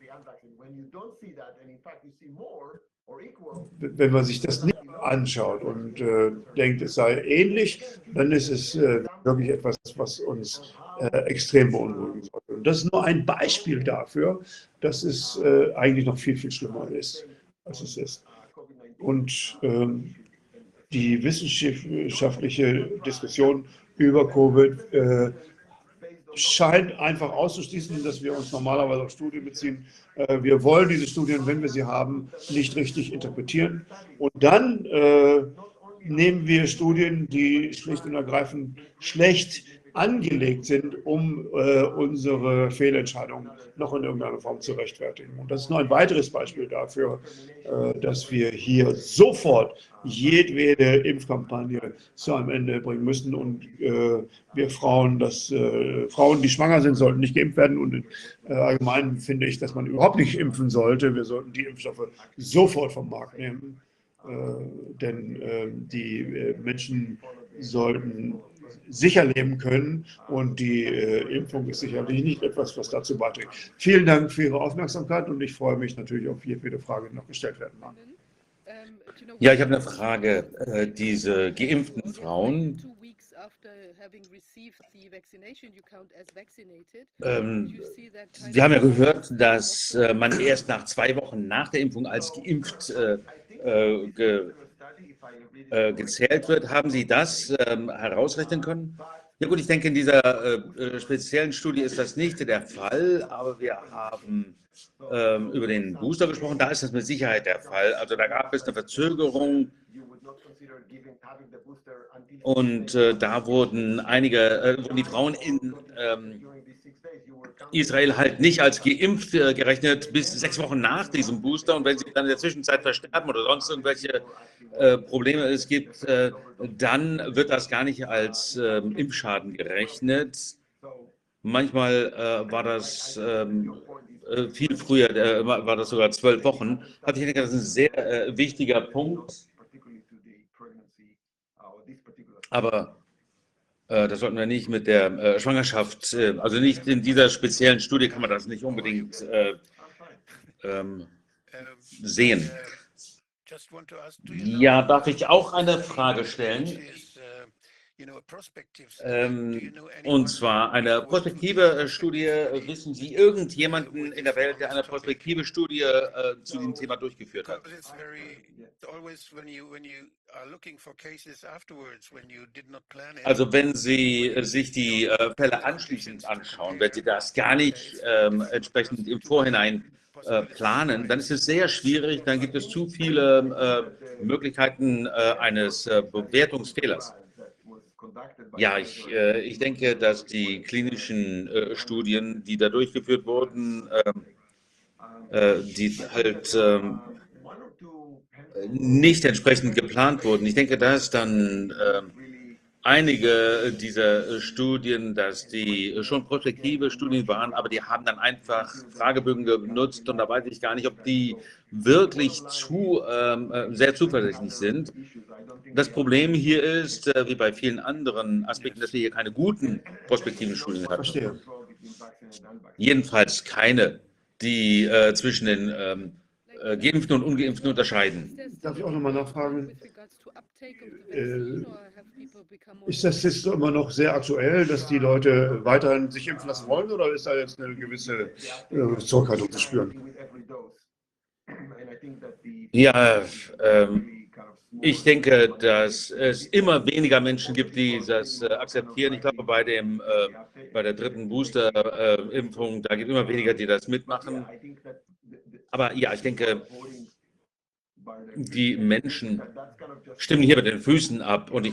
B: wenn man sich das nicht anschaut und äh, denkt, es sei ähnlich, dann ist es äh, wirklich etwas, was uns äh, extrem beunruhigen sollte. Und das ist nur ein Beispiel dafür, dass es äh, eigentlich noch viel, viel schlimmer ist, als es ist. Und ähm, die wissenschaftliche Diskussion über Covid äh, scheint einfach auszuschließen, dass wir uns normalerweise auf Studien beziehen. Äh, wir wollen diese Studien, wenn wir sie haben, nicht richtig interpretieren. Und dann äh, nehmen wir Studien, die schlicht und ergreifend schlecht angelegt sind, um äh, unsere Fehlentscheidungen noch in irgendeiner Form zu rechtfertigen. Und das ist nur ein weiteres Beispiel dafür, äh, dass wir hier sofort jedwede Impfkampagne zu einem Ende bringen müssen und äh, wir Frauen, dass äh, Frauen, die schwanger sind, sollten nicht geimpft werden und äh, allgemein finde ich, dass man überhaupt nicht impfen sollte. Wir sollten die Impfstoffe sofort vom Markt nehmen, äh, denn äh, die äh, Menschen sollten sicher leben können und die äh, Impfung ist sicherlich nicht etwas, was dazu beiträgt. Vielen Dank für Ihre Aufmerksamkeit und ich freue mich natürlich auf jede Frage, die noch gestellt werden mag.
C: Ja, ich habe eine Frage. Äh, diese geimpften Frauen, ähm, wir haben ja gehört, dass äh, man erst nach zwei Wochen nach der Impfung als geimpft äh, äh, ge, äh, gezählt wird. Haben Sie das ähm, herausrechnen können? Ja gut, ich denke, in dieser äh, speziellen Studie ist das nicht der Fall, aber wir haben ähm, über den Booster gesprochen, da ist das mit Sicherheit der Fall. Also da gab es eine Verzögerung und äh, da wurden einige, äh, wurden die Frauen in ähm, Israel halt nicht als geimpft äh, gerechnet bis sechs Wochen nach diesem Booster und wenn sie dann in der Zwischenzeit versterben oder sonst irgendwelche äh, Probleme es gibt, äh, dann wird das gar nicht als äh, Impfschaden gerechnet. Manchmal äh, war das ähm, äh, viel früher, äh, war war das sogar zwölf Wochen. Also ich denke, das ist ein sehr äh, wichtiger Punkt. Aber äh, das sollten wir nicht mit der äh, Schwangerschaft, äh, also nicht in dieser speziellen Studie kann man das nicht unbedingt äh, ähm, sehen. Ja, darf ich auch eine Frage stellen? Ähm, und zwar eine prospektive Studie. Wissen Sie irgendjemanden in der Welt, der eine prospektive Studie äh, zu diesem Thema durchgeführt hat? Also wenn Sie äh, sich die äh, Fälle anschließend anschauen, wenn Sie das gar nicht ähm, entsprechend im Vorhinein äh, planen, dann ist es sehr schwierig, dann gibt es zu viele äh, Möglichkeiten äh, eines äh, Bewertungsfehlers. Ja, ich, äh, ich denke, dass die klinischen äh, Studien, die da durchgeführt wurden, ähm, äh, die halt ähm, nicht entsprechend geplant wurden. Ich denke, dass dann äh, einige dieser Studien, dass die schon prospektive Studien waren, aber die haben dann einfach Fragebögen genutzt und da weiß ich gar nicht, ob die wirklich zu ähm, äh, sehr zuversichtlich sind. Das Problem hier ist, äh, wie bei vielen anderen Aspekten, dass wir hier keine guten prospektiven Studien hatten.
B: Verstehe.
C: Jedenfalls keine, die äh, zwischen den ähm, äh, Geimpften und Ungeimpften unterscheiden.
B: Darf ich auch nochmal nachfragen? Äh, ist das jetzt immer noch sehr aktuell, dass die Leute weiterhin sich impfen lassen wollen, oder ist da jetzt eine gewisse äh, Zurückhaltung zu spüren?
C: Ja, ähm, ich denke, dass es immer weniger Menschen gibt, die das äh, akzeptieren. Ich glaube, bei, dem, äh, bei der dritten Booster-Impfung, äh, da gibt es immer weniger, die das mitmachen. Aber ja, ich denke, die Menschen stimmen hier mit den Füßen ab. Und ich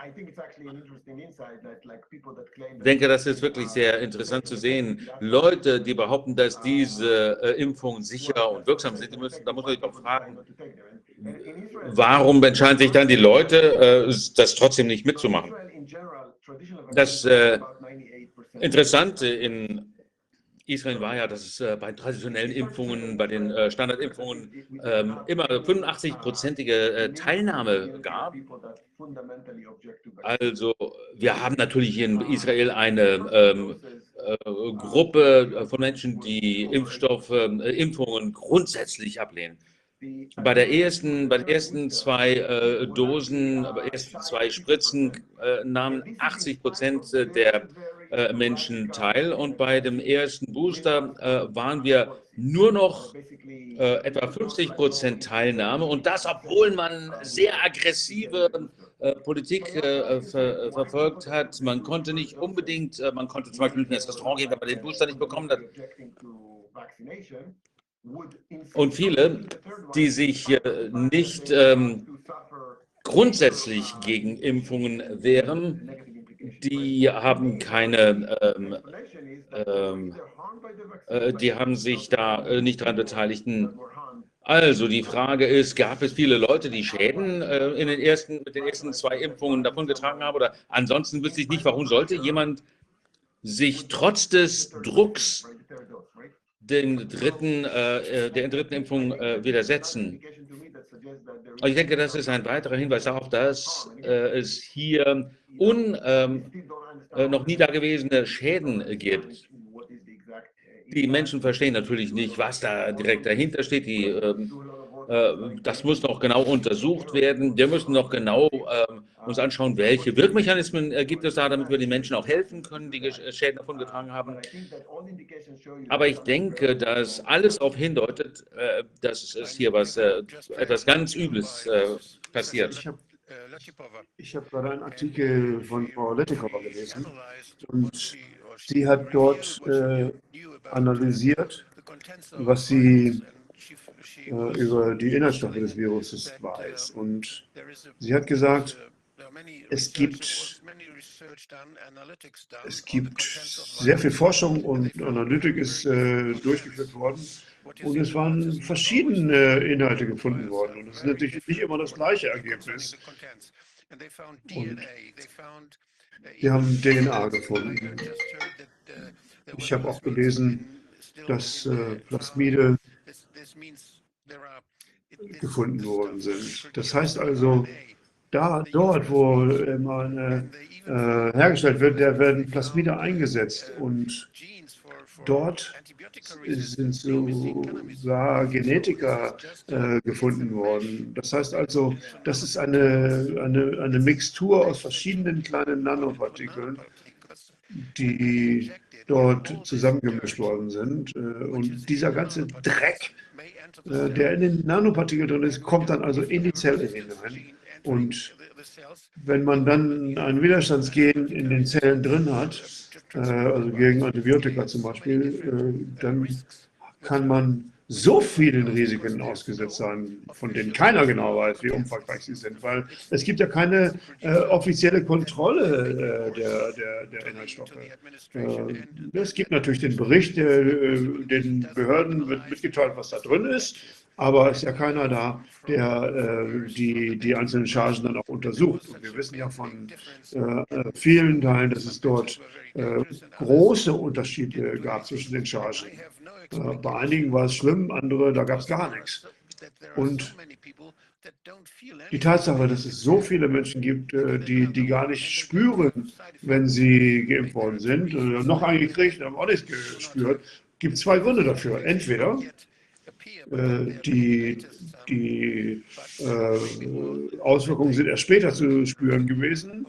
C: denke, das ist wirklich sehr interessant zu sehen. Leute, die behaupten, dass diese äh, Impfungen sicher und wirksam sind, die müssen, da muss man sich doch fragen, warum entscheiden sich dann die Leute, äh, das trotzdem nicht mitzumachen? Das äh, Interessante in Israel war ja, dass es äh, bei traditionellen Impfungen, bei den äh, Standardimpfungen ähm, immer fünfundachtzig-prozentige äh, Teilnahme gab. Also wir haben natürlich in Israel eine ähm, äh, Gruppe von Menschen, die Impfstoffe, äh, Impfungen grundsätzlich ablehnen. Bei der ersten, bei den ersten zwei äh, Dosen, bei den ersten zwei Spritzen äh, nahmen achtzig Prozent der äh, Menschen teil und bei dem ersten Booster äh, waren wir nur noch äh, etwa fünfzig Prozent Teilnahme und das, obwohl man sehr aggressive äh, Politik äh, ver verfolgt hat. Man konnte nicht unbedingt, äh, man konnte zum Beispiel nicht mehr ins Restaurant gehen, wenn man den Booster nicht bekommen hat. Und viele, die sich äh, nicht ähm, grundsätzlich gegen Impfungen wehren, die haben keine, ähm, ähm, äh, die haben sich da äh, nicht dran beteiligt. Also die Frage ist, gab es viele Leute, die Schäden äh, in den ersten, mit den ersten zwei Impfungen davongetragen haben? Oder ansonsten wüsste ich nicht, warum sollte jemand sich trotz des Drucks den dritten, äh, der dritten Impfung äh, widersetzen. Ich denke, das ist ein weiterer Hinweis darauf, dass äh, es hier un, ähm, äh, noch nie dagewesene Schäden äh, gibt. Die Menschen verstehen natürlich nicht, was da direkt dahinter steht. Die, ähm, äh, das muss noch genau untersucht werden. Wir müssen noch genau äh, uns anschauen, welche Wirkmechanismen äh, gibt es da, damit wir den Menschen auch helfen können, die Schäden davongetragen haben. Aber ich denke, dass alles darauf hindeutet, äh, dass es hier was, äh, etwas ganz Übles äh, passiert.
B: Ich habe ich hab gerade einen Artikel von Frau Lettikova gelesen und sie hat dort äh, analysiert, was sie äh, über die Inhaltsstoffe des Viruses weiß. Und sie hat gesagt, es gibt, es gibt sehr viel Forschung und Analytik ist äh, durchgeführt worden. Und es waren verschiedene Inhalte gefunden worden. Und es ist natürlich nicht immer das gleiche Ergebnis. Und wir haben D N A gefunden. Ich habe auch gelesen, dass äh, Plasmide gefunden worden sind. Das heißt also, da, dort, wo mRNA äh, hergestellt wird, da werden Plasmide eingesetzt und dort sind sogar Genetika äh, gefunden worden. Das heißt also, das ist eine, eine, eine Mixtur aus verschiedenen kleinen Nanopartikeln, die dort zusammengemischt worden sind. Und dieser ganze Dreck, der in den Nanopartikeln drin ist, kommt dann also in die Zelle hinein. Und wenn man dann ein Widerstandsgen in den Zellen drin hat, also gegen Antibiotika zum Beispiel, dann kann man so vielen Risiken ausgesetzt sein, von denen keiner genau weiß, wie umfangreich sie sind, weil es gibt ja keine äh, offizielle Kontrolle äh, der, der, der Inhaltsstoffe. Äh, es gibt natürlich den Bericht, der, den Behörden wird mitgeteilt, was da drin ist, aber es ist ja keiner da, der äh, die, die einzelnen Chargen dann auch untersucht. Und wir wissen ja von äh, vielen Teilen, dass es dort äh, große Unterschiede gab zwischen den Chargen. Äh, bei einigen war es schlimm, andere, da gab es gar nichts. Und die Tatsache, dass es so viele Menschen gibt, äh, die, die gar nicht spüren, wenn sie geimpft worden sind, oder noch angekriegt, haben auch nichts gespürt, gibt zwei Gründe dafür. Entweder Die, die äh, Auswirkungen sind erst später zu spüren gewesen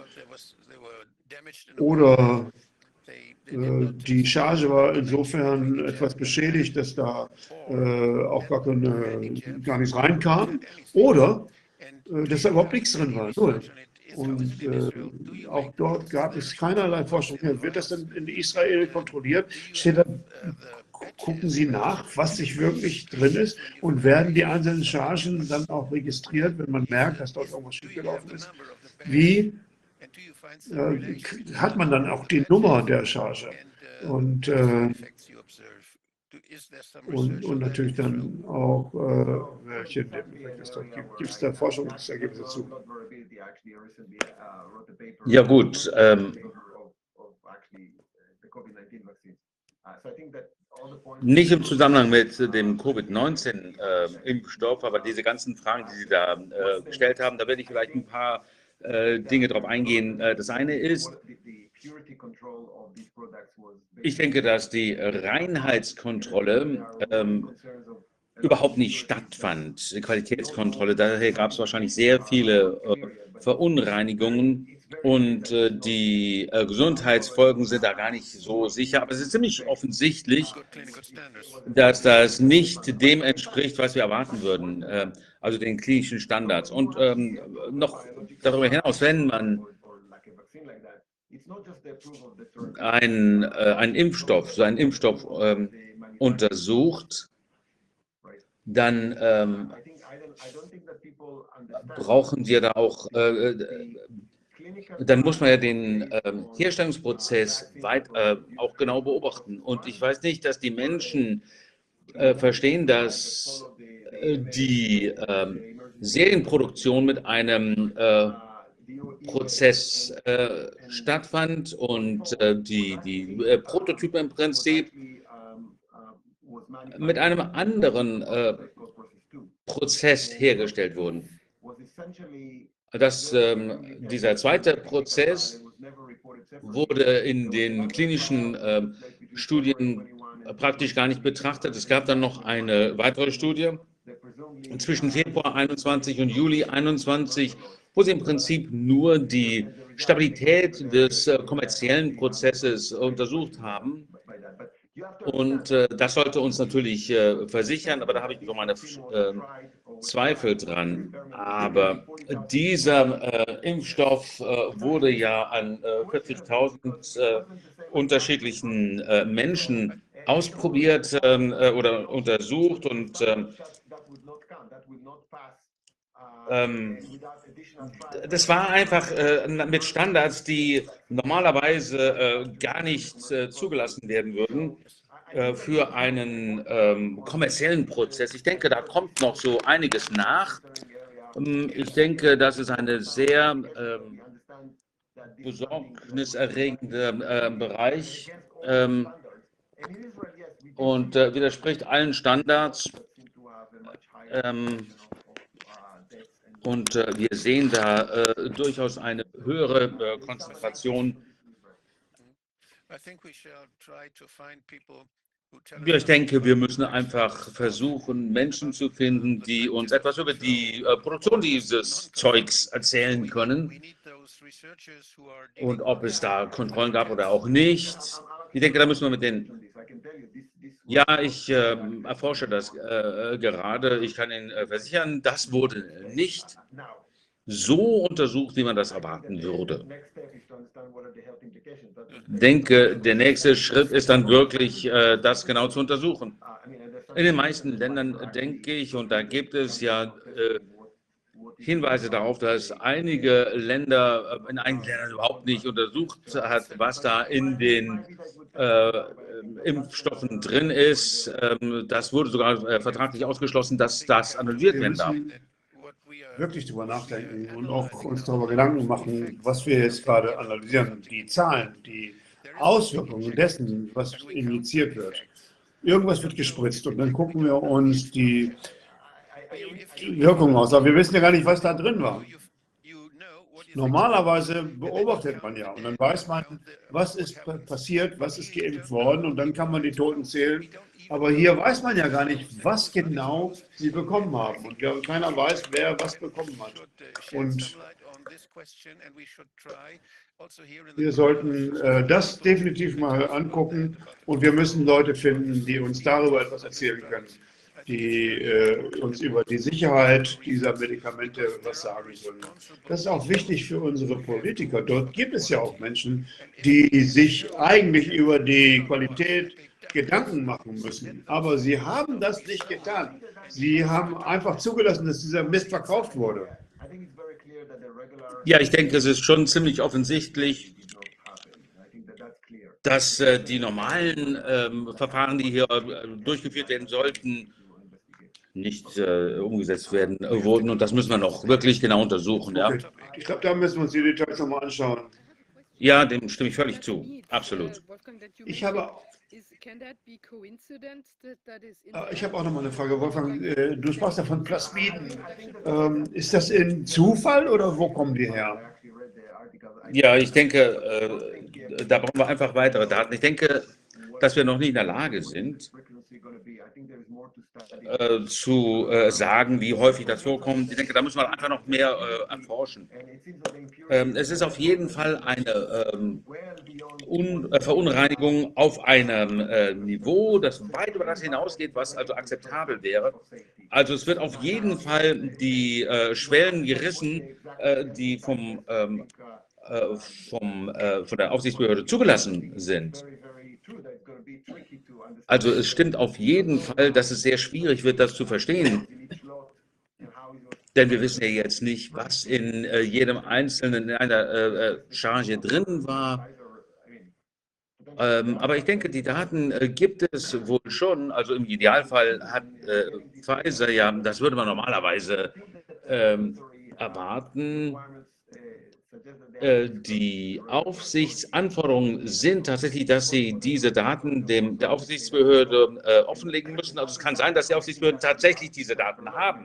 B: oder äh, die Charge war insofern etwas beschädigt, dass da äh, auch gar, keine, gar nichts reinkam oder äh, dass da überhaupt nichts drin war. Null. Und äh, auch dort gab es keinerlei Forschung mehr. Wird das denn in Israel kontrolliert? Steht da, gucken Sie nach, was sich wirklich drin ist und werden die einzelnen Chargen dann auch registriert, wenn man merkt, dass dort irgendwas schiefgelaufen ist? Wie äh, hat man dann auch die Nummer der Charge? Und, äh, und, und natürlich dann auch, äh, welche Nebenwirkungen es dort gibt. Gibt es da Forschungsergebnisse zu?
C: Ja gut, ähm, nicht im Zusammenhang mit dem Covid neunzehn Impfstoff, aber diese ganzen Fragen, die Sie da äh, gestellt haben, da werde ich vielleicht ein paar äh, Dinge drauf eingehen. Äh, das eine ist, ich denke, dass die Reinheitskontrolle ähm, überhaupt nicht stattfand, die Qualitätskontrolle. Daher gab es wahrscheinlich sehr viele äh, Verunreinigungen und äh, die äh, Gesundheitsfolgen sind da gar nicht so sicher. Aber es ist ziemlich offensichtlich, dass das nicht dem entspricht, was wir erwarten würden, äh, also den klinischen Standards. Und ähm, noch darüber hinaus, wenn man einen, äh, einen Impfstoff, so einen Impfstoff ähm, untersucht, dann ähm, brauchen wir da auch, äh, dann muss man ja den äh, Herstellungsprozess weit äh, auch genau beobachten. Und ich weiß nicht, dass die Menschen äh, verstehen, dass äh, die äh, Serienproduktion mit einem äh, Prozess äh, stattfand und äh, die, die äh, Prototypen im Prinzip mit einem anderen äh, Prozess hergestellt wurden. Das, ähm, dieser zweite Prozess wurde in den klinischen äh, Studien praktisch gar nicht betrachtet. Es gab dann noch eine weitere Studie zwischen Februar einundzwanzig und Juli einundzwanzig, wo sie im Prinzip nur die Stabilität des äh, kommerziellen Prozesses untersucht haben. Und äh, das sollte uns natürlich äh, versichern, aber da habe ich so meine äh, Zweifel dran. Aber dieser äh, Impfstoff äh, wurde ja an äh, vierzigtausend äh, unterschiedlichen äh, Menschen ausprobiert ähm, äh, oder untersucht und ähm, ähm, das war einfach äh, mit Standards, die normalerweise äh, gar nicht äh, zugelassen werden würden äh, für einen ähm, kommerziellen Prozess. Ich denke, da kommt noch so einiges nach. Ähm, ich denke, das ist eine sehr ähm, besorgniserregende äh, Bereich. Ähm, und äh, widerspricht allen Standards. Ähm, und äh, wir sehen da äh, durchaus eine höhere äh, Konzentration. Ja, ich denke, wir müssen einfach versuchen, Menschen zu finden, die uns etwas über die äh, Produktion dieses Zeugs erzählen können und ob es da Kontrollen gab oder auch nicht. Ich denke, da müssen wir mit den... Ja, ich äh, erforsche das äh, gerade. Ich kann Ihnen äh, versichern, das wurde nicht so untersucht, wie man das erwarten würde. Ich denke, der nächste Schritt ist dann wirklich, äh, das genau zu untersuchen. In den meisten Ländern denke ich, und da gibt es ja äh, Hinweise darauf, dass einige Länder, in einigen Ländern überhaupt nicht untersucht hat, was da in den äh, Impfstoffen drin ist. Ähm, das wurde sogar äh, vertraglich ausgeschlossen, dass das analysiert werden darf.
B: Wirklich drüber nachdenken und auch uns darüber Gedanken machen, was wir jetzt gerade analysieren, die Zahlen, die Auswirkungen dessen, was injiziert wird. Irgendwas wird gespritzt und dann gucken wir uns die Wirkungen aus. Aber wir wissen ja gar nicht, was da drin war. Normalerweise beobachtet man ja und dann weiß man, was ist passiert, was ist geimpft worden und dann kann man die Toten zählen. Aber hier weiß man ja gar nicht, was genau sie bekommen haben und keiner weiß, wer was bekommen hat. Und wir sollten äh, das definitiv mal angucken und wir müssen Leute finden, die uns darüber etwas erzählen können, die äh, uns über die Sicherheit dieser Medikamente was sagen können. Das ist auch wichtig für unsere Politiker. Dort gibt es ja auch Menschen, die sich eigentlich über die Qualität Gedanken machen müssen. Aber sie haben das nicht getan. Sie haben einfach zugelassen, dass dieser Mist verkauft wurde.
C: Ja, ich denke, es ist schon ziemlich offensichtlich, dass äh, die normalen ähm, Verfahren, die hier äh, durchgeführt werden sollten, nicht äh, umgesetzt werden äh, wurden. Und das müssen wir noch wirklich genau untersuchen. Ja,
B: okay. Ich glaube, da müssen wir uns die Details nochmal anschauen.
C: Ja, dem stimme ich völlig zu. Absolut.
B: Ich habe, ich habe auch noch mal eine Frage, Wolfgang. Äh, Du sprachst ja von Plasmiden. Ähm, ist das ein Zufall oder wo kommen die her?
C: Ja, ich denke, äh, da brauchen wir einfach weitere Daten. Ich denke, dass wir noch nicht in der Lage sind, äh, zu äh, sagen, wie häufig das vorkommt. Ich denke, da müssen wir einfach noch mehr äh, erforschen. Ähm, es ist auf jeden Fall eine ähm, Un äh, Verunreinigung auf einem äh, Niveau, das weit über das hinausgeht, was also akzeptabel wäre. Also es wird auf jeden Fall die äh, Schwellen gerissen, äh, die vom, ähm, äh, vom, äh, von der Aufsichtsbehörde zugelassen sind. Also es stimmt auf jeden Fall, dass es sehr schwierig wird, das zu verstehen. Denn wir wissen ja jetzt nicht, was in äh, jedem Einzelnen in einer äh, Charge drin war. Ähm, aber ich denke, die Daten äh, gibt es wohl schon. Also im Idealfall hat äh, Pfizer ja, das würde man normalerweise ähm, erwarten. Äh, die Aufsichtsanforderungen sind tatsächlich, dass sie diese Daten dem, der Aufsichtsbehörde äh, offenlegen müssen. Also es kann sein, dass die Aufsichtsbehörden tatsächlich diese Daten haben.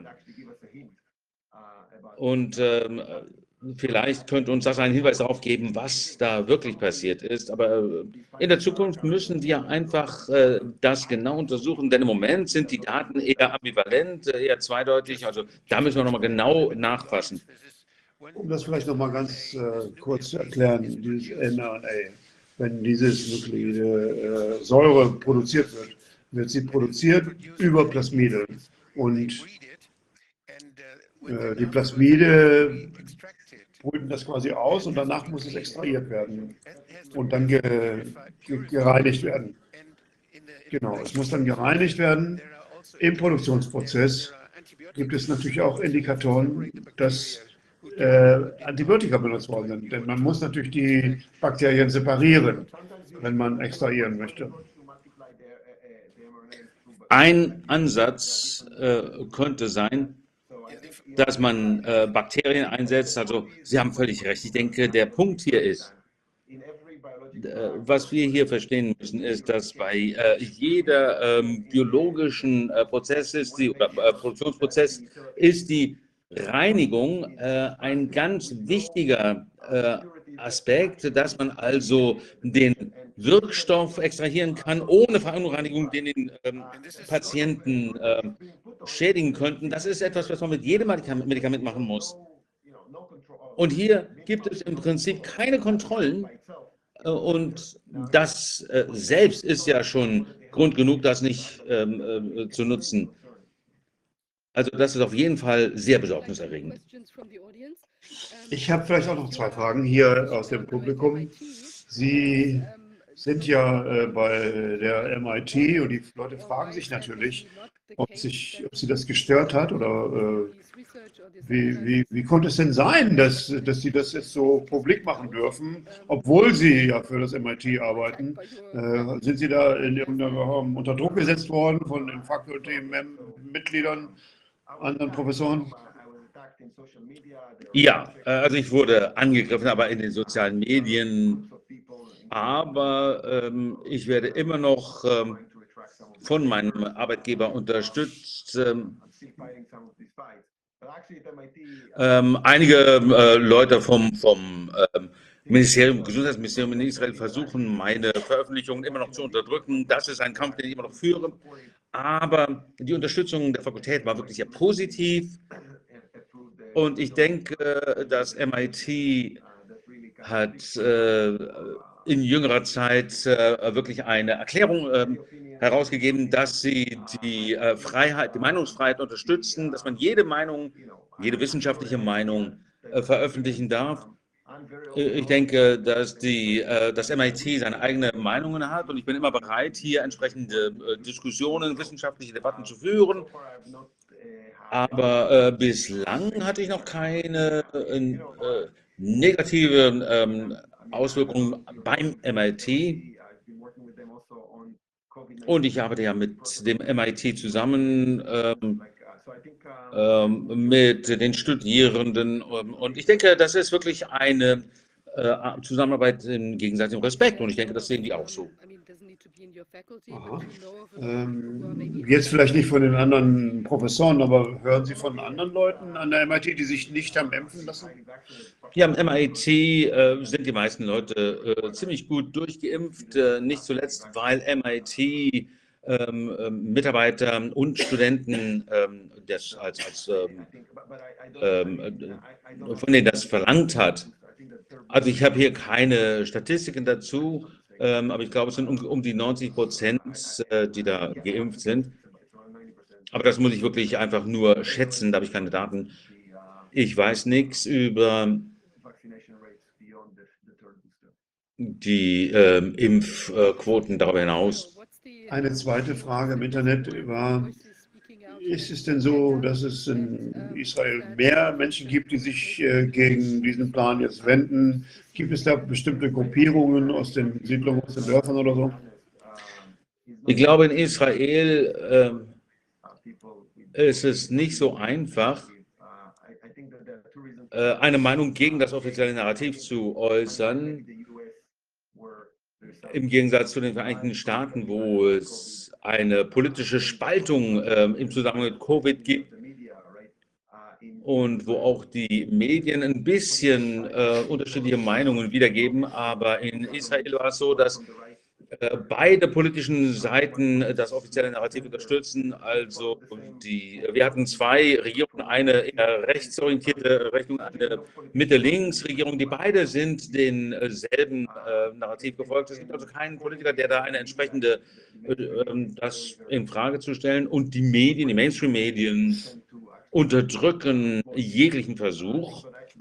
C: Und ähm, vielleicht könnte uns das einen Hinweis darauf geben, was da wirklich passiert ist. Aber äh, in der Zukunft müssen wir einfach äh, das genau untersuchen, denn im Moment sind die Daten eher ambivalent, äh, eher zweideutig. Also da müssen wir nochmal genau nachfassen.
B: Um das vielleicht noch mal ganz äh, kurz zu erklären, dieses M R N A, wenn dieses Nuklide äh, Säure produziert wird, wird sie produziert über Plasmide. Und äh, die Plasmide brüten das quasi aus und danach muss es extrahiert werden und dann ge ge gereinigt werden. Genau, es muss dann gereinigt werden. Im Produktionsprozess gibt es natürlich auch Indikatoren, dass äh, Antibiotika benutzt worden sind. Denn man muss natürlich die Bakterien separieren, wenn man extrahieren möchte.
C: Ein Ansatz äh, könnte sein, dass man äh, Bakterien einsetzt. Also Sie haben völlig recht. Ich denke, der Punkt hier ist, was wir hier verstehen müssen, ist, dass bei äh, jeder ähm, biologischen äh, Prozess ist die, oder äh, Produktionsprozess ist die Reinigung äh, ein ganz wichtiger äh, Aspekt, dass man also den Wirkstoff extrahieren kann, ohne Verunreinigung, den den ähm, Patienten äh, schädigen könnten. Das ist etwas, was man mit jedem Medikament machen muss. Und hier gibt es im Prinzip keine Kontrollen. Und das äh, selbst ist ja schon Grund genug, das nicht ähm, äh, zu nutzen. Also das ist auf jeden Fall sehr besorgniserregend.
B: Ich habe vielleicht auch noch zwei Fragen hier aus dem Publikum. Sie sind ja äh, bei der M I T und die Leute fragen sich natürlich, ob, sich, ob sie das gestört hat oder äh, wie, wie, wie konnte es denn sein, dass, dass Sie das jetzt so publik machen dürfen, obwohl Sie ja für das M I T arbeiten? Äh, sind Sie da in irgendeiner Form unter Druck gesetzt worden von den Faculty-Mitgliedern, anderen Professoren?
C: Ja, äh, also ich wurde angegriffen, aber in den sozialen Medien. Aber ähm, ich werde immer noch ähm, von meinem Arbeitgeber unterstützt. Ähm, ähm, einige äh, Leute vom, vom ähm, Ministerium, Gesundheitsministerium in Israel versuchen, meine Veröffentlichungen immer noch zu unterdrücken. Das ist ein Kampf, den ich immer noch führe. Aber die Unterstützung der Fakultät war wirklich sehr positiv. Und ich denke, das M I T hat äh, in jüngerer Zeit äh, wirklich eine Erklärung äh, herausgegeben, dass sie die äh, Freiheit, die Meinungsfreiheit unterstützen, dass man jede Meinung, jede wissenschaftliche Meinung äh, veröffentlichen darf. Ich denke, dass die, äh, das M I T seine eigenen Meinungen hat und ich bin immer bereit, hier entsprechende äh, Diskussionen, wissenschaftliche Debatten zu führen. Aber äh, bislang hatte ich noch keine äh, negative ähm, Auswirkungen beim M I T. Und ich arbeite ja mit dem M I T zusammen, ähm, ähm, mit den Studierenden. Und ich denke, das ist wirklich eine äh, Zusammenarbeit im gegenseitigen Respekt. Und ich denke, das sehen die auch so.
B: Ähm, jetzt vielleicht nicht von den anderen Professoren, aber hören Sie von anderen Leuten an der M I T, die sich nicht haben impfen lassen?
C: Ja, am M I T äh, sind die meisten Leute äh, ziemlich gut durchgeimpft, äh, nicht zuletzt, weil M I T ähm, äh, Mitarbeiter und Studenten ähm, das als, als ähm, äh, von denen das verlangt hat. Also ich habe hier keine Statistiken dazu, ähm, aber ich glaube, es sind um, um die neunzig Prozent, äh, die da geimpft sind. Aber das muss ich wirklich einfach nur schätzen, da habe ich keine Daten. Ich weiß nichts über die ähm, Impfquoten darüber hinaus.
B: Eine zweite Frage im Internet war, ist es denn so, dass es in Israel mehr Menschen gibt, die sich äh, gegen diesen Plan jetzt wenden? Gibt es da bestimmte Gruppierungen aus den Siedlungen, aus den Dörfern oder so?
C: Ich glaube, in Israel äh, ist es nicht so einfach, äh, eine Meinung gegen das offizielle Narrativ zu äußern, im Gegensatz zu den Vereinigten Staaten, wo es eine politische Spaltung äh, im Zusammenhang mit Covid gibt und wo auch die Medien ein bisschen äh, unterschiedliche Meinungen wiedergeben. Aber in Israel war es so, dass äh, beide politischen Seiten das offizielle Narrativ unterstützen. Also die, wir hatten zwei Regierungen, eine eher rechtsorientierte Regierung, eine Mitte-Links-Regierung, die beide sind denselben äh, Narrativ gefolgt. Es gibt also keinen Politiker, der da eine entsprechende, äh, das in Frage zu stellen. Und die Medien, die Mainstream-Medien unterdrücken jeglichen Versuch,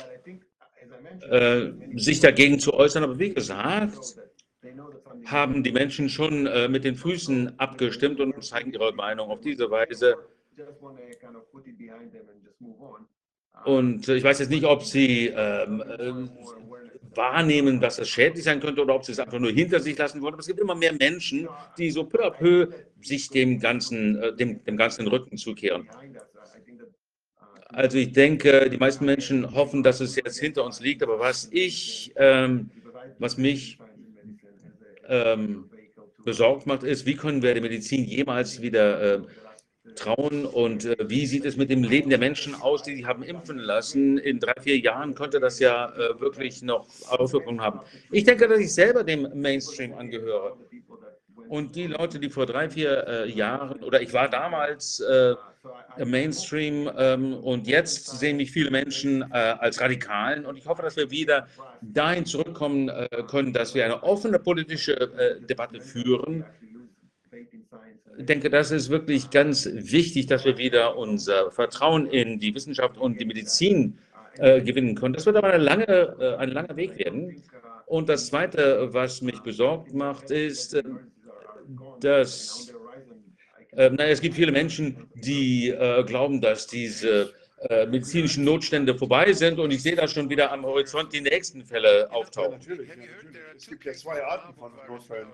C: äh, sich dagegen zu äußern. Aber wie gesagt, haben die Menschen schon äh, mit den Füßen abgestimmt und zeigen ihre Meinung auf diese Weise. Und äh, ich weiß jetzt nicht, ob sie ähm, äh, wahrnehmen, dass das schädlich sein könnte oder ob sie es einfach nur hinter sich lassen wollen. Aber es gibt immer mehr Menschen, die so peu à peu sich dem Ganzen, äh, dem, dem Ganzen den Rücken zukehren. Also ich denke, die meisten Menschen hoffen, dass es jetzt hinter uns liegt. Aber was ich, ähm, was mich ähm, besorgt macht, ist, wie können wir der Medizin jemals wieder äh, trauen und äh, wie sieht es mit dem Leben der Menschen aus, die sich haben impfen lassen? In drei, vier Jahren könnte das ja äh, wirklich noch Auswirkungen haben. Ich denke, dass ich selber dem Mainstream angehöre. Und die Leute, die vor drei, vier äh, Jahren, oder ich war damals äh, Mainstream ähm, und jetzt sehen mich viele Menschen äh, als Radikalen und ich hoffe, dass wir wieder dahin zurückkommen äh, können, dass wir eine offene politische äh, Debatte führen. Ich denke, das ist wirklich ganz wichtig, dass wir wieder unser Vertrauen in die Wissenschaft und die Medizin äh, gewinnen können. Das wird aber eine lange, äh, ein langer Weg werden. Und das Zweite, was mich besorgt macht, ist, äh, dass äh, naja, es gibt viele Menschen, die äh, glauben, dass diese äh, medizinischen Notstände vorbei sind und ich sehe da schon wieder am Horizont die nächsten Fälle
B: Ja,
C: auftauchen.
B: natürlich, ja, natürlich. Es gibt ja zwei Arten von Notfällen.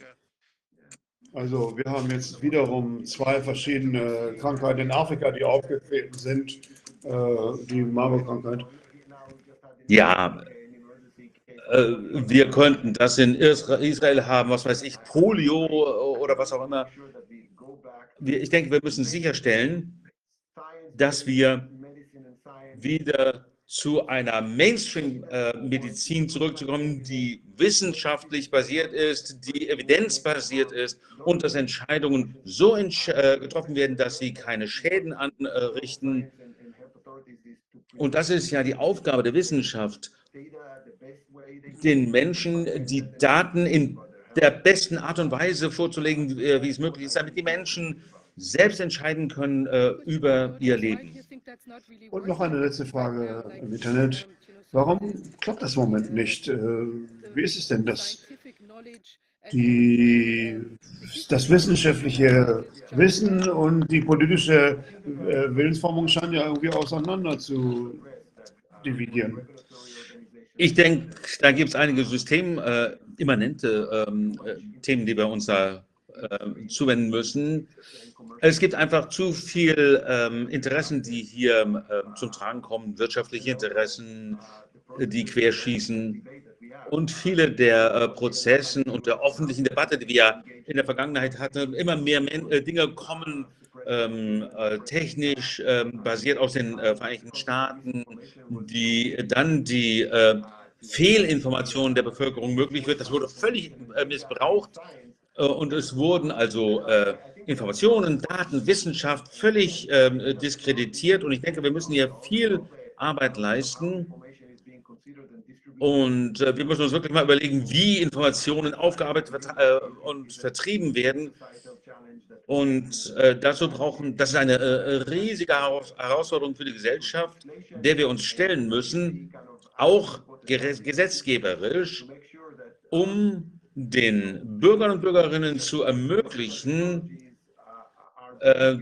B: Also wir haben jetzt wiederum zwei verschiedene Krankheiten in Afrika, die aufgetreten sind, äh, die Marburg-Krankheit.
C: Ja, äh, wir könnten das in Israel haben, was weiß ich, Polio oder was auch immer. Wir, ich denke, wir müssen sicherstellen, dass wir wieder zu einer Mainstream-Medizin zurückzukommen, die wissenschaftlich basiert ist, die evidenzbasiert ist und dass Entscheidungen so entsch äh, getroffen werden, dass sie keine Schäden anrichten. Und das ist ja die Aufgabe der Wissenschaft, den Menschen die Daten in der besten Art und Weise vorzulegen, wie es möglich ist, damit die Menschen selbst entscheiden können äh, über ihr Leben.
B: Und noch eine letzte Frage im Internet. Warum klappt das im Moment nicht? Äh, wie ist es denn, dass die, das wissenschaftliche Wissen und die politische äh, Willensformung scheinen ja irgendwie auseinander zu dividieren?
C: Ich denke, da gibt es einige systemimmanente ähm, äh, Themen, die wir uns da äh, zuwenden müssen. Es gibt einfach zu viel ähm, Interessen, die hier äh, zum Tragen kommen, wirtschaftliche Interessen, äh, die querschießen. Und viele der äh, Prozessen und der öffentlichen Debatte, die wir in der Vergangenheit hatten, immer mehr Men äh, Dinge kommen, ähm, äh, technisch ähm, basiert aus den äh, Vereinigten Staaten, die dann die äh, Fehlinformation der Bevölkerung möglich wird. Das wurde völlig äh, missbraucht äh, und es wurden also äh, Informationen, Daten, Wissenschaft völlig äh, diskreditiert und ich denke, wir müssen hier viel Arbeit leisten. Und äh, wir müssen uns wirklich mal überlegen, wie Informationen aufgearbeitet äh, und vertrieben werden. Und äh, dazu brauchen, das ist eine äh, riesige Herausforderung für die Gesellschaft, der wir uns stellen müssen, auch gesetzgeberisch, um den Bürgern und Bürgerinnen zu ermöglichen, äh,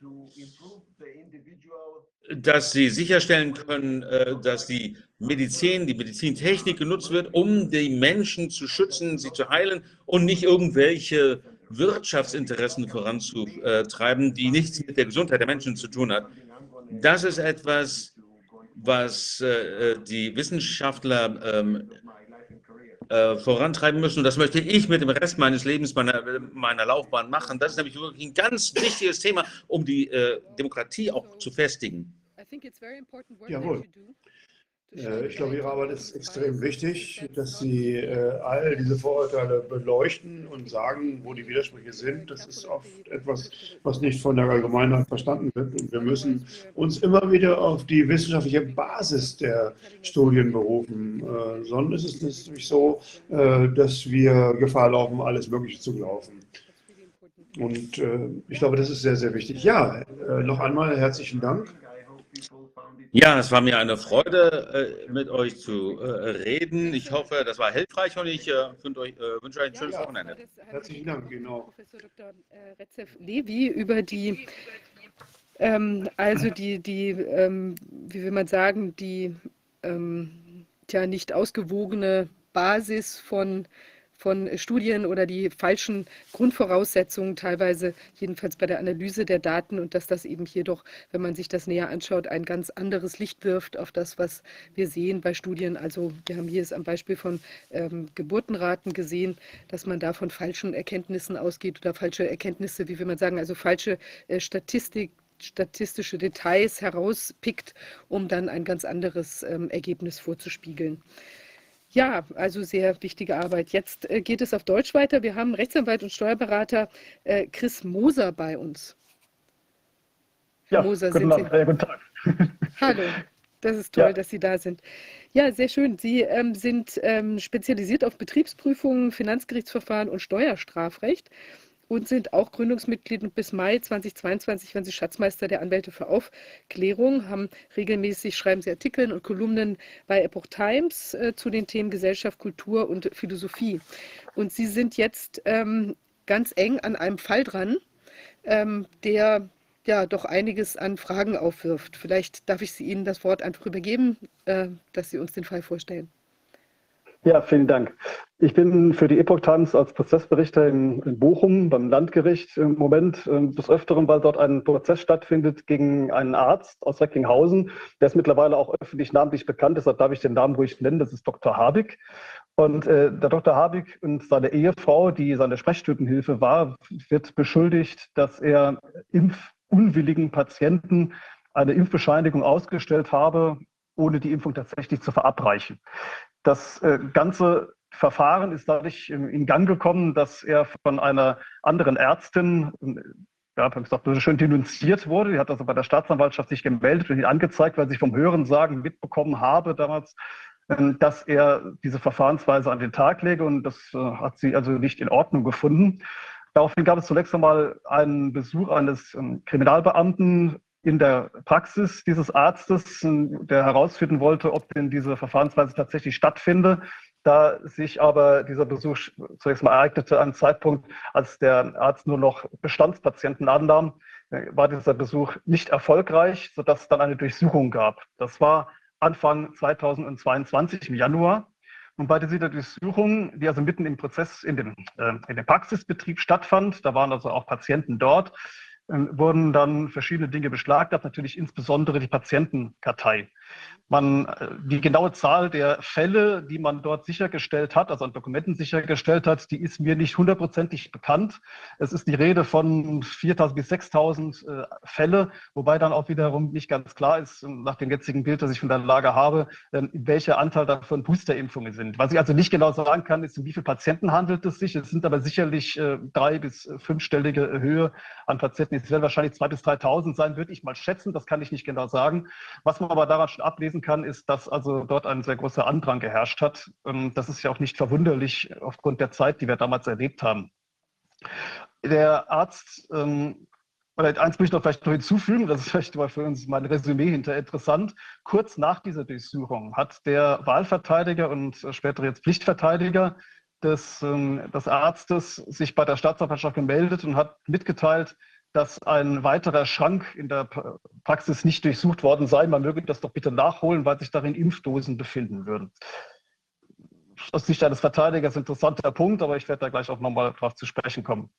C: dass sie sicherstellen können, äh, dass die Medizin, die Medizintechnik genutzt wird, um die Menschen zu schützen, sie zu heilen und nicht irgendwelche Wirtschaftsinteressen voranzutreiben, die nichts mit der Gesundheit der Menschen zu tun hat. Das ist etwas, was äh, die Wissenschaftler ähm, äh, vorantreiben müssen. Und das möchte ich mit dem Rest meines Lebens, meiner, meiner Laufbahn machen. Das ist nämlich wirklich ein ganz wichtiges Thema, um die äh, Demokratie auch zu festigen.
B: Jawohl. Ich glaube, Ihre Arbeit ist extrem wichtig, dass Sie äh, all diese Vorurteile beleuchten und sagen, wo die Widersprüche sind. Das ist oft etwas, was nicht von der Allgemeinheit verstanden wird. Und wir müssen uns immer wieder auf die wissenschaftliche Basis der Studien berufen. Äh, sonst ist es natürlich so, äh, dass wir Gefahr laufen, alles Mögliche zu glauben. Und äh, ich glaube, das ist sehr, sehr wichtig. Ja, äh, noch einmal herzlichen Dank.
C: Ja, es war mir eine Freude, äh, mit euch zu äh, reden. Ich hoffe, das war hilfreich und ich äh, euch, äh, wünsche euch ein schönes
B: Ja,
C: Wochenende.
B: Herzlichen Dank, genau.
A: Professor Doktor Recep Levi über die, ähm, also die, die ähm, wie will man sagen, die ähm, ja nicht ausgewogene Basis von von Studien oder die falschen Grundvoraussetzungen teilweise, jedenfalls bei der Analyse der Daten, und dass das eben hier doch, wenn man sich das näher anschaut, ein ganz anderes Licht wirft auf das, was wir sehen bei Studien. Also wir haben hier es am Beispiel von ähm, Geburtenraten gesehen, dass man da von falschen Erkenntnissen ausgeht oder falsche Erkenntnisse, wie will man sagen, also falsche äh, Statistik, statistische Details herauspickt, um dann ein ganz anderes ähm, Ergebnis vorzuspiegeln. Ja, also sehr wichtige Arbeit. Jetzt äh, geht es auf Deutsch weiter. Wir haben Rechtsanwalt und Steuerberater äh, Chris Moser bei uns. Herr
D: Ja,
A: Moser,
D: guten,
A: sind Sie?
D: äh, guten Tag.
A: Hallo, das ist toll,
D: Ja.
A: dass Sie da sind. Ja, sehr schön. Sie ähm, sind ähm, spezialisiert auf Betriebsprüfungen, Finanzgerichtsverfahren und Steuerstrafrecht und sind auch Gründungsmitglied, und bis Mai zweitausendzweiundzwanzig waren Sie Schatzmeister der Anwälte für Aufklärung, haben regelmäßig, schreiben Sie Artikel und Kolumnen bei Epoch Times äh, zu den Themen Gesellschaft, Kultur und Philosophie. Und Sie sind jetzt ähm, ganz eng an einem Fall dran, ähm, der ja doch einiges an Fragen aufwirft. Vielleicht darf ich Sie Ihnen das Wort einfach übergeben, äh, dass Sie uns den Fall vorstellen.
D: Ja, vielen Dank. Ich bin für die Epoch Times als Prozessberichter in, in Bochum beim Landgericht im Moment äh, des Öfteren, weil dort ein Prozess stattfindet gegen einen Arzt aus Recklinghausen. Der ist mittlerweile auch öffentlich namentlich bekannt, deshalb darf ich den Namen ruhig nennen. Das ist Doktor Habig. Und äh, der Doktor Habig und seine Ehefrau, die seine Sprechstundenhilfe war, wird beschuldigt, dass er impfunwilligen Patienten eine Impfbescheinigung ausgestellt habe, ohne die Impfung tatsächlich zu verabreichen. Das äh, ganze Verfahren ist dadurch in, in Gang gekommen, dass er von einer anderen Ärztin, ja, ich habe gesagt, so schön denunziert wurde. Die hat also bei der Staatsanwaltschaft sich gemeldet und ihn angezeigt, weil sie vom Hörensagen mitbekommen habe damals, äh, dass er diese Verfahrensweise an den Tag lege, und das äh, hat sie also nicht in Ordnung gefunden. Daraufhin gab es zunächst einmal einen Besuch eines ähm, Kriminalbeamten in der Praxis dieses Arztes, der herausfinden wollte, ob denn diese Verfahrensweise tatsächlich stattfinde. Da sich aber dieser Besuch zunächst mal ereignete, an einem Zeitpunkt, als der Arzt nur noch Bestandspatienten annahm, war dieser Besuch nicht erfolgreich, sodass es dann eine Durchsuchung gab. Das war Anfang zweitausendzweiundzwanzig, im Januar. Und bei dieser Durchsuchung, die also mitten im Prozess in dem, äh, in dem Praxisbetrieb stattfand, da waren also auch Patienten dort, wurden dann verschiedene Dinge beschlagnahmt, natürlich insbesondere die Patientenkartei. Man, die genaue Zahl der Fälle, die man dort sichergestellt hat, also an Dokumenten sichergestellt hat, die ist mir nicht hundertprozentig bekannt. Es ist die Rede von viertausend bis sechstausend äh, Fälle, wobei dann auch wiederum nicht ganz klar ist, nach dem jetzigen Bild, das ich von der Lage habe, äh, welcher Anteil davon Boosterimpfungen sind. Was ich also nicht genau sagen kann, ist, um wie viele Patienten handelt es sich. Es sind aber sicherlich äh, drei- bis fünfstellige Höhe an Patienten. Es werden wahrscheinlich zweitausend bis dreitausend sein, würde ich mal schätzen. Das kann ich nicht genau sagen. Was man aber daran schon ablesen kann, ist, dass also dort ein sehr großer Andrang geherrscht hat. Das ist ja auch nicht verwunderlich aufgrund der Zeit, die wir damals erlebt haben. Der Arzt, ähm, oder eins möchte ich noch vielleicht noch hinzufügen, das ist vielleicht mal für uns mein Resümee hinter interessant. Kurz nach dieser Durchsuchung hat der Wahlverteidiger und später jetzt Pflichtverteidiger des, ähm, des Arztes sich bei der Staatsanwaltschaft gemeldet und hat mitgeteilt, dass ein weiterer Schrank in der Praxis nicht durchsucht worden sei. Man möge das doch bitte nachholen, weil sich darin Impfdosen befinden würden. Aus Sicht eines Verteidigers ein interessanter Punkt, aber ich werde da gleich auch nochmal darauf zu sprechen kommen.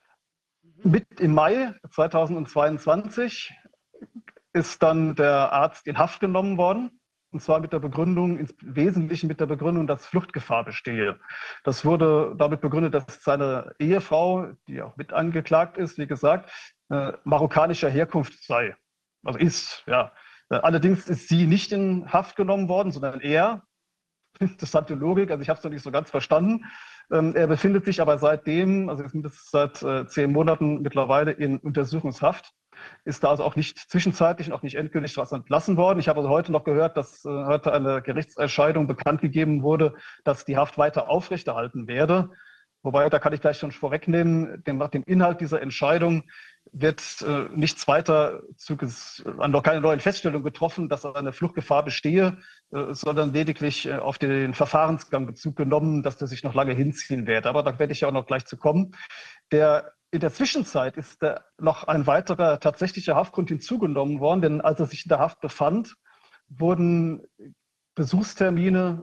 D: Mit im Mai zweitausendzweiundzwanzig ist dann der Arzt in Haft genommen worden. Und zwar mit der Begründung, im Wesentlichen mit der Begründung, dass Fluchtgefahr bestehe. Das wurde damit begründet, dass seine Ehefrau, die auch mit angeklagt ist, wie gesagt, äh, marokkanischer Herkunft sei. Also ist, ja. Allerdings ist sie nicht in Haft genommen worden, sondern er. Interessante Logik, also ich habe es noch nicht so ganz verstanden. Ähm, er befindet sich aber seitdem, also mindestens seit äh, zehn Monaten mittlerweile in Untersuchungshaft. Ist da also auch nicht zwischenzeitlich und auch nicht endgültig daraus entlassen worden. Ich habe also heute noch gehört, dass äh, heute eine Gerichtsentscheidung bekannt gegeben wurde, dass die Haft weiter aufrechterhalten werde. Wobei, da kann ich gleich schon vorwegnehmen, dem, nach dem Inhalt dieser Entscheidung wird äh, nichts weiter, zu, noch keine neuen Feststellungen getroffen, dass eine Fluchtgefahr bestehe, äh, sondern lediglich äh, auf den Verfahrensgang Bezug genommen, dass der sich noch lange hinziehen werde. Aber da werde ich ja auch noch gleich zu kommen. Der In der Zwischenzeit ist äh, noch ein weiterer tatsächlicher Haftgrund hinzugenommen worden, denn als er sich in der Haft befand, wurden Besuchstermine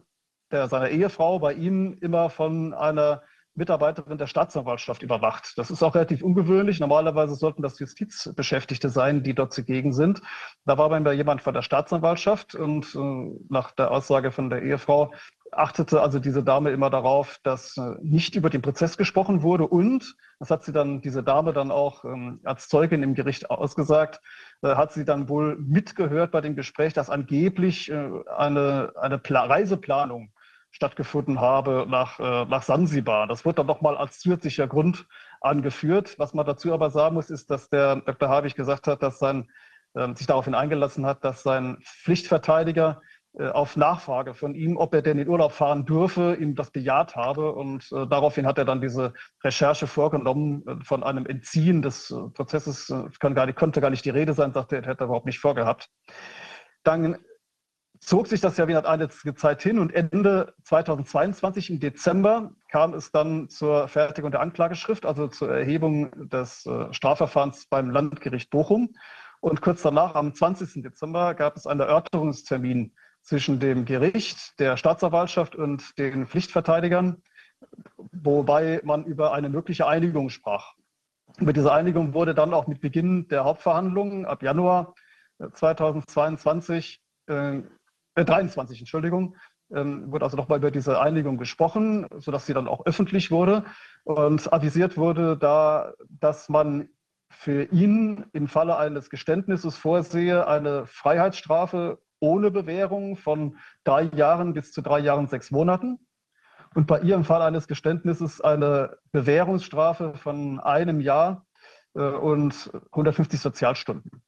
D: der, seiner Ehefrau bei ihm immer von einer Mitarbeiterin der Staatsanwaltschaft überwacht. Das ist auch relativ ungewöhnlich. Normalerweise sollten das Justizbeschäftigte sein, die dort zugegen sind. Da war bei mir jemand von der Staatsanwaltschaft und äh, nach der Aussage von der Ehefrau achtete also diese Dame immer darauf, dass äh, nicht über den Prozess gesprochen wurde und, das hat sie dann, diese Dame dann auch ähm, als Zeugin im Gericht ausgesagt, äh, hat sie dann wohl mitgehört bei dem Gespräch, dass angeblich äh, eine, eine Pla- Reiseplanung stattgefunden habe nach, äh, nach Sansibar. Das wird dann nochmal als zusätzlicher Grund angeführt. Was man dazu aber sagen muss, ist, dass der Doktor Habich gesagt hat, dass sein, äh, sich daraufhin eingelassen hat, dass sein Pflichtverteidiger äh, auf Nachfrage von ihm, ob er denn in Urlaub fahren dürfe, ihm das bejaht habe. Und äh, daraufhin hat er dann diese Recherche vorgenommen äh, von einem Entziehen des äh, Prozesses. Äh, kann gar nicht, konnte gar nicht die Rede sein, sagte er, hätte er überhaupt nicht vorgehabt. Dann zog sich das ja wieder eine Zeit hin und Ende zweitausendzweiundzwanzig im Dezember kam es dann zur Fertigung der Anklageschrift, also zur Erhebung des äh, Strafverfahrens beim Landgericht Bochum. Und kurz danach, am zwanzigsten Dezember, gab es einen Erörterungstermin zwischen dem Gericht, der Staatsanwaltschaft und den Pflichtverteidigern, wobei man über eine mögliche Einigung sprach. Über diese Einigung wurde dann auch mit Beginn der Hauptverhandlungen ab Januar zweitausendzweiundzwanzig äh, dreiundzwanzig, Entschuldigung, ähm, wurde also nochmal über diese Einigung gesprochen, sodass sie dann auch öffentlich wurde und avisiert wurde, da, dass man für ihn im Falle eines Geständnisses vorsehe, eine Freiheitsstrafe ohne Bewährung von drei Jahren bis zu drei Jahren, sechs Monaten. Und bei ihr im Fall eines Geständnisses eine Bewährungsstrafe von einem Jahr äh, und hundertfünfzig Sozialstunden.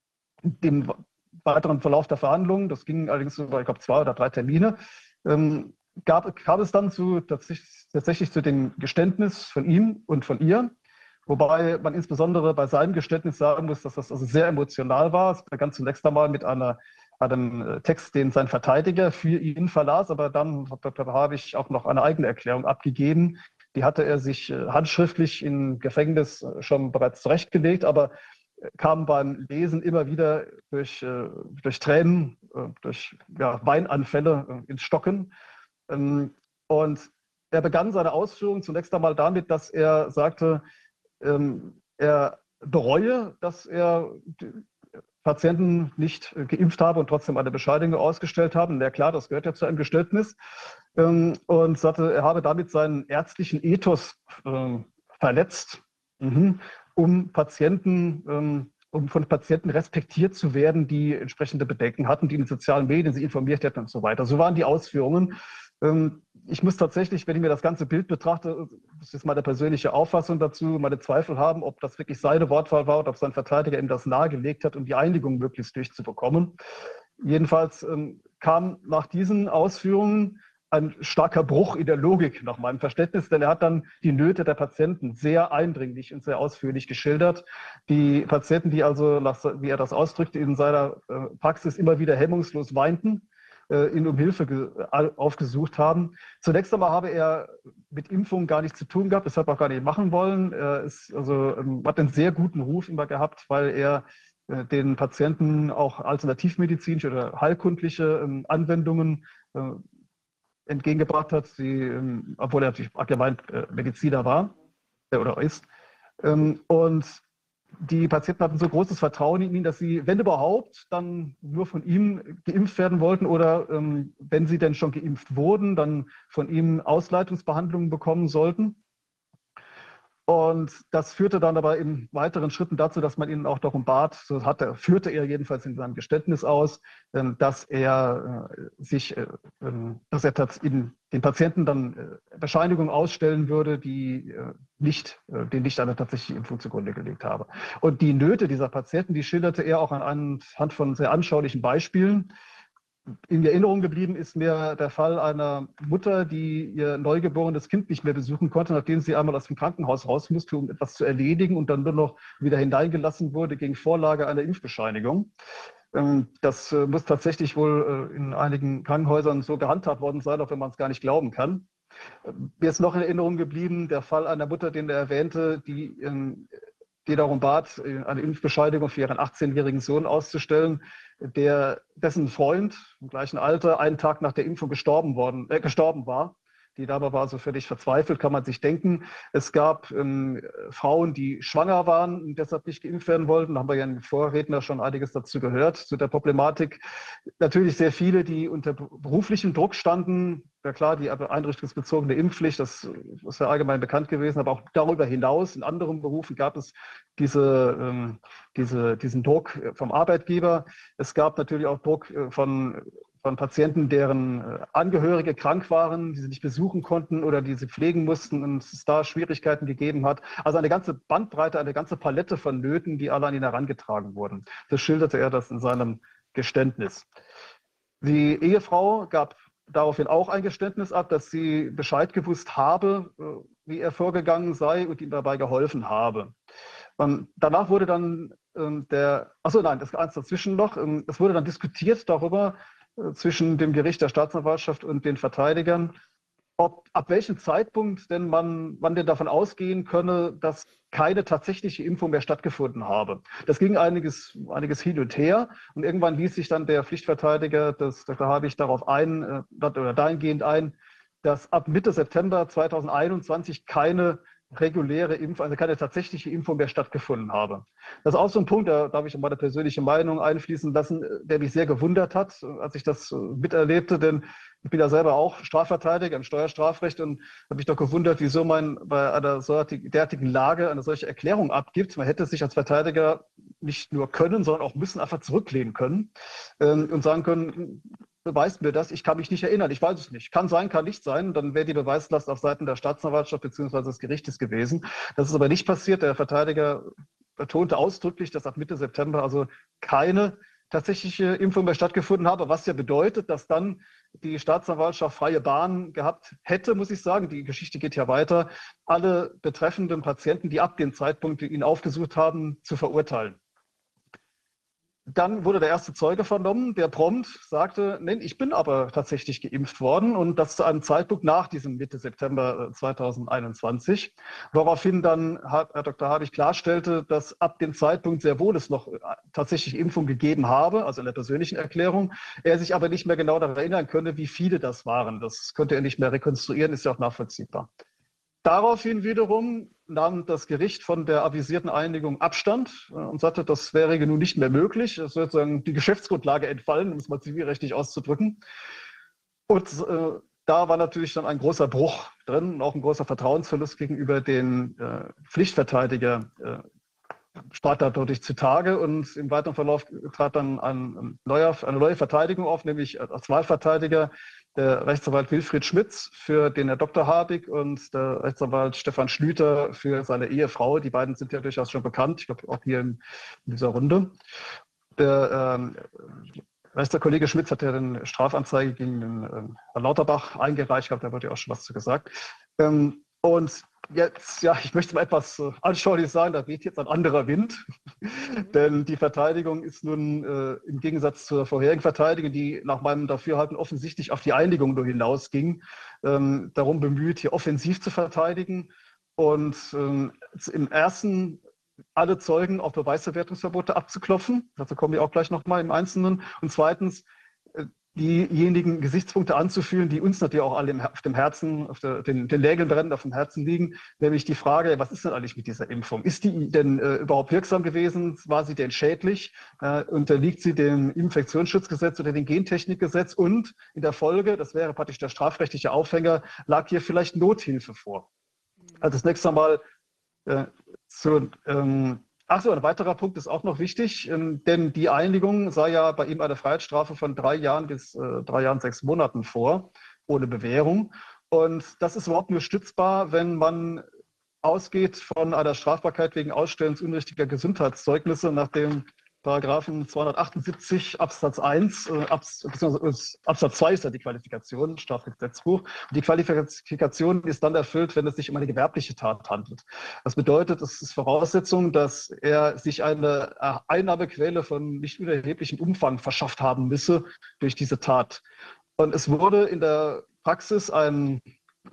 D: Dem weiteren Verlauf der Verhandlungen, das ging allerdings über, ich glaube, zwei oder drei Termine, ähm, gab, kam es dann zu, tatsächlich, tatsächlich zu dem Geständnis von ihm und von ihr, wobei man insbesondere bei seinem Geständnis sagen muss, dass das also sehr emotional war. Es begann zunächst einmal mit einer, einem Text, den sein Verteidiger für ihn verlas, aber dann habe ich auch noch eine eigene Erklärung abgegeben. Die hatte er sich handschriftlich im Gefängnis schon bereits zurechtgelegt, aber kam beim Lesen immer wieder durch, äh, durch Tränen, äh, durch ja, Weinanfälle äh, ins Stocken. Ähm, und er begann seine Ausführungen zunächst einmal damit, dass er sagte, ähm, er bereue, dass er Patienten nicht äh, geimpft habe und trotzdem eine Bescheinigung ausgestellt haben. Ja klar, das gehört ja zu einem Geständnis. Ähm, und sagte, er habe damit seinen ärztlichen Ethos äh, verletzt. Mhm. um Patienten, ähm, um von Patienten respektiert zu werden, die entsprechende Bedenken hatten, die in den sozialen Medien sie informiert hätten und so weiter. So waren die Ausführungen. Ähm, ich muss tatsächlich, wenn ich mir das ganze Bild betrachte, das ist meine persönliche Auffassung dazu, meine Zweifel haben, ob das wirklich seine Wortwahl war oder ob sein Verteidiger ihm das nahegelegt hat, um die Einigung möglichst durchzubekommen. Jedenfalls ähm, kam nach diesen Ausführungen ein starker Bruch in der Logik nach meinem Verständnis, denn er hat dann die Nöte der Patienten sehr eindringlich und sehr ausführlich geschildert. Die Patienten, die also, nach, wie er das ausdrückte, in seiner äh, Praxis immer wieder hemmungslos weinten, äh, ihn um Hilfe aufgesucht haben. Zunächst einmal habe er mit Impfungen gar nichts zu tun gehabt, das hat er auch gar nicht machen wollen. Er ist, also, ähm, hat einen sehr guten Ruf immer gehabt, weil er äh, den Patienten auch alternativmedizinische oder heilkundliche ähm, Anwendungen äh, entgegengebracht hat, sie, ähm, obwohl er natürlich allgemein äh, Mediziner war äh, oder ist. Ähm, und die Patienten hatten so großes Vertrauen in ihn, dass sie, wenn überhaupt, dann nur von ihm geimpft werden wollten oder ähm, wenn sie denn schon geimpft wurden, dann von ihm Ausleitungsbehandlungen bekommen sollten. Und das führte dann aber in weiteren Schritten dazu, dass man ihn auch darum bat, so hat er, führte er jedenfalls in seinem Geständnis aus, dass er sich, dass er in den Patienten dann Bescheinigungen ausstellen würde, die nicht, denen nicht eine tatsächliche Impfung zugrunde gelegt habe. Und die Nöte dieser Patienten, die schilderte er auch anhand von sehr anschaulichen Beispielen. In Erinnerung geblieben ist mir der Fall einer Mutter, die ihr neugeborenes Kind nicht mehr besuchen konnte, nachdem sie einmal aus dem Krankenhaus raus musste, um etwas zu erledigen und dann nur noch wieder hineingelassen wurde gegen Vorlage einer Impfbescheinigung. Das muss tatsächlich wohl in einigen Krankenhäusern so gehandhabt worden sein, auch wenn man es gar nicht glauben kann. Mir ist noch in Erinnerung geblieben der Fall einer Mutter, den er erwähnte, die die darum bat, eine Impfbescheinigung für ihren achtzehnjährigen Sohn auszustellen, der, dessen Freund im gleichen Alter einen Tag nach der Impfung gestorben, worden, äh, gestorben war. Die Dame war also völlig verzweifelt, kann man sich denken. Es gab ähm, Frauen, die schwanger waren und deshalb nicht geimpft werden wollten. Da haben wir ja im Vorredner schon einiges dazu gehört, zu der Problematik. Natürlich sehr viele, die unter beruflichem Druck standen. Ja klar, die einrichtungsbezogene Impfpflicht, das ist ja allgemein bekannt gewesen. Aber auch darüber hinaus, in anderen Berufen gab es diese, ähm, diese, diesen Druck vom Arbeitgeber. Es gab natürlich auch Druck von von Patienten, deren Angehörige krank waren, die sie nicht besuchen konnten oder die sie pflegen mussten und es da Schwierigkeiten gegeben hat. Also eine ganze Bandbreite, eine ganze Palette von Nöten, die alle an ihn herangetragen wurden. Das schilderte er das in seinem Geständnis. Die Ehefrau gab daraufhin auch ein Geständnis ab, dass sie Bescheid gewusst habe, wie er vorgegangen sei und ihm dabei geholfen habe. Und danach wurde dann ähm, der, achso nein, das ist eins dazwischen noch, ähm, es wurde dann diskutiert darüber, zwischen dem Gericht der Staatsanwaltschaft und den Verteidigern, ob ab welchem Zeitpunkt denn man, man denn davon ausgehen könne, dass keine tatsächliche Impfung mehr stattgefunden habe. Das ging einiges, einiges hin und her und irgendwann ließ sich dann der Pflichtverteidiger des Doktor Habich darauf ein, oder dahingehend ein, dass ab Mitte September zweitausendeinundzwanzig keine reguläre Impfung, also keine tatsächliche Impfung mehr stattgefunden habe. Das ist auch so ein Punkt, da darf ich meine persönliche Meinung einfließen lassen, der mich sehr gewundert hat, als ich das miterlebte, denn ich bin ja selber auch Strafverteidiger im Steuerstrafrecht und habe mich doch gewundert, wieso man bei einer derartigen Lage eine solche Erklärung abgibt. Man hätte sich als Verteidiger nicht nur können, sondern auch müssen einfach zurücklehnen können und sagen können, beweist mir das, ich kann mich nicht erinnern, ich weiß es nicht. Kann sein, kann nicht sein, dann wäre die Beweislast auf Seiten der Staatsanwaltschaft bzw. des Gerichtes gewesen. Das ist aber nicht passiert. Der Verteidiger betonte ausdrücklich, dass ab Mitte September also keine tatsächliche Impfung mehr stattgefunden habe, was ja bedeutet, dass dann die Staatsanwaltschaft freie Bahn gehabt hätte, muss ich sagen. Die Geschichte geht ja weiter, alle betreffenden Patienten, die ab dem Zeitpunkt ihn aufgesucht haben, zu verurteilen. Dann wurde der erste Zeuge vernommen, der prompt sagte, nein, ich bin aber tatsächlich geimpft worden und das zu einem Zeitpunkt nach diesem Mitte September zweitausendeinundzwanzig, woraufhin dann Herr Doktor Habich klarstellte, dass ab dem Zeitpunkt sehr wohl es noch tatsächlich Impfung gegeben habe, also in der persönlichen Erklärung, er sich aber nicht mehr genau daran erinnern könne, wie viele das waren. Das könnte er nicht mehr rekonstruieren, ist ja auch nachvollziehbar. Daraufhin wiederum nahm das Gericht von der avisierten Einigung Abstand und sagte, das wäre nun nicht mehr möglich. Es wird sozusagen die Geschäftsgrundlage entfallen, um es mal zivilrechtlich auszudrücken. Und äh, da war natürlich dann ein großer Bruch drin und auch ein großer Vertrauensverlust gegenüber den äh, Pflichtverteidiger äh, trat dadurch zutage und im weiteren Verlauf trat dann ein neuer, eine neue Verteidigung auf, nämlich als Wahlverteidiger der Rechtsanwalt Wilfried Schmitz für den Herr Doktor Habich und der Rechtsanwalt Stefan Schlüter für seine Ehefrau. Die beiden sind ja durchaus schon bekannt, ich glaube auch hier in, in dieser Runde. Der ähm, Rechtskollege Schmitz hat ja eine Strafanzeige gegen den ähm, Herrn Lauterbach eingereicht, ich glaube, da wurde ja auch schon was zu gesagt. Ähm, und jetzt, ja, ich möchte mal etwas äh, anschaulich sagen, da weht jetzt ein anderer Wind, denn die Verteidigung ist nun äh, im Gegensatz zur vorherigen Verteidigung, die nach meinem Dafürhalten offensichtlich auf die Einigung nur hinausging, ähm, darum bemüht, hier offensiv zu verteidigen und ähm, im ersten alle Zeugen auf Beweisverwertungsverbote abzuklopfen, dazu kommen wir auch gleich nochmal im Einzelnen, und zweitens äh, diejenigen Gesichtspunkte anzuführen, die uns natürlich auch alle auf dem Herzen, auf der, den, den Nägeln brennend auf dem Herzen liegen, nämlich die Frage, was ist denn eigentlich mit dieser Impfung? Ist die denn äh, überhaupt wirksam gewesen? War sie denn schädlich? Äh, unterliegt sie dem Infektionsschutzgesetz oder dem Gentechnikgesetz? Und in der Folge, das wäre praktisch der strafrechtliche Aufhänger, lag hier vielleicht Nothilfe vor? Also das nächste Mal äh, zu ähm, Ach so, ein weiterer Punkt ist auch noch wichtig, ähm, denn die Einigung sah ja bei ihm eine Freiheitsstrafe von drei Jahren bis äh, drei Jahren, sechs Monaten vor, ohne Bewährung. Und das ist überhaupt nur stützbar, wenn man ausgeht von einer Strafbarkeit wegen Ausstellens unrichtiger Gesundheitszeugnisse nach dem Paragraphen zweihundertachtundsiebzig Absatz eins, äh, Abs, beziehungsweise Absatz zwei ist ja die Qualifikation, Strafgesetzbuch. Und die Qualifikation ist dann erfüllt, wenn es sich um eine gewerbliche Tat handelt. Das bedeutet, es ist Voraussetzung, dass er sich eine Einnahmequelle von nicht unerheblichem Umfang verschafft haben müsse durch diese Tat. Und es wurde in der Praxis ein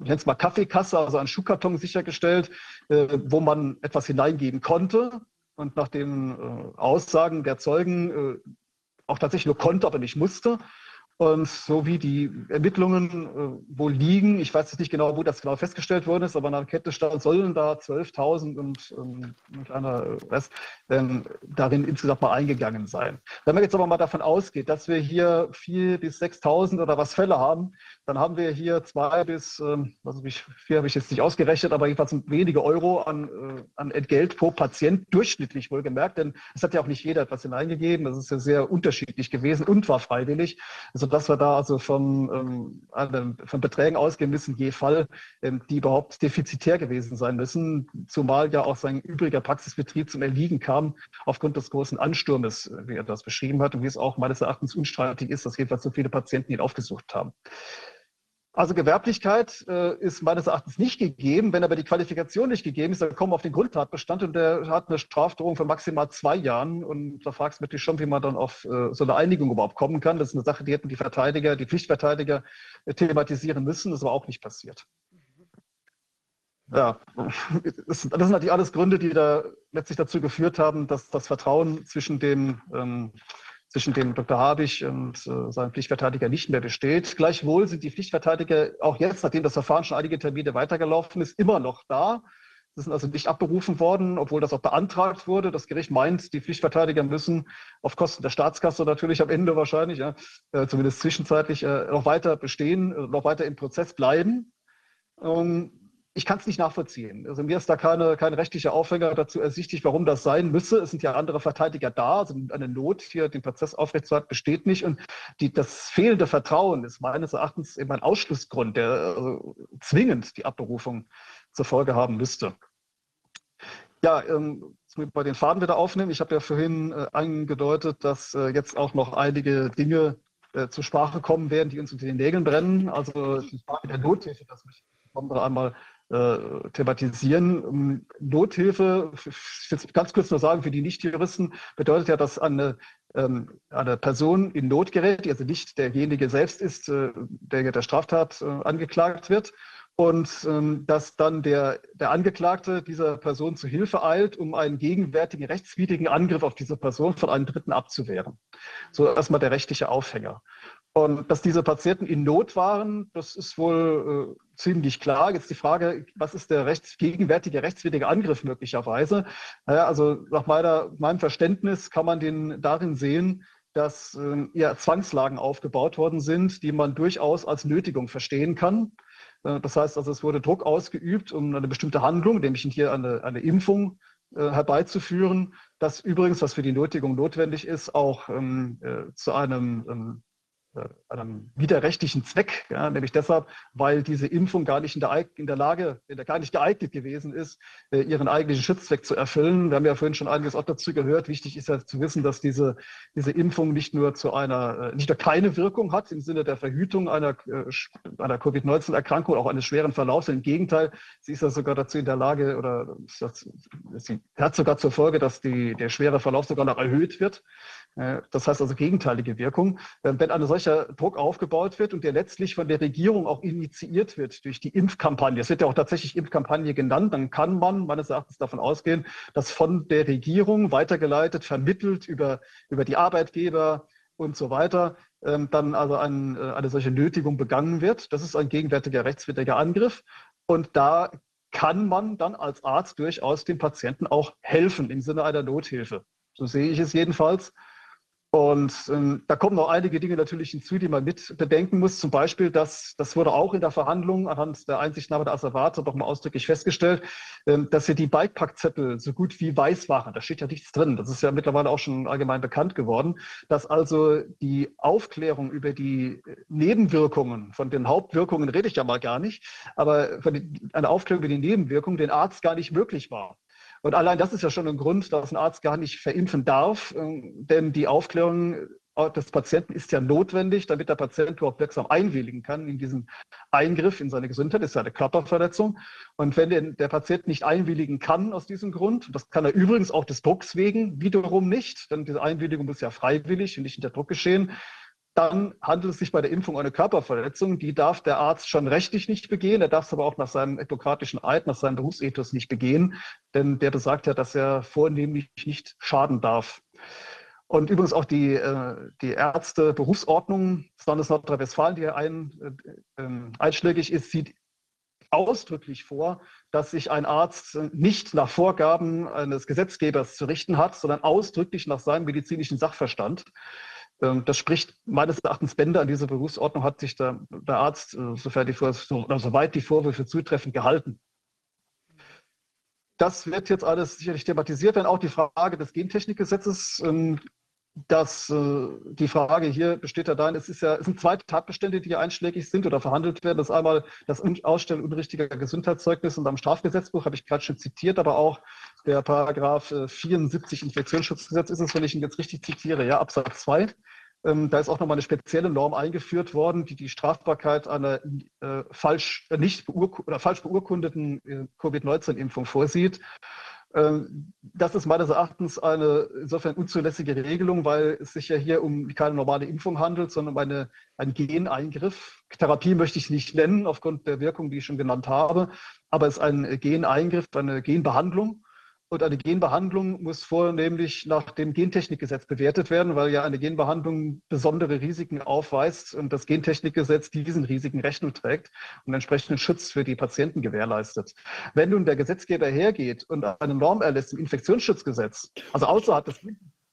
D: ich nenne es mal Kaffeekasse, also einen Schuhkarton sichergestellt, äh, wo man etwas hineingeben konnte und nach den äh, Aussagen der Zeugen äh, auch tatsächlich nur konnte, aber nicht musste. Und so wie die Ermittlungen äh, wohl liegen, ich weiß jetzt nicht genau, wo das genau festgestellt worden ist, aber in der Enquete sollen da zwölftausend und ähm, ein kleiner Rest ähm, darin insgesamt mal eingegangen sein. Wenn man jetzt aber mal davon ausgeht, dass wir hier viertausend bis sechstausend oder was Fälle haben, dann haben wir hier zwei bis, ähm, also vier habe ich jetzt nicht ausgerechnet, aber jedenfalls wenige Euro an, äh, an Entgelt pro Patient, durchschnittlich wohlgemerkt, denn es hat ja auch nicht jeder etwas hineingegeben, das ist ja sehr unterschiedlich gewesen und war freiwillig. Also dass wir da also von, ähm, von Beträgen ausgehen müssen, je Fall, ähm, die überhaupt defizitär gewesen sein müssen, zumal ja auch sein übriger Praxisbetrieb zum Erliegen kam, aufgrund des großen Ansturmes, wie er das beschrieben hat und wie es auch meines Erachtens unstreitig ist, dass jedenfalls so viele Patienten ihn aufgesucht haben. Also Gewerblichkeit äh, ist meines Erachtens nicht gegeben. Wenn aber die Qualifikation nicht gegeben ist, dann kommen wir auf den Grundtatbestand und der hat eine Strafdrohung von maximal zwei Jahren. Und da fragst du mich schon, wie man dann auf äh, so eine Einigung überhaupt kommen kann. Das ist eine Sache, die hätten die Verteidiger, die Pflichtverteidiger äh, thematisieren müssen. Das war auch nicht passiert. Ja, das, das sind natürlich alles Gründe, die da letztlich dazu geführt haben, dass das Vertrauen zwischen dem ähm, zwischen dem Doktor Habich und äh, seinem Pflichtverteidiger nicht mehr besteht. Gleichwohl sind die Pflichtverteidiger auch jetzt, nachdem das Verfahren schon einige Termine weitergelaufen ist, immer noch da. Sie sind also nicht abberufen worden, obwohl das auch beantragt wurde. Das Gericht meint, die Pflichtverteidiger müssen auf Kosten der Staatskasse natürlich am Ende wahrscheinlich, ja, äh, zumindest zwischenzeitlich, äh, noch weiter bestehen, äh, noch weiter im Prozess bleiben. Ähm, Ich kann es nicht nachvollziehen. Also mir ist da keine, kein rechtlicher Aufhänger dazu ersichtlich, warum das sein müsse. Es sind ja andere Verteidiger da. Also eine Not, hier den Prozess aufrechtzuerhalten, besteht nicht. Und die, das fehlende Vertrauen ist meines Erachtens eben ein Ausschlussgrund, der also zwingend die Abberufung zur Folge haben müsste. Ja, ähm, bei den Faden wieder aufnehmen. Ich habe ja vorhin äh, angedeutet, dass äh, jetzt auch noch einige Dinge äh, zur Sprache kommen werden, die uns unter den Nägeln brennen. Also die Frage der Nothilfe, das möchte ich insbesondere einmal äh, thematisieren. Nothilfe, ich will es ganz kurz nur sagen, für die Nicht-Juristen, bedeutet ja, dass eine, ähm, eine Person in Not gerät, die also nicht derjenige selbst ist, äh, der der Straftat äh, angeklagt wird, und ähm, dass dann der, der Angeklagte dieser Person zu Hilfe eilt, um einen gegenwärtigen rechtswidrigen Angriff auf diese Person von einem Dritten abzuwehren. So erstmal der rechtliche Aufhänger. Und dass diese Patienten in Not waren, das ist wohl äh, ziemlich klar. Jetzt die Frage, was ist der rechts, gegenwärtige rechtswidrige Angriff möglicherweise? Naja, also nach meiner, meinem Verständnis kann man den darin sehen, dass äh, ja, Zwangslagen aufgebaut worden sind, die man durchaus als Nötigung verstehen kann. Äh, das heißt also, es wurde Druck ausgeübt, um eine bestimmte Handlung, nämlich hier eine, eine Impfung, äh, herbeizuführen, das übrigens, was für die Nötigung notwendig ist, auch ähm, äh, zu einem ähm, einem widerrechtlichen Zweck, ja, nämlich deshalb, weil diese Impfung gar nicht in der, in der Lage, in der, gar nicht geeignet gewesen ist, ihren eigentlichen Schutzzweck zu erfüllen. Wir haben ja vorhin schon einiges auch dazu gehört. Wichtig ist ja zu wissen, dass diese, diese Impfung nicht nur zu einer, nicht nur keine Wirkung hat im Sinne der Verhütung einer, einer Covid neunzehn Erkrankung, auch eines schweren Verlaufs. Im Gegenteil, sie ist ja sogar dazu in der Lage, oder sie hat sogar zur Folge, dass die, der schwere Verlauf sogar noch erhöht wird. Das heißt also gegenteilige Wirkung. Wenn ein solcher Druck aufgebaut wird und der letztlich von der Regierung auch initiiert wird durch die Impfkampagne, es wird ja auch tatsächlich Impfkampagne genannt, dann kann man meines Erachtens davon ausgehen, dass von der Regierung weitergeleitet, vermittelt über, über die Arbeitgeber und so weiter, dann also ein, eine solche Nötigung begangen wird. Das ist ein gegenwärtiger rechtswidriger Angriff. Und da kann man dann als Arzt durchaus dem Patienten auch helfen im Sinne einer Nothilfe. So sehe ich es jedenfalls. Und ähm, da kommen noch einige Dinge natürlich hinzu, die man mit bedenken muss. Zum Beispiel, dass, das wurde auch in der Verhandlung anhand der Einsichtnahme der Asservate doch mal ausdrücklich festgestellt, ähm, dass hier die Bikepackzettel so gut wie weiß waren. Da steht ja nichts drin. Das ist ja mittlerweile auch schon allgemein bekannt geworden, dass also die Aufklärung über die Nebenwirkungen, von den Hauptwirkungen rede ich ja mal gar nicht, aber von die, eine Aufklärung über die Nebenwirkungen den Arzt gar nicht möglich war. Und allein das ist ja schon ein Grund, dass ein Arzt gar nicht verimpfen darf, denn die Aufklärung des Patienten ist ja notwendig, damit der Patient überhaupt wirksam einwilligen kann in diesen Eingriff in seine Gesundheit. Das ist ja eine Körperverletzung. Und wenn der, der Patient nicht einwilligen kann aus diesem Grund, das kann er übrigens auch des Drucks wegen wiederum nicht, denn diese Einwilligung muss ja freiwillig und nicht unter Druck geschehen, dann handelt es sich bei der Impfung um eine Körperverletzung. Die darf der Arzt schon rechtlich nicht begehen. Er darf es aber auch nach seinem hippokratischen Eid, nach seinem Berufsethos nicht begehen. Denn der besagt ja, dass er vornehmlich nicht schaden darf. Und übrigens auch die, die Ärzte-Berufsordnung des Landes Nordrhein-Westfalen, die hier ein, äh, einschlägig ist, sieht ausdrücklich vor, dass sich ein Arzt nicht nach Vorgaben eines Gesetzgebers zu richten hat, sondern ausdrücklich nach seinem medizinischen Sachverstand. Das spricht meines Erachtens Bände. An dieser Berufsordnung hat sich der, der Arzt, sofern die, soweit die Vorwürfe zutreffen, gehalten. Das wird jetzt alles sicherlich thematisiert werden. Auch die Frage des Gentechnikgesetzes, dass die Frage hier besteht ja darin, es, ist ja, es sind zwei Tatbestände, die hier einschlägig sind oder verhandelt werden. Das ist einmal das Ausstellen unrichtiger Gesundheitszeugnisse und am Strafgesetzbuch, habe ich gerade schon zitiert, aber auch der Paragraph vierundsiebzig Infektionsschutzgesetz ist es, wenn ich ihn jetzt richtig zitiere, ja, Absatz zwei. Da ist auch nochmal eine spezielle Norm eingeführt worden, die die Strafbarkeit einer äh, falsch, äh, nicht beurk oder falsch beurkundeten äh, Covid neunzehn Impfung vorsieht. Ähm, das ist meines Erachtens eine insofern unzulässige Regelung, weil es sich ja hier um keine normale Impfung handelt, sondern um eine, einen Geneingriff. Therapie möchte ich es nicht nennen, aufgrund der Wirkung, die ich schon genannt habe, aber es ist ein Geneingriff, eine Genbehandlung. Und eine Genbehandlung muss vornehmlich nach dem Gentechnikgesetz bewertet werden, weil ja eine Genbehandlung besondere Risiken aufweist und das Gentechnikgesetz diesen Risiken Rechnung trägt und entsprechenden Schutz für die Patienten gewährleistet. Wenn nun der Gesetzgeber hergeht und eine Norm erlässt im Infektionsschutzgesetz, also außerhalb des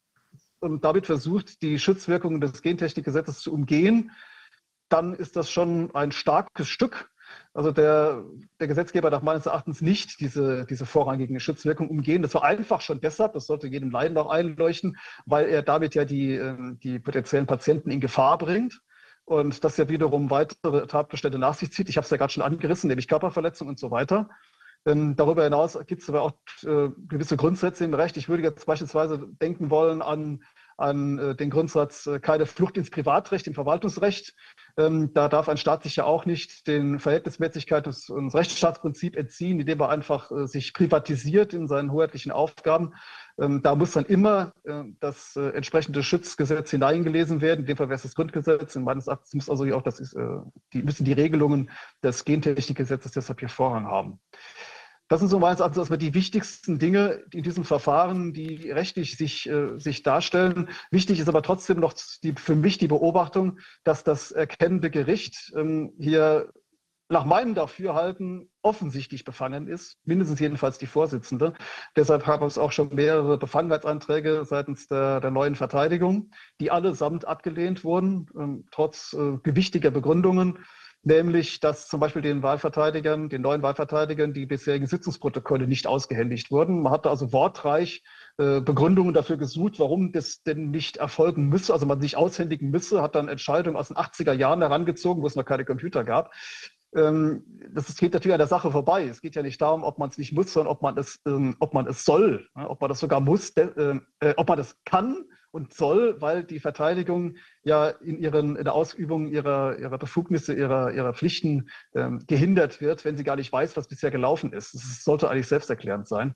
D: und damit versucht, die Schutzwirkungen des Gentechnikgesetzes zu umgehen, dann ist das schon ein starkes Stück. Also der, der Gesetzgeber darf meines Erachtens nicht diese, diese vorrangige Schutzwirkung umgehen. Das war einfach schon deshalb, das sollte jedem Laien auch einleuchten, weil er damit ja die, die potenziellen Patienten in Gefahr bringt und das ja wiederum weitere Tatbestände nach sich zieht. Ich habe es ja gerade schon angerissen, nämlich Körperverletzung und so weiter. Ähm, darüber hinaus gibt es aber auch äh, gewisse Grundsätze im Recht. Ich würde jetzt beispielsweise denken wollen an an äh, den Grundsatz, äh, keine Flucht ins Privatrecht, im Verwaltungsrecht. Ähm, da darf ein Staat sich ja auch nicht den Verhältnismäßigkeit des, und Rechtsstaatsprinzip entziehen, indem er einfach äh, sich privatisiert in seinen hoheitlichen Aufgaben. Ähm, da muss dann immer äh, das äh, entsprechende Schutzgesetz hineingelesen werden. In dem Fall wäre es das Grundgesetz. In meines Erachtens muss also auch das ist, äh, die, müssen die Regelungen des Gentechnikgesetzes deshalb hier Vorrang haben. Das sind so meines Erachtens erstmal die wichtigsten Dinge in diesem Verfahren, die rechtlich sich, äh, sich darstellen. Wichtig ist aber trotzdem noch die, für mich die Beobachtung, dass das erkennende Gericht ähm, hier nach meinem Dafürhalten offensichtlich befangen ist, mindestens jedenfalls die Vorsitzende. Deshalb haben es auch schon mehrere Befangenheitsanträge seitens der, der neuen Verteidigung, die allesamt abgelehnt wurden, ähm, trotz äh, gewichtiger Begründungen. Nämlich, dass zum Beispiel den Wahlverteidigern, den neuen Wahlverteidigern, die bisherigen Sitzungsprotokolle nicht ausgehändigt wurden. Man hatte also wortreich äh, Begründungen dafür gesucht, warum das denn nicht erfolgen müsse, also man sich aushändigen müsse, hat dann Entscheidungen aus den achtziger Jahren herangezogen, wo es noch keine Computer gab. Ähm, das geht natürlich an der Sache vorbei. Es geht ja nicht darum, ob man es nicht muss, sondern ob man es, ähm, ob man es soll, ja, ob man das sogar muss, de, äh, ob man das kann und soll, weil die Verteidigung ja in, ihren, in der Ausübung ihrer, ihrer Befugnisse, ihrer, ihrer Pflichten ähm, gehindert wird, wenn sie gar nicht weiß, was bisher gelaufen ist. Das sollte eigentlich selbsterklärend sein.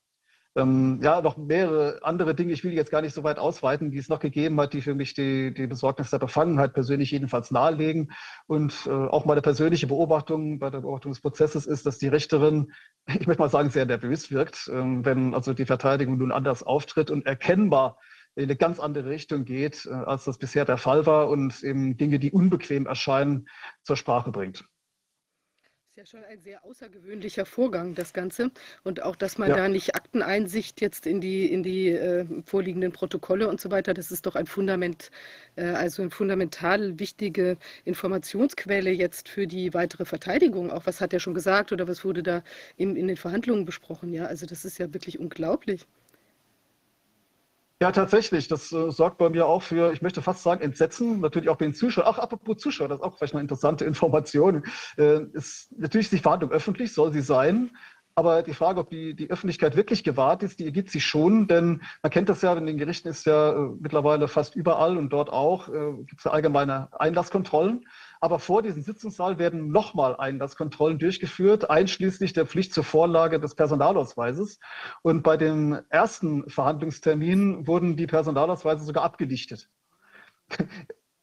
D: Ähm, ja, noch mehrere andere Dinge, ich will die jetzt gar nicht so weit ausweiten, die es noch gegeben hat, die für mich die, die Besorgnis der Befangenheit persönlich jedenfalls nahelegen. Und äh, auch meine persönliche Beobachtung bei der Beobachtung des Prozesses ist, dass die Richterin, ich möchte mal sagen, sehr nervös wirkt, ähm, wenn also die Verteidigung nun anders auftritt und erkennbar in eine ganz andere Richtung geht, als das bisher der Fall war und eben Dinge, die unbequem erscheinen, zur Sprache bringt.
A: Das ist ja schon ein sehr außergewöhnlicher Vorgang, das Ganze. Und auch, dass man
D: Ja.
A: da nicht Akteneinsicht jetzt in die, in die äh, vorliegenden Protokolle und so weiter, das ist doch ein Fundament, äh, also eine fundamental wichtige Informationsquelle jetzt für die weitere Verteidigung. Auch was hat er schon gesagt oder was wurde da in, in den Verhandlungen besprochen? Ja, also das ist ja wirklich unglaublich.
D: Ja, tatsächlich. Das äh, sorgt bei mir auch für, ich möchte fast sagen, Entsetzen. Natürlich auch bei den Zuschauern. Ach, apropos Zuschauer, das ist auch vielleicht eine interessante Information. Äh, ist, natürlich ist die Verhandlung öffentlich, soll sie sein. Aber die Frage, ob die, die Öffentlichkeit wirklich gewahrt ist, die ergibt sich schon. Denn man kennt das ja, in den Gerichten ist ja äh, mittlerweile fast überall und dort auch, äh, gibt es ja allgemeine Einlasskontrollen. Aber vor diesem Sitzungssaal werden nochmal Einlasskontrollen durchgeführt, einschließlich der Pflicht zur Vorlage des Personalausweises. Und bei dem ersten Verhandlungstermin wurden die Personalausweise sogar abgelichtet.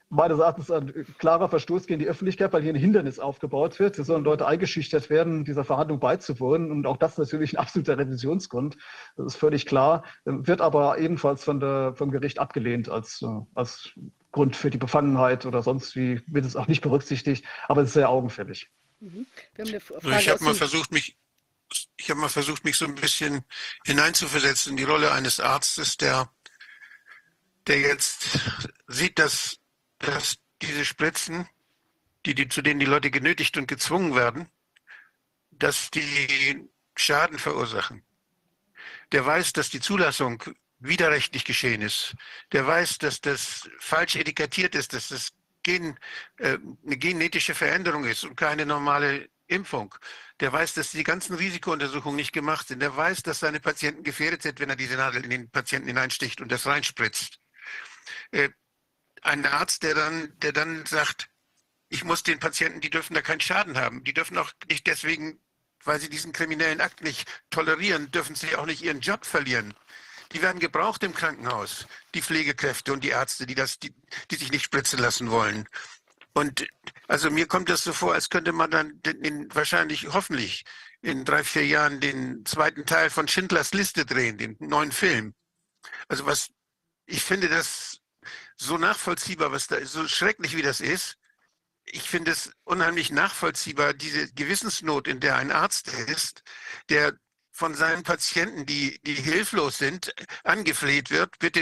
D: meines Erachtens ein klarer Verstoß gegen die Öffentlichkeit, weil hier ein Hindernis aufgebaut wird. Es sollen Leute eingeschüchtert werden, dieser Verhandlung beizuwohnen. Und auch das natürlich ein absoluter Revisionsgrund. Das ist völlig klar. Wird aber ebenfalls von der, vom Gericht abgelehnt als, als Grund für die Befangenheit oder sonst wie, wird es auch nicht berücksichtigt. Aber es ist sehr augenfällig.
A: Mhm. Wir haben eine Frage
E: Ich habe
A: aus
E: mal
A: dem-
E: versucht, mich, ich habe mal versucht, mich so ein bisschen hineinzuversetzen in die Rolle eines Arztes, der, der jetzt sieht, dass, dass diese Spritzen, die, die, zu denen die Leute genötigt und gezwungen werden, dass die Schaden verursachen. Der weiß, dass die Zulassung widerrechtlich geschehen ist. Der weiß, dass das falsch etikettiert ist, dass das Gen, äh, eine genetische Veränderung ist und keine normale Impfung. Der weiß, dass die ganzen Risikountersuchungen nicht gemacht sind. Der weiß, dass seine Patienten gefährdet sind, wenn er diese Nadel in den Patienten hineinsticht und das reinspritzt. Äh, ein Arzt, der dann, der dann sagt, ich muss den Patienten, die dürfen da keinen Schaden haben. Die dürfen auch nicht deswegen, weil sie diesen kriminellen Akt nicht tolerieren, dürfen sie auch nicht ihren Job verlieren. Die werden gebraucht im Krankenhaus, die Pflegekräfte und die Ärzte, die, das, die, die sich nicht spritzen lassen wollen. Und also mir kommt das so vor, als könnte man dann den, den, wahrscheinlich, hoffentlich, in drei, vier Jahren den zweiten Teil von Schindlers Liste drehen, den neuen Film. Also was, ich finde das so nachvollziehbar, was da ist, so schrecklich wie das ist. Ich finde es unheimlich nachvollziehbar, diese Gewissensnot, in der ein Arzt ist, der von seinen Patienten, die, die hilflos sind, angefleht wird, bitte.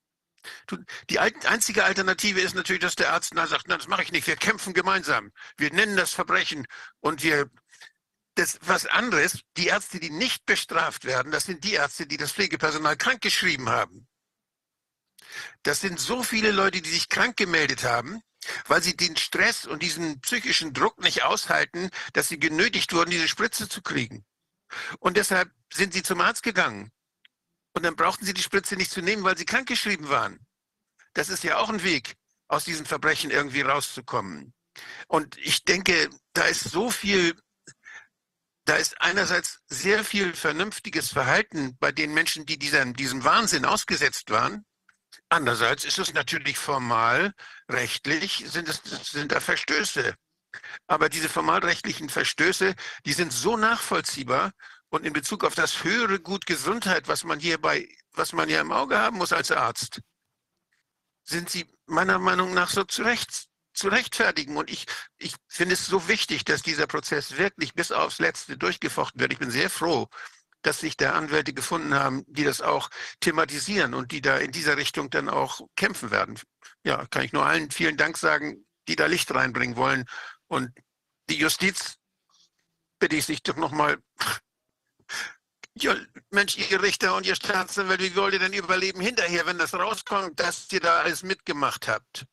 E: Die einzige Alternative ist natürlich, dass der Arzt na, sagt, na, das mache ich nicht, wir kämpfen gemeinsam. Wir nennen das Verbrechen und wir, das was anderes, die Ärzte, die nicht bestraft werden, das sind die Ärzte, die das Pflegepersonal krankgeschrieben haben. Das sind so viele Leute, die sich krank gemeldet haben, weil sie den Stress und diesen psychischen Druck nicht aushalten, dass sie genötigt wurden, diese Spritze zu kriegen. Und deshalb sind sie zum Arzt gegangen. Und dann brauchten sie die Spritze nicht zu nehmen, weil sie krankgeschrieben waren. Das ist ja auch ein Weg, aus diesen Verbrechen irgendwie rauszukommen. Und ich denke, da ist so viel, da ist einerseits sehr viel vernünftiges Verhalten bei den Menschen, die diesem, diesem Wahnsinn ausgesetzt waren. Andererseits ist es natürlich formal, rechtlich, sind, es, sind da Verstöße. Aber diese formalrechtlichen Verstöße, die sind so nachvollziehbar und in Bezug auf das höhere Gut Gesundheit, was man hierbei, was man ja im Auge haben muss als Arzt, sind sie meiner Meinung nach so zurecht, zu rechtfertigen. Und ich, ich finde es so wichtig, dass dieser Prozess wirklich bis aufs Letzte durchgefochten wird. Ich bin sehr froh, dass sich da Anwälte gefunden haben, die das auch thematisieren und die da in dieser Richtung dann auch kämpfen werden. Ja, kann ich nur allen vielen Dank sagen, die da Licht reinbringen wollen. Und die Justiz bitte ich sich doch nochmal, ja, Mensch, ihr Richter und ihr Staatsanwälte, wie wollt ihr denn überleben hinterher, wenn das rauskommt, dass ihr da alles mitgemacht habt?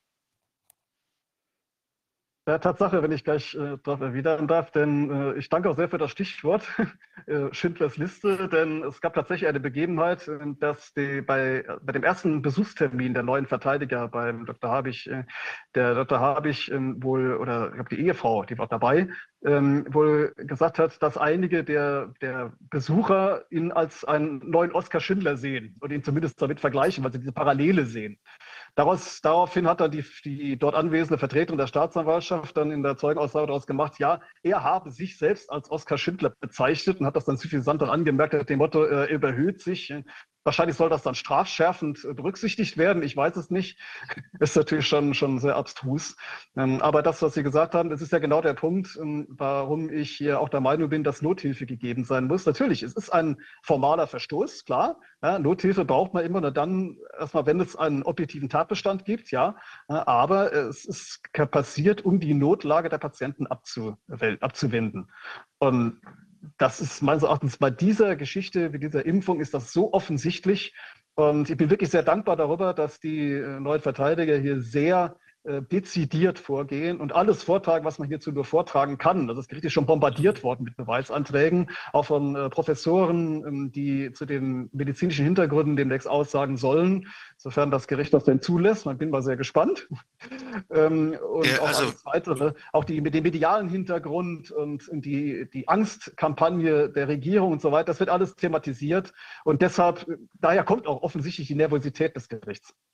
D: Ja, Tatsache, wenn ich gleich äh, darauf erwidern darf, denn äh, ich danke auch sehr für das Stichwort äh, Schindlers Liste, denn es gab tatsächlich eine Begebenheit, äh, dass die bei, bei dem ersten Besuchstermin der neuen Verteidiger beim Doktor Habich, äh, der Doktor Habich äh, wohl, oder ich glaube die Ehefrau, die war dabei, ähm, wohl gesagt hat, dass einige der, der Besucher ihn als einen neuen Oskar Schindler sehen und ihn zumindest damit vergleichen, weil sie diese Parallele sehen. Daraus, daraufhin hat dann die, die dort anwesende Vertretung der Staatsanwaltschaft dann in der Zeugenaussage daraus gemacht, ja, er habe sich selbst als Oskar Schindler bezeichnet und hat das dann suffisant dann angemerkt, nach dem Motto, er überhöht sich. Wahrscheinlich soll das dann strafschärfend berücksichtigt werden. Ich weiß es nicht. Ist natürlich schon, schon sehr abstrus. Aber das, was Sie gesagt haben, das ist ja genau der Punkt, warum ich hier auch der Meinung bin, dass Nothilfe gegeben sein muss. Natürlich, es ist ein formaler Verstoß, klar. Ja, Nothilfe braucht man immer nur dann, erstmal, wenn es einen objektiven Tatbestand gibt, ja. Aber es ist passiert, um die Notlage der Patienten abzuwenden. Und das ist meines Erachtens bei dieser Geschichte, mit dieser Impfung, ist das so offensichtlich. Und ich bin wirklich sehr dankbar darüber, dass die neuen Verteidiger hier sehr äh, dezidiert vorgehen und alles vortragen, was man hierzu nur vortragen kann. Also das Gericht ist schon bombardiert worden mit Beweisanträgen, auch von äh, Professoren, ähm, die zu den medizinischen Hintergründen demnächst aussagen sollen, sofern das Gericht das denn zulässt. Ich bin mal sehr gespannt. ähm, und
E: ja, also,
D: auch alles weitere, auch die, mit dem medialen Hintergrund und die, die Angstkampagne der Regierung und so weiter, das wird alles thematisiert. Und deshalb, daher kommt auch offensichtlich die Nervosität des Gerichts.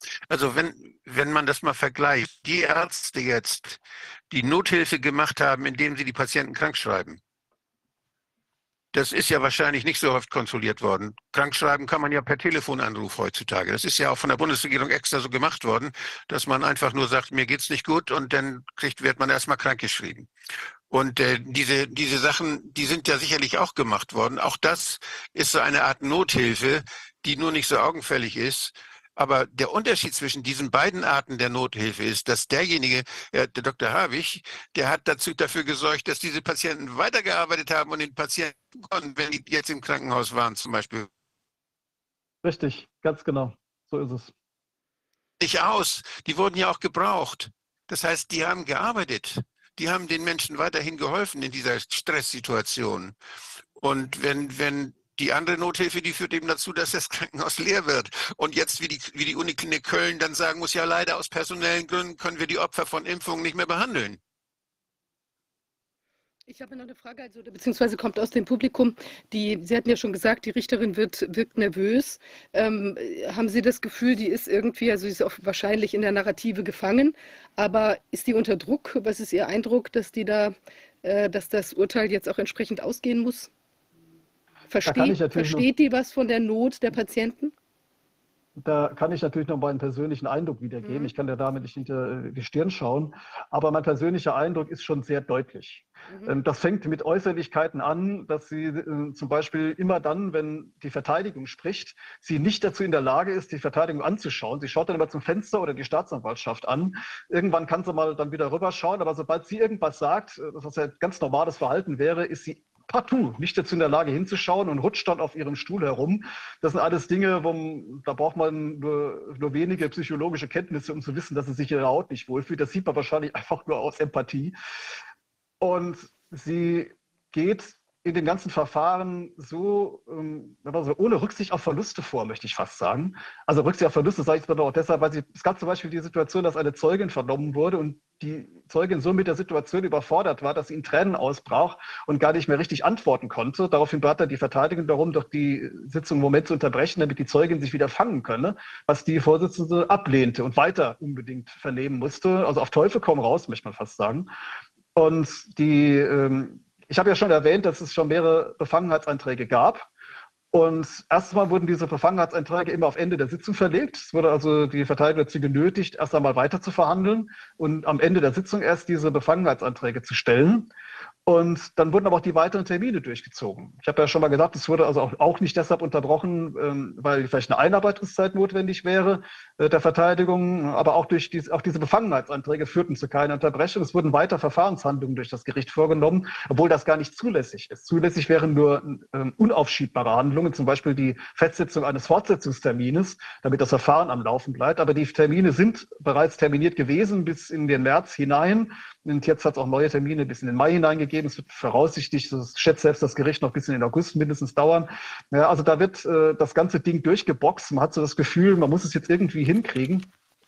E: Also wenn, wenn man das mal vergleicht, die Ärzte jetzt, die Nothilfe gemacht haben, indem sie die Patienten krankschreiben, das ist ja wahrscheinlich nicht so oft kontrolliert worden. Krankschreiben kann man ja per Telefonanruf heutzutage. Das ist ja auch von der Bundesregierung extra so gemacht worden, dass man einfach nur sagt, mir geht's nicht gut und dann kriegt, wird man erstmal krankgeschrieben. Und äh, diese, diese Sachen, die sind ja sicherlich auch gemacht worden. Auch das ist so eine Art Nothilfe, die nur nicht so augenfällig ist. Aber der Unterschied zwischen diesen beiden Arten der Nothilfe ist, dass derjenige, äh, der Doktor Harwig, der hat dazu dafür gesorgt, dass diese Patienten weitergearbeitet haben und den Patienten konnten, wenn die jetzt im Krankenhaus waren zum Beispiel.
D: Richtig, ganz genau. So ist es.
E: Nicht aus. Die wurden ja auch gebraucht. Das heißt, die haben gearbeitet. Die haben den Menschen weiterhin geholfen in dieser Stresssituation. Und wenn, wenn die andere Nothilfe, die führt eben dazu, dass das Krankenhaus leer wird. Und jetzt, wie die, wie die Uniklinik Köln dann sagen muss, ja leider aus personellen Gründen können wir die Opfer von Impfungen nicht mehr behandeln.
A: Ich habe noch eine Frage, also, beziehungsweise kommt aus dem Publikum. Die, Sie hatten ja schon gesagt, die Richterin wird, wirkt nervös. Ähm, haben Sie das Gefühl, die ist irgendwie, also sie ist auch wahrscheinlich in der Narrative gefangen, aber ist die unter Druck? Was ist Ihr Eindruck, dass die da, äh, dass das Urteil jetzt auch entsprechend ausgehen muss? Versteht, versteht die was von der Not der Patienten?
D: Da kann ich natürlich noch meinen persönlichen Eindruck wiedergeben. Mhm. Ich kann ja damit nicht hinter die Stirn schauen. Aber mein persönlicher Eindruck ist schon sehr deutlich. Mhm. Das fängt mit Äußerlichkeiten an, dass sie äh, zum Beispiel immer dann, wenn die Verteidigung spricht, sie nicht dazu in der Lage ist, die Verteidigung anzuschauen. Sie schaut dann immer zum Fenster oder die Staatsanwaltschaft an. Irgendwann kann sie mal dann wieder rüberschauen. Aber sobald sie irgendwas sagt, was ja ganz normales Verhalten wäre, ist sie partout nicht dazu in der Lage hinzuschauen und rutscht dann auf ihrem Stuhl herum. Das sind alles Dinge, wo, da braucht man nur, nur wenige psychologische Kenntnisse, um zu wissen, dass sie sich in ihrer Haut nicht wohlfühlt. Das sieht man wahrscheinlich einfach nur aus Empathie. Und sie geht in dem ganzen Verfahren so, ähm, so ohne Rücksicht auf Verluste vor, möchte ich fast sagen. Also Rücksicht auf Verluste sage ich es auch deshalb, weil sie, es gab zum Beispiel die Situation, dass eine Zeugin vernommen wurde und die Zeugin so mit der Situation überfordert war, dass sie in Tränen ausbrach und gar nicht mehr richtig antworten konnte. Daraufhin bat er die Verteidigung darum, doch die Sitzung im Moment zu unterbrechen, damit die Zeugin sich wieder fangen könne, was die Vorsitzende ablehnte und weiter unbedingt vernehmen musste. Also auf Teufel komm raus, möchte man fast sagen. Und die ähm, Ich habe ja schon erwähnt, dass es schon mehrere Befangenheitsanträge gab. Und erstmal wurden diese Befangenheitsanträge immer auf Ende der Sitzung verlegt. Es wurde also die Verteidigung dazu genötigt, erst einmal weiter zu verhandeln und am Ende der Sitzung erst diese Befangenheitsanträge zu stellen. Und dann wurden aber auch die weiteren Termine durchgezogen. Ich habe ja schon mal gesagt, es wurde also auch, auch nicht deshalb unterbrochen, ähm, weil vielleicht eine Einarbeitungszeit notwendig wäre äh, der Verteidigung, aber auch durch dies, auch diese Befangenheitsanträge führten zu keiner Unterbrechung. Es wurden weiter Verfahrenshandlungen durch das Gericht vorgenommen, obwohl das gar nicht zulässig ist. Zulässig wären nur ähm, unaufschiebbare Handlungen, zum Beispiel die Festsetzung eines Fortsetzungstermines, damit das Verfahren am Laufen bleibt. Aber die Termine sind bereits terminiert gewesen bis in den März hinein. Und jetzt hat es auch neue Termine bis in den Mai hineingegeben. Es wird voraussichtlich, das schätzt selbst das Gericht, noch bis in den August mindestens dauern. Ja, also da wird äh, das ganze Ding durchgeboxt. Man hat so das Gefühl, man muss es jetzt irgendwie hinkriegen.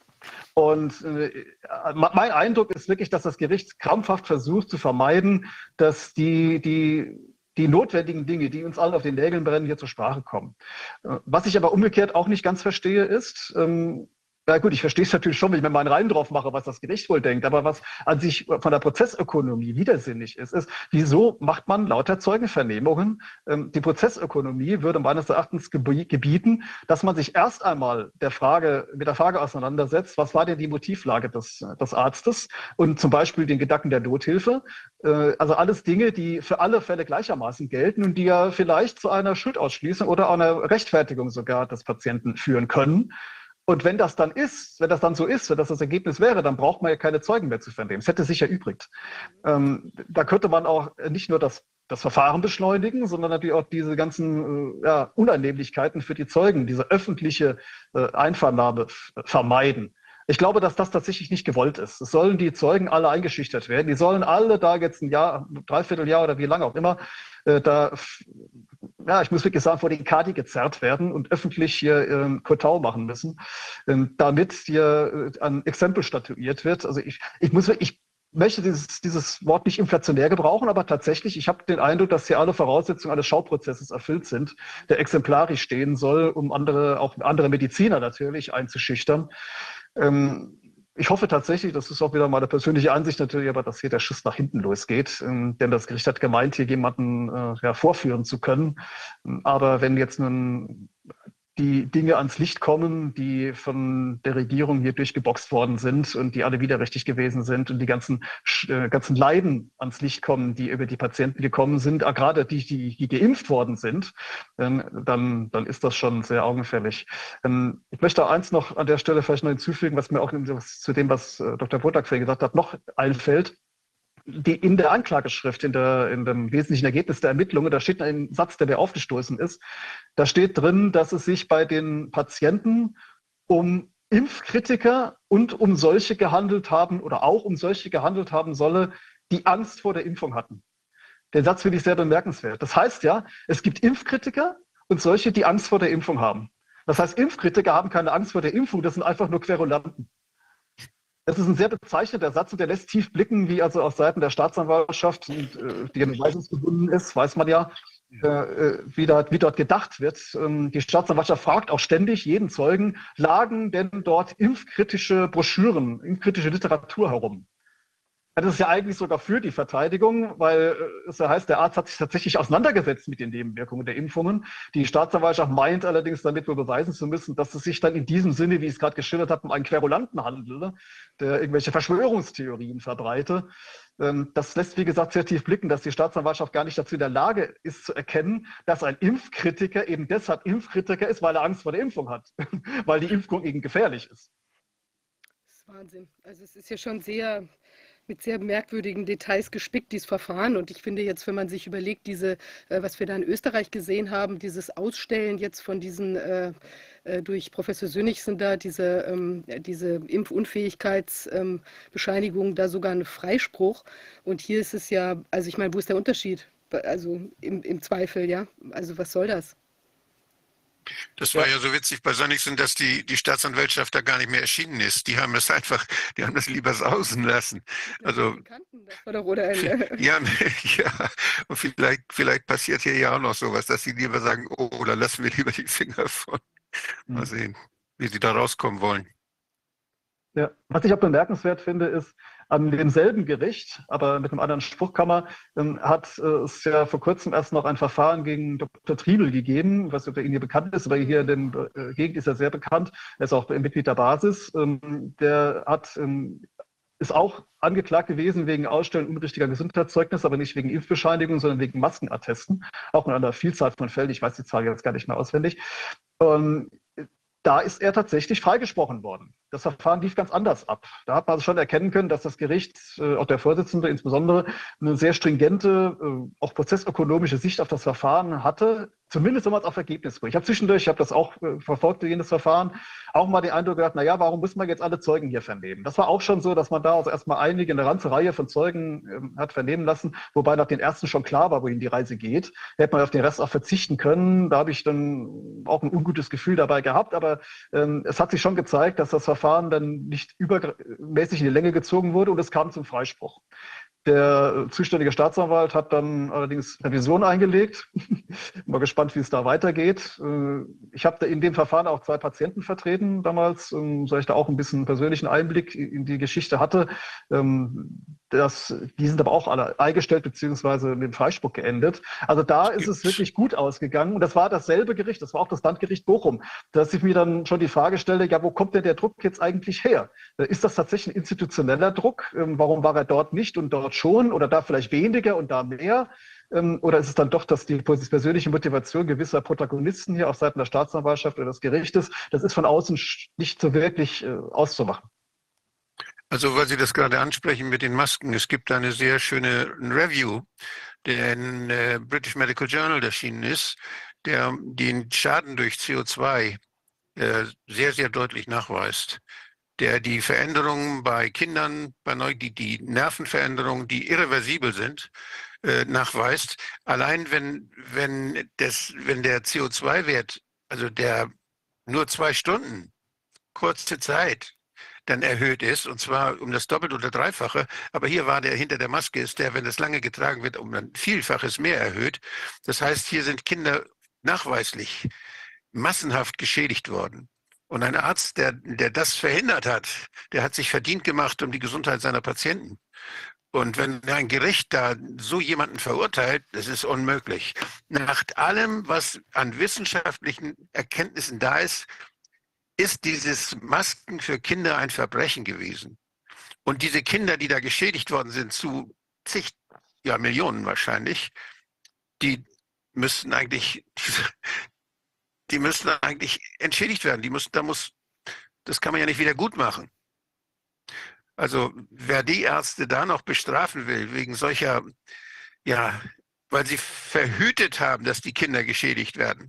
D: Und äh, mein Eindruck ist wirklich, dass das Gericht krampfhaft versucht zu vermeiden, dass die, die, die notwendigen Dinge, die uns allen auf den Nägeln brennen, hier zur Sprache kommen. Was ich aber umgekehrt auch nicht ganz verstehe, ist, ähm, ja gut, ich verstehe es natürlich schon, wenn ich mir mal einen Reim drauf mache, was das Gericht wohl denkt. Aber was an sich von der Prozessökonomie widersinnig ist, ist, wieso macht man lauter Zeugenvernehmungen? Ähm, die Prozessökonomie würde meines Erachtens gebieten, dass man sich erst einmal der Frage, mit der Frage auseinandersetzt, was war denn die Motivlage des, des Arztes und zum Beispiel den Gedanken der Nothilfe. Äh, also alles Dinge, die für alle Fälle gleichermaßen gelten und die ja vielleicht zu einer Schuldausschließung oder einer Rechtfertigung sogar des Patienten führen können. Und wenn das dann ist, wenn das dann so ist, wenn das das Ergebnis wäre, dann braucht man ja keine Zeugen mehr zu vernehmen. Es hätte sich erübrigt. Ähm, da könnte man auch nicht nur das, das Verfahren beschleunigen, sondern natürlich auch diese ganzen äh, ja, Unannehmlichkeiten für die Zeugen, diese öffentliche äh, Einvernahme vermeiden. Ich glaube, dass das tatsächlich nicht gewollt ist. Es sollen die Zeugen alle eingeschüchtert werden. Die sollen alle da jetzt ein Jahr, ein Dreivierteljahr oder wie lange auch immer, äh, da, ja, ich muss wirklich sagen, vor die Kadi gezerrt werden und öffentlich hier ähm, Kotau machen müssen, ähm, damit hier äh, ein Exempel statuiert wird. Also ich, ich muss wirklich, möchte dieses, dieses Wort nicht inflationär gebrauchen, aber tatsächlich, ich habe den Eindruck, dass hier alle Voraussetzungen eines Schauprozesses erfüllt sind, der exemplarisch stehen soll, um andere, auch andere Mediziner natürlich einzuschüchtern. Ähm, ich hoffe tatsächlich, das ist auch wieder meine persönliche Ansicht natürlich, aber dass hier der Schuss nach hinten losgeht. Ähm, denn das Gericht hat gemeint, hier jemanden äh, ja, vorführen zu können. Aber wenn jetzt nun die Dinge ans Licht kommen, die von der Regierung hier durchgeboxt worden sind und die alle widerrechtlich gewesen sind und die ganzen, äh, ganzen Leiden ans Licht kommen, die über die Patienten gekommen sind, äh, gerade die, die, die geimpft worden sind, ähm, dann, dann ist das schon sehr augenfällig. Ähm, ich möchte eins noch an der Stelle vielleicht noch hinzufügen, was mir auch zu dem, was äh, Doktor Bodak gesagt hat, noch einfällt. Die in der Anklageschrift, in, der, in dem wesentlichen Ergebnis der Ermittlungen, da steht ein Satz, der mir aufgestoßen ist. Da steht drin, dass es sich bei den Patienten um Impfkritiker und um solche gehandelt haben oder auch um solche gehandelt haben solle, die Angst vor der Impfung hatten. Den Satz finde ich sehr bemerkenswert. Das heißt ja, es gibt Impfkritiker und solche, die Angst vor der Impfung haben. Das heißt, Impfkritiker haben keine Angst vor der Impfung, das sind einfach nur Querulanten. Das ist ein sehr bezeichnender Satz und der lässt tief blicken, wie also auf Seiten der Staatsanwaltschaft, und, äh, die beweisungsgebunden ist, weiß man ja, äh, wie, dort, wie dort gedacht wird. Ähm, die Staatsanwaltschaft fragt auch ständig jeden Zeugen, lagen denn dort impfkritische Broschüren, impfkritische Literatur herum? Das ist ja eigentlich sogar für die Verteidigung, weil es ja heißt, der Arzt hat sich tatsächlich auseinandergesetzt mit den Nebenwirkungen der Impfungen. Die Staatsanwaltschaft meint allerdings damit wohl beweisen zu müssen, dass es sich dann in diesem Sinne, wie ich es gerade geschildert habe, um einen Querulanten handele, der irgendwelche Verschwörungstheorien verbreite. Das lässt, wie gesagt, sehr tief blicken, dass die Staatsanwaltschaft gar nicht dazu in der Lage ist zu erkennen, dass ein Impfkritiker eben deshalb Impfkritiker ist, weil er Angst vor der Impfung hat, weil die Impfung eben gefährlich ist.
A: Das ist Wahnsinn. Also es ist ja schon sehr mit sehr merkwürdigen Details gespickt, dieses Verfahren. Und ich finde jetzt, wenn man sich überlegt, diese, äh, was wir da in Österreich gesehen haben, dieses Ausstellen jetzt von diesen, äh, äh, durch Professor Sönnigsen da, diese, ähm, diese Impfunfähigkeitsbescheinigung, ähm, da sogar ein Freispruch. Und hier ist es ja, also ich meine, wo ist der Unterschied? Also im, im Zweifel, ja. Also was soll das?
E: Das war ja. ja so witzig bei Sönnigsen, dass die, die Staatsanwaltschaft da gar nicht mehr erschienen ist. Die haben es einfach, die haben das lieber sausen lassen. Also,
A: Kannten, das war doch, oder ein,
E: ja, ja, und vielleicht, vielleicht passiert hier ja auch noch sowas, dass sie lieber sagen, oh, da lassen wir lieber die Finger von. Mal sehen, wie sie da rauskommen wollen.
D: Ja, was ich auch bemerkenswert finde, ist, an demselben Gericht, aber mit einem anderen Spruchkammer, ähm, hat äh, es ja vor kurzem erst noch ein Verfahren gegen Doktor Triebel gegeben. Ich weiß nicht, ob er Ihnen hier bekannt ist, aber hier in der äh, Gegend ist er sehr bekannt. Er ist auch Mitglied der Basis. Ähm, der hat, ähm, ist auch angeklagt gewesen wegen Ausstellen unrichtiger Gesundheitszeugnisse, aber nicht wegen Impfbescheinigung, sondern wegen Maskenattesten. Auch in einer Vielzahl von Fällen. Ich weiß die Zahl jetzt gar nicht mehr auswendig. Und da ist er tatsächlich freigesprochen worden. Das Verfahren lief ganz anders ab. Da hat man schon erkennen können, dass das Gericht, äh, auch der Vorsitzende insbesondere, eine sehr stringente, äh, auch prozessökonomische Sicht auf das Verfahren hatte, zumindest wenn man es auf Ergebnis bringt. Ich habe zwischendurch, ich habe das auch äh, verfolgt, jenes Verfahren, auch mal den Eindruck gehabt, naja, warum muss man jetzt alle Zeugen hier vernehmen? Das war auch schon so, dass man da also erstmal einige, eine ganze Reihe von Zeugen äh, hat vernehmen lassen, wobei nach den ersten schon klar war, wohin die Reise geht. Da hätte man auf den Rest auch verzichten können. Da habe ich dann auch ein ungutes Gefühl dabei gehabt, aber ähm, es hat sich schon gezeigt, dass das Verfahren dann nicht übermäßig in die Länge gezogen wurde und es kam zum Freispruch. Der zuständige Staatsanwalt hat dann allerdings Revision eingelegt. Mal gespannt, wie es da weitergeht. Ich habe in dem Verfahren auch zwei Patienten vertreten damals, so ich da auch ein bisschen persönlichen Einblick in die Geschichte hatte. Das, die sind aber auch alle eingestellt beziehungsweise mit dem Freispruch geendet. Also da ist es wirklich gut ausgegangen. Und das war dasselbe Gericht, das war auch das Landgericht Bochum, dass ich mir dann schon die Frage stelle, ja, wo kommt denn der Druck jetzt eigentlich her? Ist das tatsächlich ein institutioneller Druck? Warum war er dort nicht und dort schon oder da vielleicht weniger und da mehr? Oder ist es dann doch, dass die persönliche Motivation gewisser Protagonisten hier auf Seiten der Staatsanwaltschaft oder des Gerichtes, das ist von außen nicht so wirklich auszumachen?
E: Also, weil Sie das gerade ansprechen mit den Masken, es gibt eine sehr schöne Review, der in äh, British Medical Journal erschienen ist, der den Schaden durch C O zwei äh, sehr, sehr deutlich nachweist, der die Veränderungen bei Kindern, bei Neu die, die Nervenveränderungen, die irreversibel sind, äh, nachweist. Allein wenn, wenn, das, wenn der C O zwei Wert, also der nur zwei Stunden, kurze Zeit, dann erhöht ist, und zwar um das Doppelte oder Dreifache. Aber hier war der hinter der Maske, ist der, wenn es lange getragen wird, um ein Vielfaches mehr erhöht. Das heißt, hier sind Kinder nachweislich massenhaft geschädigt worden. Und ein Arzt, der, der das verhindert hat, der hat sich verdient gemacht um die Gesundheit seiner Patienten. Und wenn ein Gericht da so jemanden verurteilt, das ist unmöglich. Nach allem, was an wissenschaftlichen Erkenntnissen da ist, ist dieses Masken für Kinder ein Verbrechen gewesen. Und diese Kinder, die da geschädigt worden sind, zu zig, ja Millionen wahrscheinlich, die müssten eigentlich, die müssten eigentlich entschädigt werden. Die müssen, da muss, das kann man ja nicht wieder gut machen. Also wer die Ärzte da noch bestrafen will, wegen solcher, ja, weil sie verhütet haben, dass die Kinder geschädigt werden,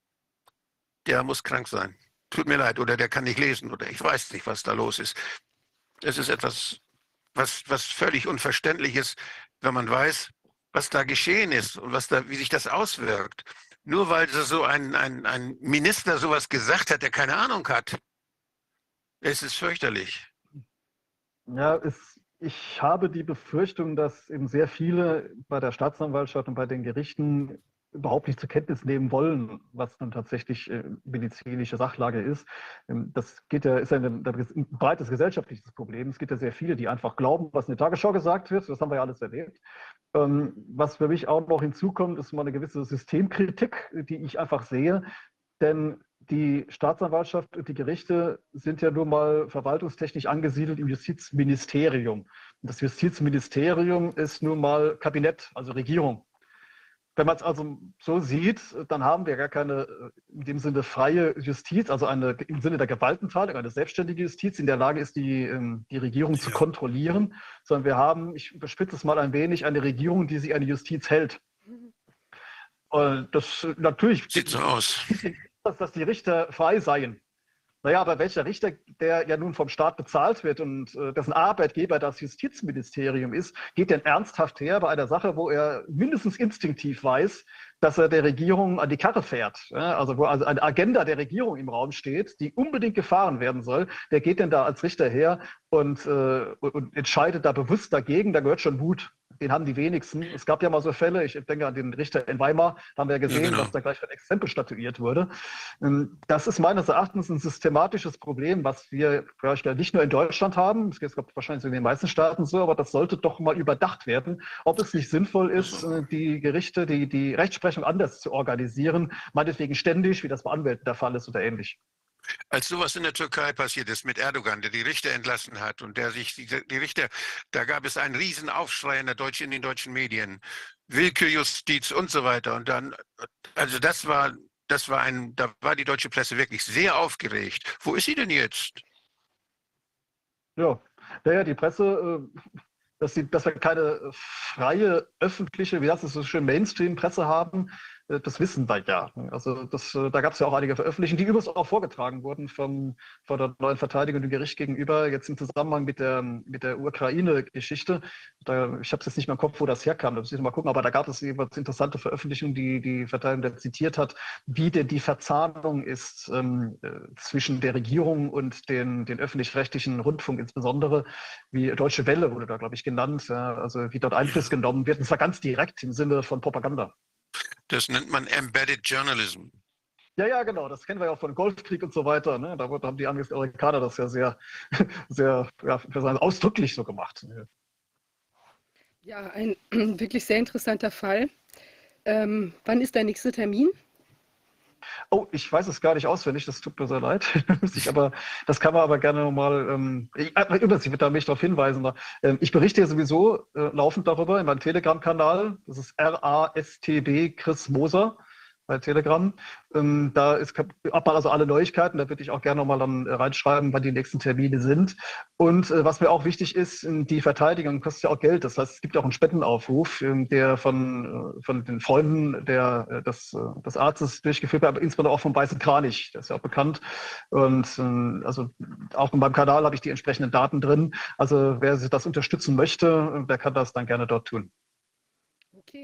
E: der muss krank sein. Tut mir leid, oder der kann nicht lesen, oder ich weiß nicht, was da los ist. Es ist etwas, was, was völlig unverständlich ist, wenn man weiß, was da geschehen ist und was da, wie sich das auswirkt. Nur weil so ein, ein, ein Minister sowas gesagt hat, der keine Ahnung hat. Es ist fürchterlich.
D: Ja, es, ich habe die Befürchtung, dass eben sehr viele bei der Staatsanwaltschaft und bei den Gerichten überhaupt nicht zur Kenntnis nehmen wollen, was nun tatsächlich äh, medizinische Sachlage ist. Ähm, das geht ja, ist ja ein, ein breites gesellschaftliches Problem. Es gibt ja sehr viele, die einfach glauben, was in der Tagesschau gesagt wird. Das haben wir ja alles erlebt. Ähm, was für mich auch noch hinzukommt, ist mal eine gewisse Systemkritik, die ich einfach sehe. Denn die Staatsanwaltschaft und die Gerichte sind ja nur mal verwaltungstechnisch angesiedelt im Justizministerium. Und das Justizministerium ist nun mal Kabinett, also Regierung. Wenn man es also so sieht, dann haben wir gar keine in dem Sinne freie Justiz, also eine im Sinne der Gewaltenteilung, eine selbstständige Justiz, die in der Lage ist, die, die Regierung zu kontrollieren, sondern wir haben, ich überspitze es mal ein wenig, eine Regierung, die sich eine Justiz hält. Und das natürlich
E: sieht so aus,
D: dass, dass die Richter frei seien. Naja, aber welcher Richter, der ja nun vom Staat bezahlt wird und äh, dessen Arbeitgeber das Justizministerium ist, geht denn ernsthaft her bei einer Sache, wo er mindestens instinktiv weiß, dass er der Regierung an die Karre fährt? Ja, also wo also eine Agenda der Regierung im Raum steht, die unbedingt gefahren werden soll. Der geht denn da als Richter her und, äh, und entscheidet da bewusst dagegen. Da gehört schon Mut. Den haben die wenigsten. Es gab ja mal so Fälle, ich denke an den Richter in Weimar, da haben wir ja gesehen, ja, genau, dass da gleich ein Exempel statuiert wurde. Das ist meines Erachtens ein systematisches Problem, was wir vielleicht nicht nur in Deutschland haben, es geht wahrscheinlich in den meisten Staaten so, aber das sollte doch mal überdacht werden, ob es nicht sinnvoll ist, die Gerichte, die, die Rechtsprechung anders zu organisieren, meinetwegen ständig, wie das bei Anwälten der Fall ist oder ähnlich.
E: Als sowas in der Türkei passiert ist mit Erdogan, der die Richter entlassen hat und der sich, die, die Richter, da gab es einen riesen Aufschrei in, der Deutsch, in den deutschen Medien, Willkürjustiz und so weiter. Und dann, also das war, das war ein, da war die deutsche Presse wirklich sehr aufgeregt. Wo ist sie denn jetzt?
D: Ja, naja, die Presse, dass, sie, dass wir keine freie, öffentliche, wie heißt es so schön, Mainstream-Presse haben, das wissen wir ja. Also das, da gab es ja auch einige Veröffentlichungen, die übrigens auch vorgetragen wurden vom, von der neuen Verteidigung dem Gericht gegenüber, jetzt im Zusammenhang mit der, mit der Ukraine-Geschichte. Da, ich habe es jetzt nicht mehr im Kopf, wo das herkam, da muss ich mal gucken, aber da gab es jeweils interessante Veröffentlichungen, die die Verteidigung zitiert hat, wie denn die Verzahnung ist ähm, zwischen der Regierung und den, den öffentlich-rechtlichen Rundfunk insbesondere, wie Deutsche Welle wurde da, glaube ich, genannt, ja, also wie dort Einfluss genommen wird, und zwar ganz direkt im Sinne von Propaganda.
E: Das nennt man Embedded Journalism.
D: Ja, ja, genau. Das kennen wir ja auch von Golfkrieg und so weiter. Ne? Da haben die Amerikaner das ja sehr, sehr ja, ausdrücklich so gemacht.
A: Ja, ein wirklich sehr interessanter Fall. Ähm, wann ist der nächste Termin?
D: Oh, ich weiß es gar nicht auswendig, das tut mir sehr leid. aber, das kann man aber gerne nochmal, ähm, ich, übrigens, ich würde da mich darauf hinweisen. Ähm, ich berichte ja sowieso äh, laufend darüber in meinem Telegram-Kanal. Das ist R A S T B Chris Moser bei Telegram. Ähm, da ist hat man also alle Neuigkeiten, da würde ich auch gerne nochmal dann reinschreiben, wann die nächsten Termine sind. Und äh, was mir auch wichtig ist, die Verteidigung kostet ja auch Geld. Das heißt, es gibt ja auch einen Spendenaufruf, äh, der von, äh, von den Freunden der, äh, des, äh, des Arztes durchgeführt wird, aber insbesondere auch vom Weißen Kranich, das ist ja auch bekannt. Und äh, also auch in meinem Kanal habe ich die entsprechenden Daten drin. Also wer das unterstützen möchte, der kann das dann gerne dort tun.
A: Okay.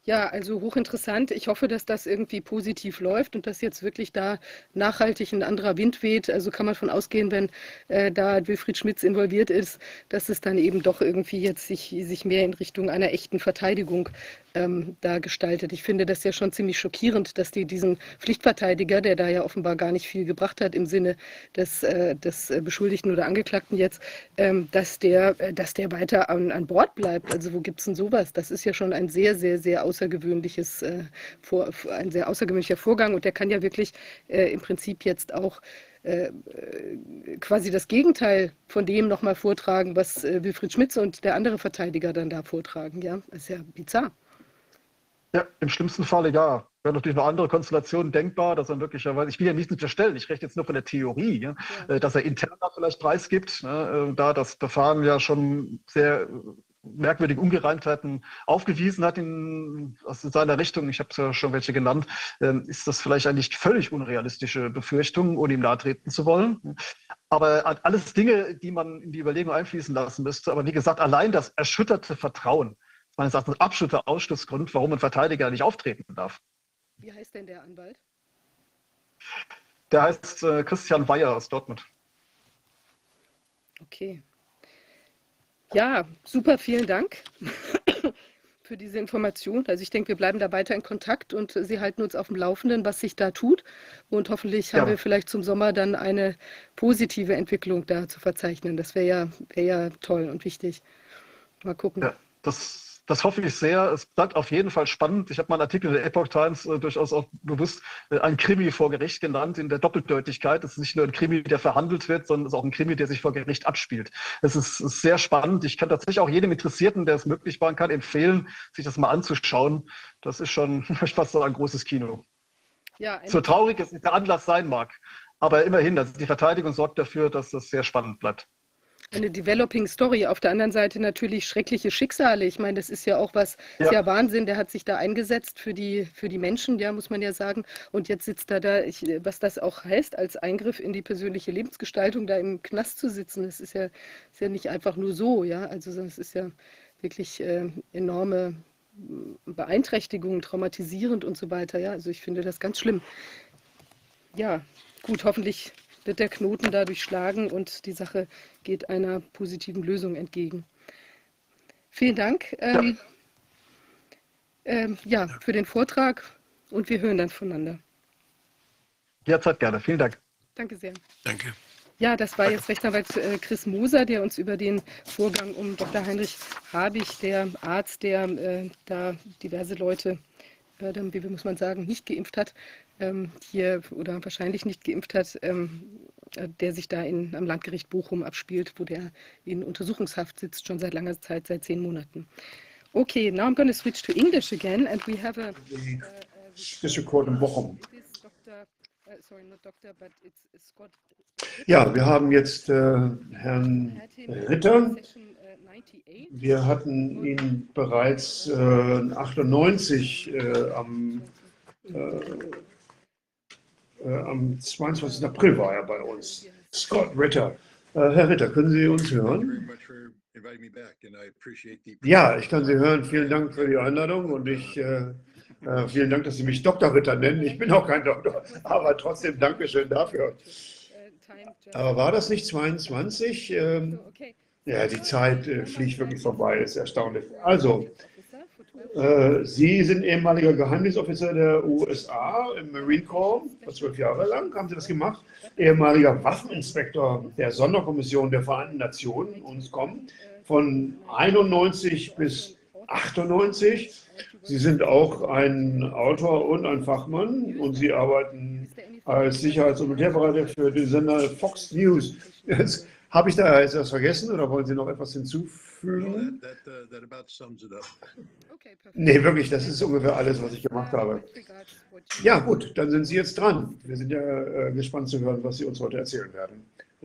A: Ja, also hochinteressant. Ich hoffe, dass das irgendwie positiv läuft und dass jetzt wirklich da nachhaltig ein anderer Wind weht. Also kann man von ausgehen, wenn äh, da Wilfried Schmitz involviert ist, dass es dann eben doch irgendwie jetzt sich, sich mehr in Richtung einer echten Verteidigung ähm, da gestaltet. Ich finde das ja schon ziemlich schockierend, dass die diesen Pflichtverteidiger, der da ja offenbar gar nicht viel gebracht hat im Sinne des, äh, des äh, Beschuldigten oder Angeklagten jetzt, ähm, dass der, äh, dass der weiter an, an Bord bleibt. Also wo gibt es denn sowas? Das ist ja schon ein sehr, sehr, sehr außergewöhnliches, äh, vor, ein sehr außergewöhnlicher Vorgang und der kann ja wirklich äh, im Prinzip jetzt auch äh, äh, quasi das Gegenteil von dem nochmal vortragen, was äh, Wilfried Schmitz und der andere Verteidiger dann da vortragen. Ja, das ist ja bizarr.
D: Ja, im schlimmsten Falle ja. Wäre natürlich noch andere Konstellationen denkbar, dass er möglicherweise, ich will ja nichts unterstellen, ich rechne jetzt nur von der Theorie, ja,
A: Ja.
D: dass er intern da vielleicht preisgibt, ne, da das Verfahren ja schon sehr merkwürdige Ungereimtheiten aufgewiesen hat in, aus seiner Richtung, ich habe es ja schon welche genannt, ähm, ist das vielleicht eigentlich völlig unrealistische Befürchtung, ohne ihm nahe treten zu wollen. Aber alles Dinge, die man in die Überlegung einfließen lassen müsste. Aber wie gesagt, allein das erschütterte Vertrauen, meines Erachtens ein absoluter Ausschlussgrund, warum ein Verteidiger nicht auftreten darf.
A: Wie heißt denn der Anwalt?
D: Der heißt äh, Christian Weyer aus Dortmund.
A: Okay. Ja, super, vielen Dank für diese Information. Also ich denke, wir bleiben da weiter in Kontakt und Sie halten uns auf dem Laufenden, was sich da tut. Und hoffentlich haben
D: Ja.
A: wir vielleicht zum Sommer dann eine positive Entwicklung da zu verzeichnen. Das wäre ja, wär ja toll und wichtig. Mal gucken.
D: Ja, das, das hoffe ich sehr. Es bleibt auf jeden Fall spannend. Ich habe mal einen Artikel in der Epoch Times äh, durchaus auch bewusst äh, ein Krimi vor Gericht genannt, in der Doppeldeutigkeit. Es ist nicht nur ein Krimi, der verhandelt wird, sondern es ist auch ein Krimi, der sich vor Gericht abspielt. Es ist, ist sehr spannend. Ich kann tatsächlich auch jedem Interessierten, der es möglich machen kann, empfehlen, sich das mal anzuschauen. Das ist schon fast so ein großes Kino.
A: Ja, eine,
D: So traurig es der Anlass sein mag. Aber immerhin, also die Verteidigung sorgt dafür, dass das sehr spannend bleibt.
A: eine Developing Story. Auf der anderen Seite natürlich schreckliche Schicksale. Ich meine, das ist ja auch was,
D: Ja.
A: ist ja Wahnsinn. Der hat sich da eingesetzt für die, für die Menschen, ja, muss man ja sagen. Und jetzt sitzt er da, ich, was das auch heißt, als Eingriff in die persönliche Lebensgestaltung, da im Knast zu sitzen. Das ist ja, ist ja nicht einfach nur so, ja. Also es ist ja wirklich äh, enorme Beeinträchtigung, traumatisierend und so weiter. Ja, also ich finde das ganz schlimm. Ja, gut, hoffentlich wird der Knoten da durchschlagen und die Sache geht einer positiven Lösung entgegen. Vielen Dank ähm, ja. Ähm, ja, für den Vortrag und wir hören dann voneinander.
D: Jederzeit gerne. Vielen Dank.
A: Danke sehr.
E: Danke.
A: Ja, das war jetzt Rechtsanwalt äh, Chris Moser, der uns über den Vorgang um Doktor Heinrich Habich, der Arzt, der äh, da diverse Leute, äh, wie muss man sagen, nicht geimpft hat, ähm, hier oder wahrscheinlich nicht geimpft hat, ähm, äh, der sich da in, am Landgericht Bochum abspielt, wo der in Untersuchungshaft sitzt, schon seit langer Zeit, seit zehn Monaten. Okay, now I'm going to switch to English again and we have a...
B: District Court in Bochum.
A: It is Doctor Uh, sorry, not doctor, but it's Scott.
B: Ja, wir haben jetzt äh, Herrn Ritter.
A: Session, uh, neunundneunzig.
B: Wir hatten ihn bereits äh, achtundneunzig äh, am, äh, äh, am zweiundzwanzigsten April war er bei uns. Scott Ritter. Äh, Herr Ritter, können Sie uns hören? Ja, ich kann Sie hören. Vielen Dank für die Einladung und ich äh, äh, vielen Dank, dass Sie mich Doktor Ritter nennen. Ich bin auch kein Doktor, aber trotzdem Dankeschön dafür. Aber war das nicht zweiundzwanzig? Ähm, ja, die Zeit äh, fliegt wirklich vorbei, ist erstaunlich. Also, äh, Sie sind ehemaliger Geheimdienstoffizier der U S A im Marine Corps, vor zwölf Jahre lang haben Sie das gemacht. Ehemaliger Waffeninspektor der Sonderkommission der Vereinten Nationen, U N S C O M, von einundneunzig bis achtundneunzig. Sie sind auch ein Autor und ein Fachmann und Sie arbeiten als Sicherheits- und Militärberater für den Sender Fox News. Jetzt, habe ich da etwas vergessen oder wollen Sie noch etwas hinzufügen? Nee, wirklich, das ist ungefähr alles, was ich gemacht habe. Ja, gut, dann sind Sie jetzt dran. Wir sind ja äh, gespannt zu hören, was Sie uns heute erzählen werden.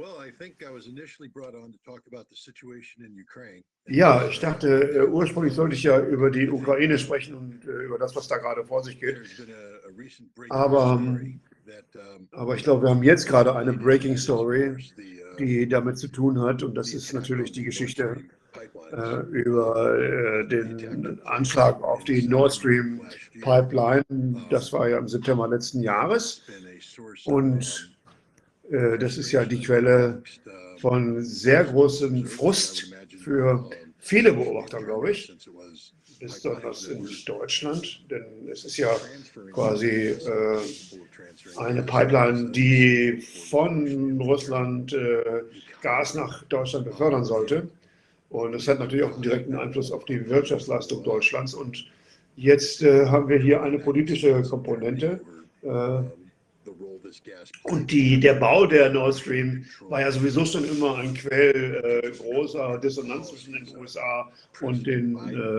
B: Ja, ich dachte, äh, ursprünglich sollte ich ja über die Ukraine sprechen und äh, über das, was da gerade vor sich geht. Aber, aber ich glaube, wir haben jetzt gerade eine Breaking Story, die damit zu tun hat. Und das ist natürlich die Geschichte äh, über äh, den Anschlag auf die Nord Stream Pipeline. Das war ja im September letzten Jahres. Und äh, das ist ja die Quelle von sehr großem Frust für viele Beobachter, glaube ich, besonders in Deutschland, denn es ist ja quasi äh, eine Pipeline, die von Russland äh, Gas nach Deutschland befördern sollte. Und es hat natürlich auch einen direkten Einfluss auf die Wirtschaftsleistung Deutschlands. Und jetzt äh, haben wir hier eine politische Komponente. Äh, und die, der Bau der Nord Stream war ja sowieso schon immer ein Quell äh, großer Dissonanz zwischen den U S A und den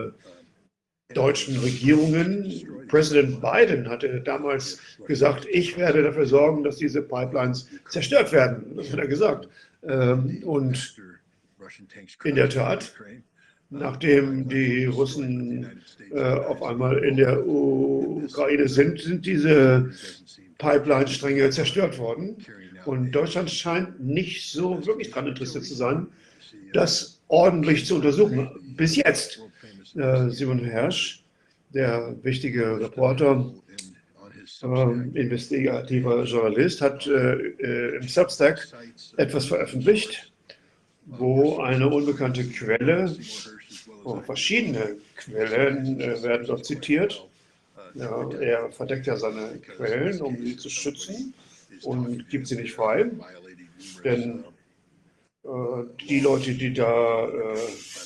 B: äh, deutschen Regierungen. Präsident Biden hatte damals gesagt, ich werde dafür sorgen, dass diese Pipelines zerstört werden. Das hat er gesagt. Ähm, und in der Tat, nachdem die Russen äh, auf einmal in der Ukraine sind, sind diese Pipeline-Stränge zerstört worden. Und Deutschland scheint nicht so wirklich daran interessiert zu sein, das ordentlich zu untersuchen. Bis jetzt. Äh, Simon Hersh, der wichtige Reporter, äh, investigativer Journalist, hat äh, äh, im Substack etwas veröffentlicht, wo eine unbekannte Quelle, oh, verschiedene Quellen äh, werden dort zitiert. Ja, er verdeckt ja seine Quellen, um sie zu schützen und gibt sie nicht frei. Denn äh, die Leute, die da äh,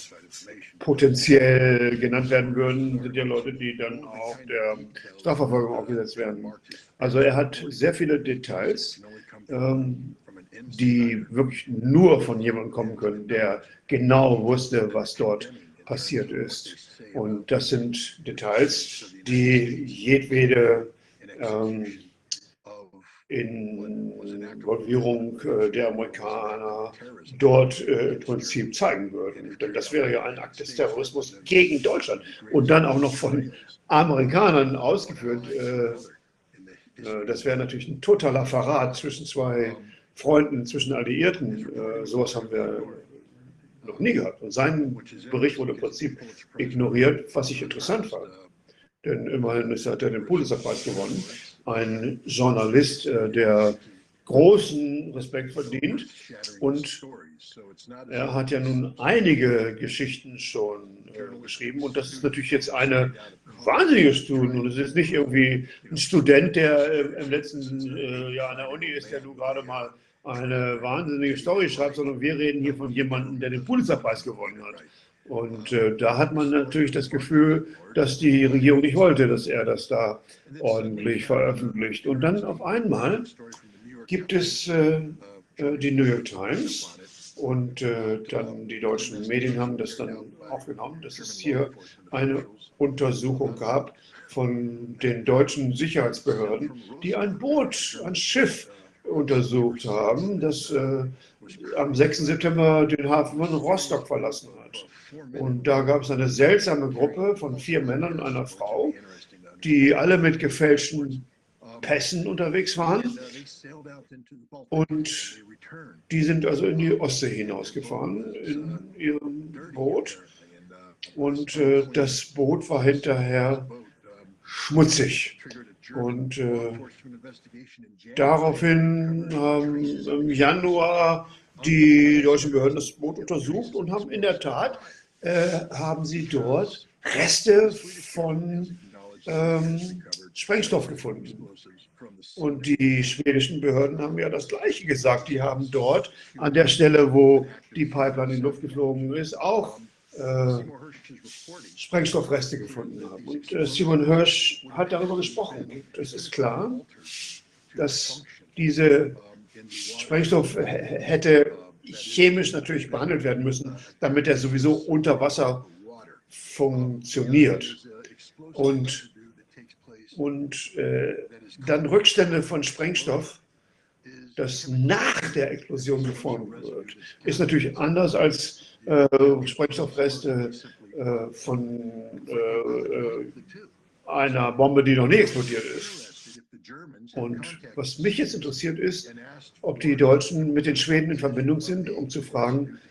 B: potenziell genannt werden würden, sind ja Leute, die dann auch der Strafverfolgung aufgesetzt werden. Also er hat sehr viele Details, ähm, die wirklich nur von jemandem kommen können, der genau wusste, was dort passiert ist. Und das sind Details, die jedwede ähm, Involvierung äh, der Amerikaner dort äh, im Prinzip zeigen würden. Denn das wäre ja ein Akt des Terrorismus gegen Deutschland und dann auch noch von Amerikanern ausgeführt. Äh, äh, das wäre natürlich ein totaler Verrat zwischen zwei Freunden, zwischen Alliierten. Äh, sowas haben wir noch nie gehabt. Und sein Bericht wurde im Prinzip ignoriert, was ich interessant fand. Denn immerhin hat er den Pulitzerpreis gewonnen. Ein Journalist, der großen Respekt verdient. Und er hat ja nun einige Geschichten schon geschrieben. Und das ist natürlich jetzt eine wahnsinnige Studie. Und es ist nicht irgendwie ein Student, der im letzten Jahr an der Uni ist, der nun gerade mal eine wahnsinnige Story schreibt, sondern wir reden hier von jemandem, der den Pulitzerpreis gewonnen hat. Und äh, da hat man natürlich das Gefühl, dass die Regierung nicht wollte, dass er das da ordentlich veröffentlicht. Und dann auf einmal gibt es äh, die New York Times und äh, dann die deutschen Medien haben das dann aufgenommen, dass es hier eine Untersuchung gab von den deutschen Sicherheitsbehörden, die ein Boot, ein Schiff untersucht haben, das äh, am sechsten September den Hafen von Rostock verlassen hat. Und da gab es eine seltsame Gruppe von vier Männern und einer Frau, die alle mit gefälschten Pässen unterwegs waren. Und die sind also in die Ostsee hinausgefahren in ihrem Boot. Und äh, das Boot war hinterher schmutzig. Und äh, daraufhin haben im Januar die deutschen Behörden das Boot untersucht und haben in der Tat, äh, haben sie dort Reste von ähm, Sprengstoff gefunden. Und die schwedischen Behörden haben ja das Gleiche gesagt. Die haben dort an der Stelle, wo die Pipeline in die Luft geflogen ist, auch äh, Sprengstoffreste gefunden haben. Und äh, Simon Hersh hat darüber gesprochen. Es ist klar, dass diese Sprengstoff hätte chemisch natürlich behandelt werden müssen, damit er sowieso unter Wasser funktioniert. Und, und äh, dann Rückstände von Sprengstoff, das nach der Explosion geformt wird, ist natürlich anders als äh, Sprengstoffreste äh, von äh, einer Bombe, die noch nie explodiert ist. Und was mich jetzt interessiert ist, ob die Deutschen mit den Schweden in Verbindung sind, um zu fragen,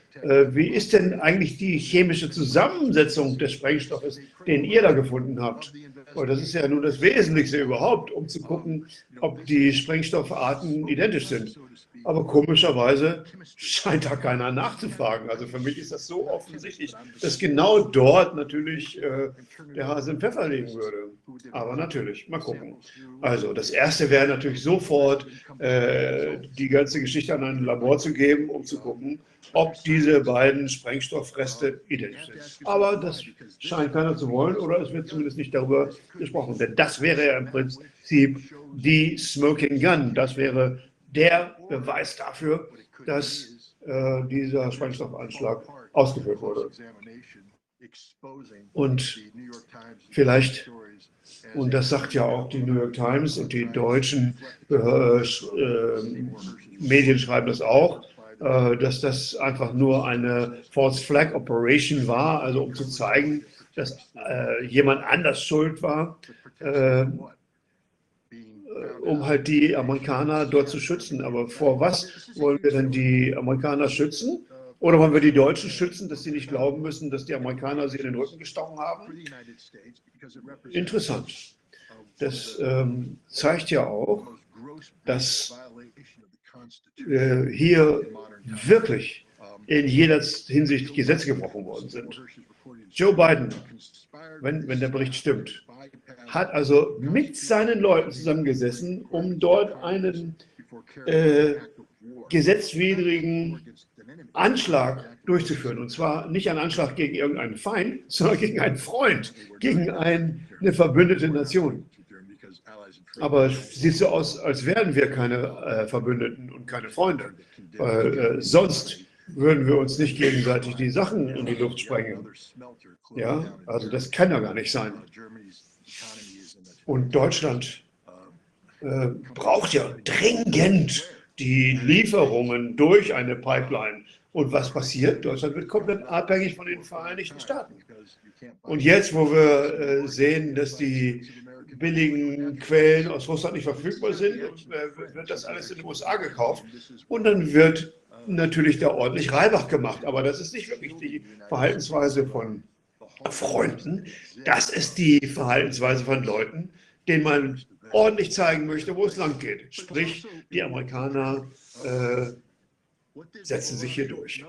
B: äh, wie ist denn eigentlich die chemische Zusammensetzung des Sprengstoffes, den ihr da gefunden habt? Und das ist ja nun das Wesentlichste überhaupt, um zu gucken, ob die Sprengstoffarten identisch sind. Aber komischerweise scheint da keiner nachzufragen. Also für mich ist das so offensichtlich, dass genau dort natürlich äh, der Hase im Pfeffer liegen würde. Aber natürlich, mal gucken. Also das Erste wäre natürlich sofort, äh, die ganze Geschichte an ein Labor zu geben, um zu gucken, ob diese beiden Sprengstoffreste identisch sind. Aber das scheint keiner zu wollen oder es wird zumindest nicht darüber gesprochen. Denn das wäre ja im Prinzip die Smoking Gun. Das wäre der Beweis dafür, dass äh, dieser Sprengstoffanschlag ausgeführt wurde. Und vielleicht, und das sagt ja auch die New York Times und die deutschen äh, äh, Medien schreiben das auch, äh, dass das einfach nur eine False Flag Operation war, also um zu zeigen, dass äh, jemand anders schuld war, äh, um halt die Amerikaner dort zu schützen. Aber vor was wollen wir denn die Amerikaner schützen? Oder wollen wir die Deutschen schützen, dass sie nicht glauben müssen, dass die Amerikaner sie in den Rücken gestochen haben? Interessant. Das ähm, zeigt ja auch, dass äh, hier wirklich in jeder Hinsicht Gesetze gebrochen worden sind. Joe Biden, wenn, wenn der Bericht stimmt, hat also mit seinen Leuten zusammengesessen, um dort einen äh, gesetzwidrigen Anschlag durchzuführen. Und zwar nicht einen Anschlag gegen irgendeinen Feind, sondern gegen einen Freund, gegen ein, eine verbündete Nation. Aber es sieht so aus, als wären wir keine äh, Verbündeten und keine Freunde, weil äh, sonst würden wir uns nicht gegenseitig die Sachen in die Luft sprengen. Ja, also das kann ja gar nicht sein. Und Deutschland äh, braucht ja dringend die Lieferungen durch eine Pipeline. Und was passiert? Deutschland wird komplett abhängig von den Vereinigten Staaten. Und jetzt, wo wir äh, sehen, dass die billigen Quellen aus Russland nicht verfügbar sind, äh, wird das alles in den U S A gekauft. Und dann wird natürlich da ordentlich Reibach gemacht. Aber das ist nicht wirklich die Verhaltensweise von Freunden. Das ist die Verhaltensweise von Leuten, denen man ordentlich zeigen möchte, wo es lang geht. Sprich, die Amerikaner äh, setzen sich hier durch.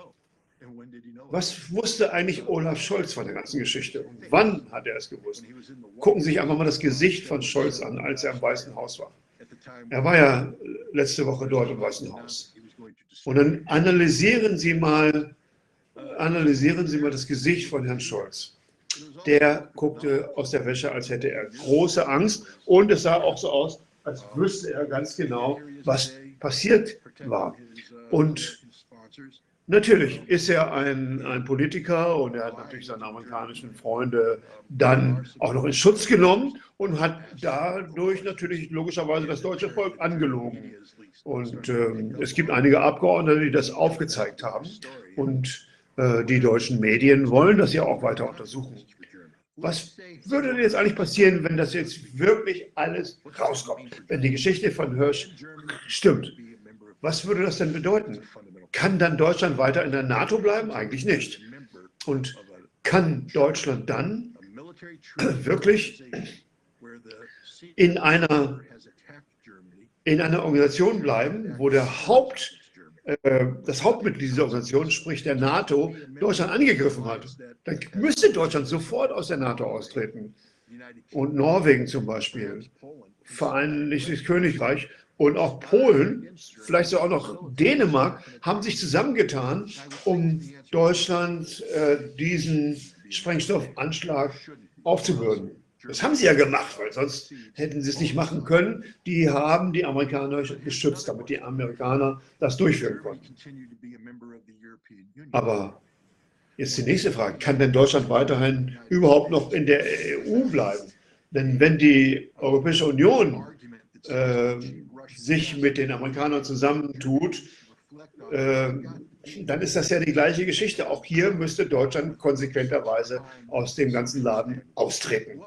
B: Was wusste eigentlich Olaf Scholz von der ganzen Geschichte? Und wann hat er es gewusst? Gucken Sie sich einfach mal das Gesicht von Scholz an, als er im Weißen Haus war. Er war ja letzte Woche dort im Weißen Haus. Und dann analysieren Sie mal, analysieren Sie mal das Gesicht von Herrn Scholz. Der guckte aus der Wäsche, als hätte er große Angst. Und es sah auch so aus, als wüsste er ganz genau, was passiert war. Und natürlich ist er ein, ein Politiker und er hat natürlich seine amerikanischen Freunde dann auch noch in Schutz genommen und hat dadurch natürlich logischerweise das deutsche Volk angelogen. Und ähm, es gibt einige Abgeordnete, die das aufgezeigt haben. Und äh, die deutschen Medien wollen das ja auch weiter untersuchen. Was würde denn jetzt eigentlich passieren, wenn das jetzt wirklich alles rauskommt? Wenn die Geschichte von Hirsch stimmt? Was würde das denn bedeuten? Kann dann Deutschland weiter in der NATO bleiben? Eigentlich nicht. Und kann Deutschland dann wirklich in einer, in einer Organisation bleiben, wo der Haupt, äh, das Hauptmitglied dieser Organisation, sprich der NATO, Deutschland angegriffen hat? Dann müsste Deutschland sofort aus der NATO austreten. Und Norwegen zum Beispiel, Vereinigtes Königreich, und auch Polen, vielleicht so auch noch Dänemark, haben sich zusammengetan, um Deutschland äh, diesen Sprengstoffanschlag aufzubürden. Das haben sie ja gemacht, weil sonst hätten sie es nicht machen können. Die haben die Amerikaner geschützt, damit die Amerikaner das durchführen konnten. Aber jetzt die nächste Frage, kann denn Deutschland weiterhin überhaupt noch in der E U bleiben? Denn wenn die Europäische Union äh, sich mit den Amerikanern zusammentut, äh, dann ist das ja die gleiche Geschichte. Auch hier müsste Deutschland konsequenterweise aus dem ganzen Laden austreten.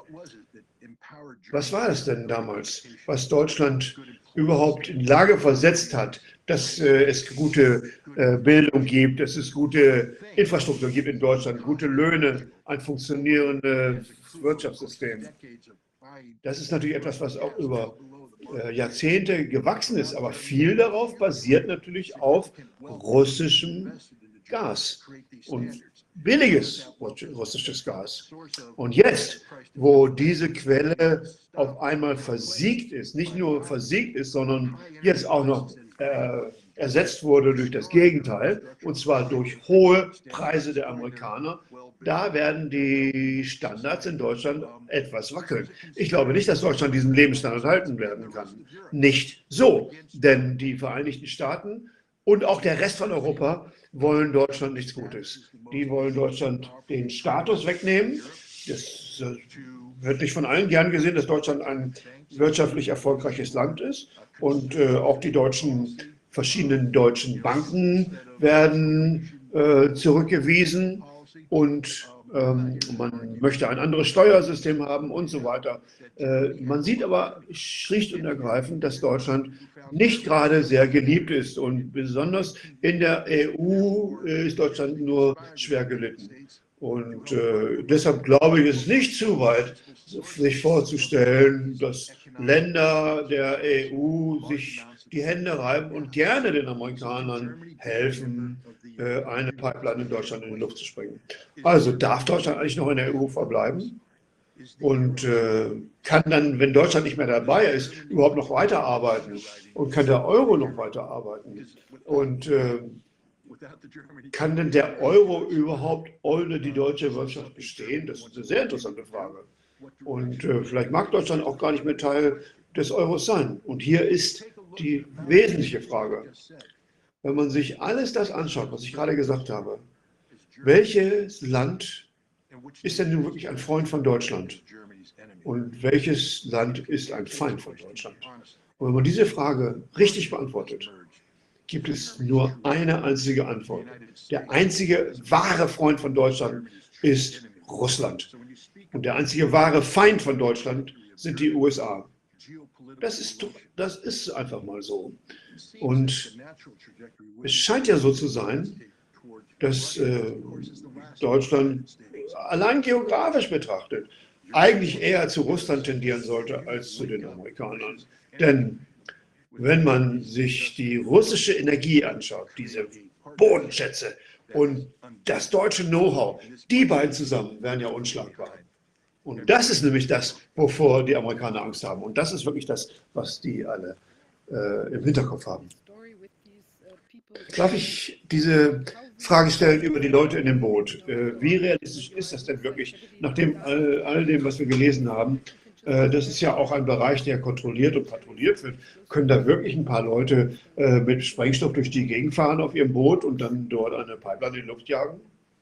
B: Was war es denn damals, was Deutschland überhaupt in die Lage versetzt hat, dass äh, es gute äh, Bildung gibt, dass es gute Infrastruktur gibt in Deutschland, gute Löhne, ein funktionierendes Wirtschaftssystem. Das ist natürlich etwas, was auch über äh, Jahrzehnte gewachsen ist, aber viel darauf basiert natürlich auf russischem Gas und billiges russisches Gas. Und jetzt, wo diese Quelle auf einmal versiegt ist, nicht nur versiegt ist, sondern jetzt auch noch äh, ersetzt wurde durch das Gegenteil, und zwar durch hohe Preise der Amerikaner, da werden die Standards in Deutschland etwas wackeln. Ich glaube nicht, dass Deutschland diesen Lebensstandard halten werden kann. Nicht so, denn die Vereinigten Staaten und auch der Rest von Europa wollen Deutschland nichts Gutes. Die wollen Deutschland den Status wegnehmen. Das wird nicht von allen gern gesehen, dass Deutschland ein wirtschaftlich erfolgreiches Land ist. Und äh, auch die deutschen, verschiedenen deutschen Banken werden äh, zurückgewiesen. Und ähm, man möchte ein anderes Steuersystem haben und so weiter. Äh, man sieht aber schlicht und ergreifend, dass Deutschland nicht gerade sehr geliebt ist. Und besonders in der E U ist Deutschland nur schwer gelitten. Und äh, deshalb glaube ich, es ist nicht zu weit, sich vorzustellen, dass Länder der E U sich die Hände reiben und gerne den Amerikanern helfen, äh, eine Pipeline in Deutschland in die Luft zu springen. Also darf Deutschland eigentlich noch in der E U verbleiben? Und äh, kann dann, wenn Deutschland nicht mehr dabei ist, überhaupt noch weiterarbeiten? Und kann der Euro noch weiterarbeiten? Und äh, kann denn der Euro überhaupt ohne die deutsche Wirtschaft bestehen? Das ist eine sehr interessante Frage. Und äh, vielleicht mag Deutschland auch gar nicht mehr Teil des Euros sein. Und hier ist die wesentliche Frage. Wenn man sich alles das anschaut, was ich gerade gesagt habe, welches Land ist denn nun wirklich ein Freund von Deutschland? Und welches Land ist ein Feind von Deutschland? Und wenn man diese Frage richtig beantwortet, gibt es nur eine einzige Antwort. Der einzige wahre Freund von Deutschland ist Russland. Und der einzige wahre Feind von Deutschland sind die U S A. Das ist, das ist einfach mal so. Und es scheint ja so zu sein, dass äh, Deutschland allein geografisch betrachtet eigentlich eher zu Russland tendieren sollte als zu den Amerikanern. Denn wenn man sich die russische Energie anschaut, diese Bodenschätze und das deutsche Know-how, die beiden zusammen wären ja unschlagbar. Und das ist nämlich das, wovor die Amerikaner Angst haben. Und das ist wirklich das, was die alle äh, im Hinterkopf haben. Darf ich diese Frage stellen über die Leute in dem Boot? Äh, wie realistisch ist das denn wirklich, nachdem all, all dem, was wir gelesen haben? Äh, das ist ja auch ein Bereich, der kontrolliert und patrouilliert wird. Können da wirklich ein paar Leute äh, mit Sprengstoff durch die Gegend fahren auf ihrem Boot und dann dort eine Pipeline in die Luft jagen?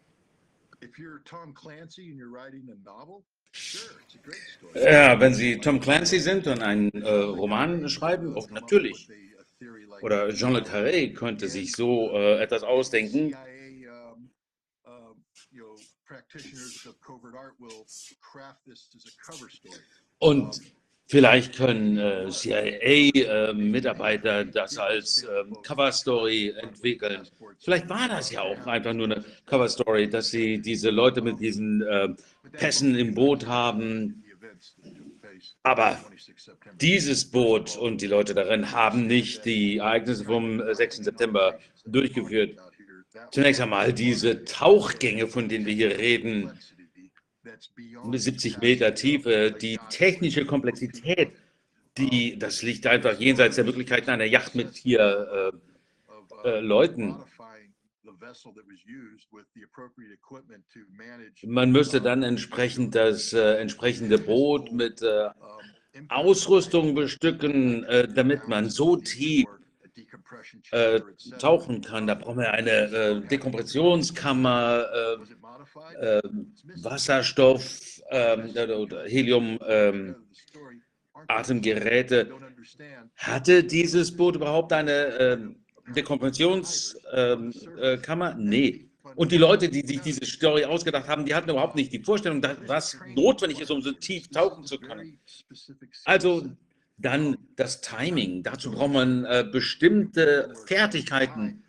C: Ja, wenn Sie Tom Clancy sind und einen äh, Roman schreiben, auch natürlich. Oder Jean Le Carré könnte sich so äh, etwas ausdenken. Und vielleicht können äh, C I A-Mitarbeiter äh, das als äh, Cover-Story entwickeln. Vielleicht war das ja auch einfach nur eine Cover-Story, dass sie diese Leute mit diesen äh, Pässen im Boot haben. Aber dieses Boot und die Leute darin haben nicht die Ereignisse vom sechsten September durchgeführt. Zunächst einmal diese Tauchgänge, von denen wir hier reden, siebzig Meter Tiefe, die technische Komplexität, die, das liegt einfach jenseits der Möglichkeiten einer Yacht mit vier äh, äh, Leuten. Man müsste dann entsprechend das äh, entsprechende Boot mit äh, Ausrüstung bestücken, äh, damit man so tief äh, tauchen kann. Da brauchen wir eine äh, Dekompressionskammer, äh, äh, Wasserstoff, äh, Helium, äh, Atemgeräte. Hatte dieses Boot überhaupt eine äh, Dekompressionskammer? Äh, nee. Und die Leute, die sich diese Story ausgedacht haben, die hatten überhaupt nicht die Vorstellung, dass, was notwendig ist, um so tief tauchen zu können. Also Dann das Timing. Dazu braucht man äh, bestimmte Fertigkeiten.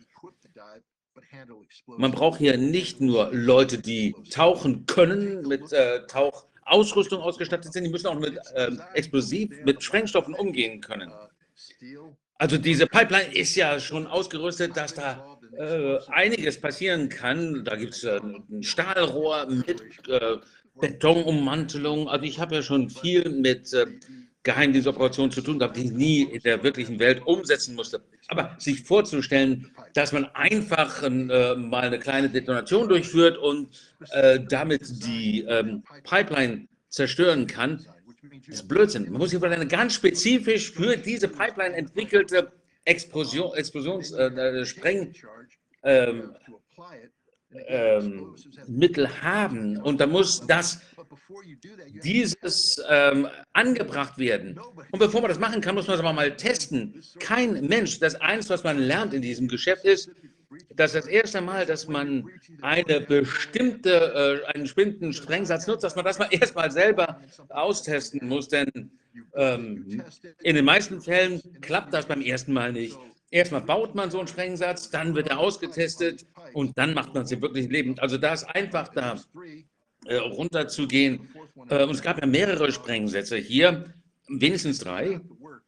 C: Man braucht hier nicht nur Leute, die tauchen können, mit äh, Tauchausrüstung ausgestattet sind, die müssen auch mit äh, Explosiv, mit Sprengstoffen umgehen können. Also diese Pipeline ist ja schon ausgerüstet, dass da äh, einiges passieren kann. Da gibt es äh, ein Stahlrohr mit äh, Betonummantelung. Also ich habe ja schon viel mit äh, Geheimdienstoperationen zu tun gehabt, die ich nie in der wirklichen Welt umsetzen musste. Aber sich vorzustellen, dass man einfach äh, mal eine kleine Detonation durchführt und äh, damit die ähm, Pipeline zerstören kann, ist Blödsinn. Man muss hier eine ganz spezifisch für diese Pipeline entwickelte Explosion, Explosions-, äh, Spreng, ähm, ähm, Mittel haben. Und da muss das, dieses ähm, angebracht werden. Und bevor man das machen kann, muss man es aber mal testen. Kein Mensch, das eins, was man lernt in diesem Geschäft ist, dass das erste Mal, dass man eine bestimmte, äh, einen bestimmten Sprengsatz nutzt, dass man das mal erstmal selber austesten muss, denn ähm, in den meisten Fällen klappt das beim ersten Mal nicht. Erstmal baut man so einen Sprengsatz, dann wird er ausgetestet und dann macht man es im wirklichen Leben. Also da ist einfach da äh, runterzugehen. Äh, und es gab ja mehrere Sprengsätze hier, wenigstens drei.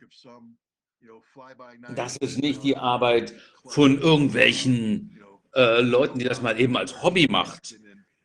C: Das ist nicht die Arbeit von irgendwelchen äh, Leuten, die das mal eben als Hobby macht.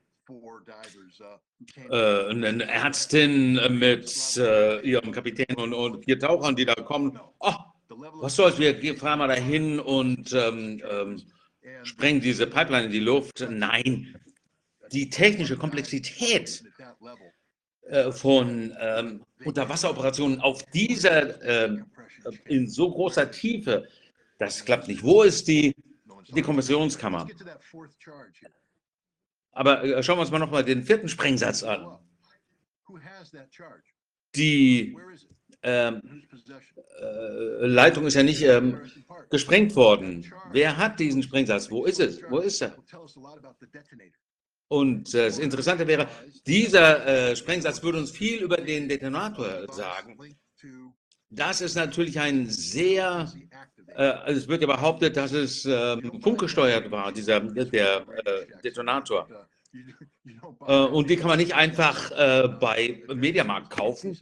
C: Äh, eine Ärztin mit äh, ihrem Kapitän und, und vier Tauchern, die da kommen. Oh, was soll's, wir fahren mal dahin und ähm, ähm, sprengen diese Pipeline in die Luft. Nein, die technische Komplexität äh, von ähm, Unterwasseroperationen auf dieser, äh, in so großer Tiefe, das klappt nicht. Wo ist die Dekompressionskammer? Aber äh, schauen wir uns mal nochmal den vierten Sprengsatz an. Die ähm, äh, Leitung ist ja nicht ähm, gesprengt worden. Wer hat diesen Sprengsatz? Wo ist es? Wo ist er? Und äh, das Interessante wäre, dieser äh, Sprengsatz würde uns viel über den Detonator sagen. Das ist natürlich ein sehr, äh, also es wird ja behauptet, dass es ähm, funkgesteuert war, dieser, der äh, Detonator. Äh, und die kann man nicht einfach äh, bei Mediamarkt kaufen,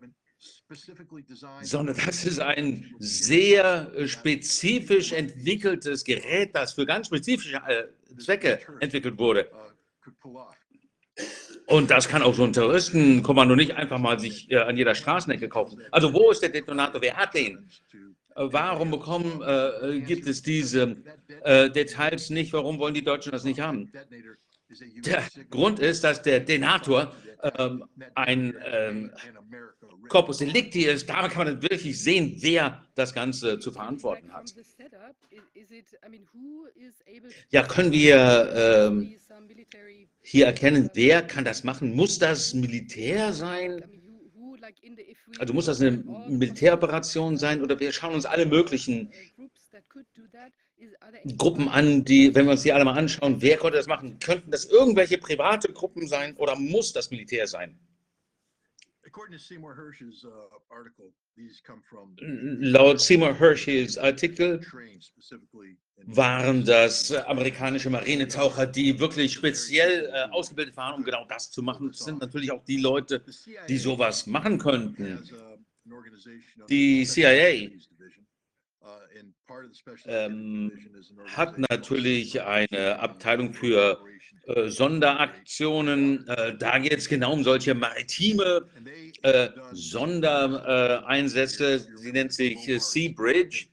C: sondern das ist ein sehr spezifisch entwickeltes Gerät, das für ganz spezifische äh, Zwecke entwickelt wurde. Und das kann auch so ein Terroristenkommando nicht einfach mal sich äh, an jeder Straßenecke kaufen. Also wo ist der Detonator? Wer hat den? Äh, warum bekommen, äh, gibt es diese äh, Details nicht? Warum wollen die Deutschen das nicht haben? Der Grund ist, dass der Detonator ähm, ein ähm, Corpus Delicti ist. Da kann man dann wirklich sehen, wer das Ganze zu verantworten hat. Ja, können wir ähm, hier erkennen, wer kann das machen? Muss das Militär sein? Also muss das eine Militäroperation sein? Oder wir schauen uns alle möglichen Gruppen an, die, wenn wir uns die alle mal anschauen, wer konnte das machen? Könnten das irgendwelche private Gruppen sein oder muss das Militär sein? Laut Seymour Hersh's Artikel waren das amerikanische Marinetaucher, die wirklich speziell äh, ausgebildet waren, um genau das zu machen. Das sind natürlich auch die Leute, die sowas machen könnten. Die C I A ähm, hat natürlich eine Abteilung für äh, Sonderaktionen. Äh, da geht es genau um solche maritime äh, Sondereinsätze. Sie nennt sich äh, Sea Bridge.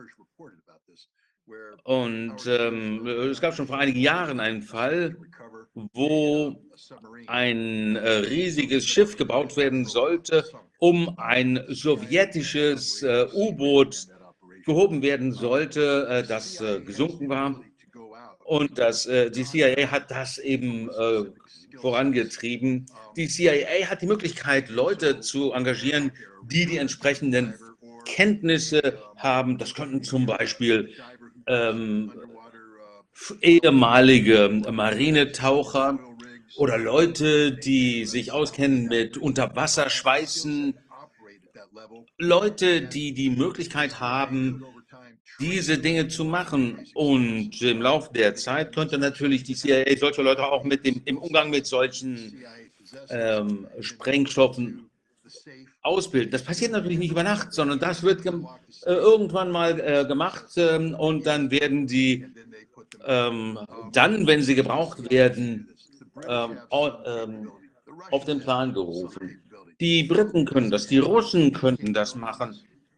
C: Und ähm, es gab schon vor einigen Jahren einen Fall, wo ein äh, riesiges Schiff gebaut werden sollte, um ein sowjetisches äh, U-Boot gehoben werden sollte, äh, das äh, gesunken war. Und das, äh, die C I A hat das eben äh, vorangetrieben. Die C I A hat die Möglichkeit, Leute zu engagieren, die die entsprechenden Kenntnisse haben. Das könnten zum Beispiel ähm, ehemalige Marinetaucher oder Leute, die sich auskennen mit Unterwasserschweißen Leute, die die Möglichkeit haben, diese Dinge zu machen. Und im Laufe der Zeit könnte natürlich die C I A solche Leute auch mit dem, im Umgang mit solchen ähm, Sprengstoffen ausbilden. Das passiert natürlich nicht über Nacht, sondern das wird äh, irgendwann mal äh, gemacht ähm, und dann werden die ähm, dann, wenn sie gebraucht werden, ähm, ähm, auf den Plan gerufen. Die Briten können das, die Russen könnten das machen.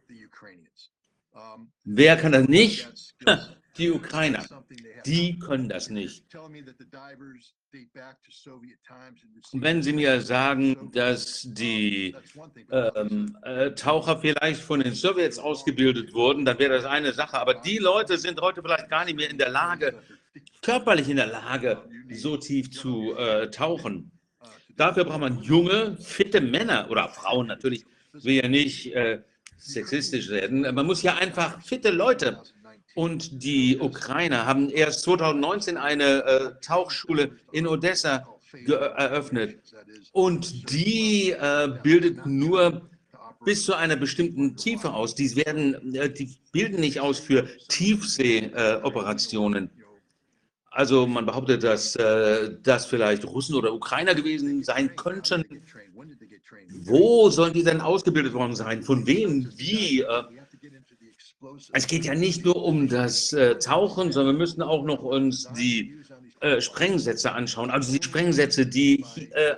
C: Wer kann das nicht? Die Ukrainer. Die können das nicht. Wenn Sie mir sagen, dass die ähm, äh, Taucher vielleicht von den Sowjets ausgebildet wurden, dann wäre das eine Sache. Aber die Leute sind heute vielleicht gar nicht mehr in der Lage, körperlich in der Lage, so tief zu äh, tauchen. Dafür braucht man junge, fitte Männer oder Frauen natürlich. Ich will ja nicht äh, sexistisch werden. Man muss ja einfach fitte Leute. Und die Ukrainer haben erst zweitausendneunzehn eine äh, Tauchschule in Odessa eröffnet. Und die äh, bildet nur bis zu einer bestimmten Tiefe aus. Die, werden, äh, die bilden nicht aus für Tiefseeoperationen. Äh, also man behauptet, dass äh, das vielleicht Russen oder Ukrainer gewesen sein könnten. Wo sollen die denn ausgebildet worden sein? Von wem? Wie? Äh, Es geht ja nicht nur um das äh, Tauchen, sondern wir müssen auch noch uns die äh, Sprengsätze anschauen. Also die Sprengsätze, die äh,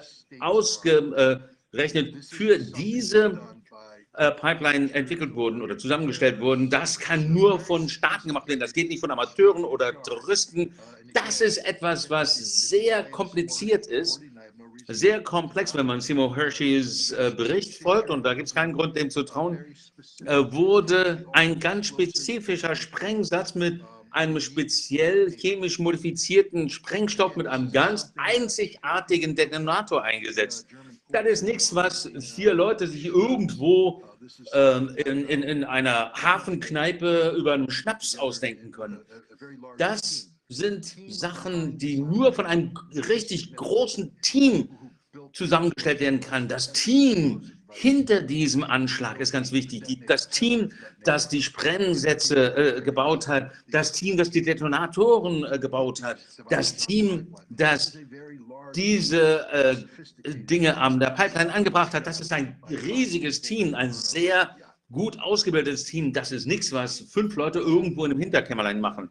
C: ausgerechnet für diese äh, Pipeline entwickelt wurden oder zusammengestellt wurden, das kann nur von Staaten gemacht werden. Das geht nicht von Amateuren oder Terroristen. Das ist etwas, was sehr kompliziert ist. Sehr komplex, wenn man Seymour Hershey's äh, Bericht folgt, und da gibt es keinen Grund, dem zu trauen, äh, wurde ein ganz spezifischer Sprengsatz mit einem speziell chemisch modifizierten Sprengstoff mit einem ganz einzigartigen Detonator eingesetzt. Das ist nichts, was vier Leute sich irgendwo äh, in, in, in einer Hafenkneipe über einen Schnaps ausdenken können. Das sind Sachen, die nur von einem richtig großen Team zusammengestellt werden kann. Das Team hinter diesem Anschlag ist ganz wichtig. Die, das Team, das die Sprengsätze äh, gebaut hat, das Team, das die Detonatoren äh, gebaut hat, das Team, das diese äh, Dinge an der Pipeline angebracht hat, das ist ein riesiges Team, ein sehr gut ausgebildetes Team. Das ist nichts, was fünf Leute irgendwo in einem Hinterkämmerlein machen.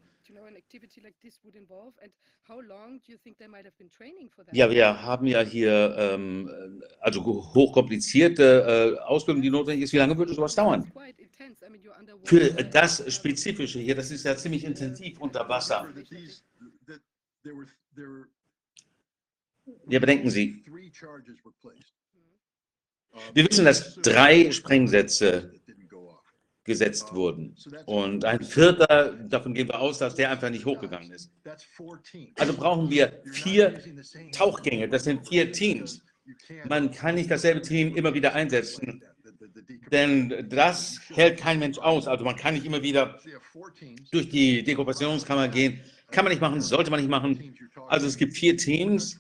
C: Ja, wir haben ja hier ähm, also hochkomplizierte äh, Ausbildung, die notwendig ist. Wie lange würde sowas dauern? Für das Spezifische hier, das ist ja ziemlich intensiv unter Wasser. Ja, bedenken Sie. Wir wissen, dass drei Sprengsätze gesetzt wurden. Und ein vierter, davon gehen wir aus, dass der einfach nicht hochgegangen ist. Also brauchen wir vier Tauchgänge, das sind vier Teams. Man kann nicht dasselbe Team immer wieder einsetzen, denn das hält kein Mensch aus. Also man kann nicht immer wieder durch die Dekompressionskammer gehen. Kann man nicht machen, sollte man nicht machen. Also es gibt vier Teams.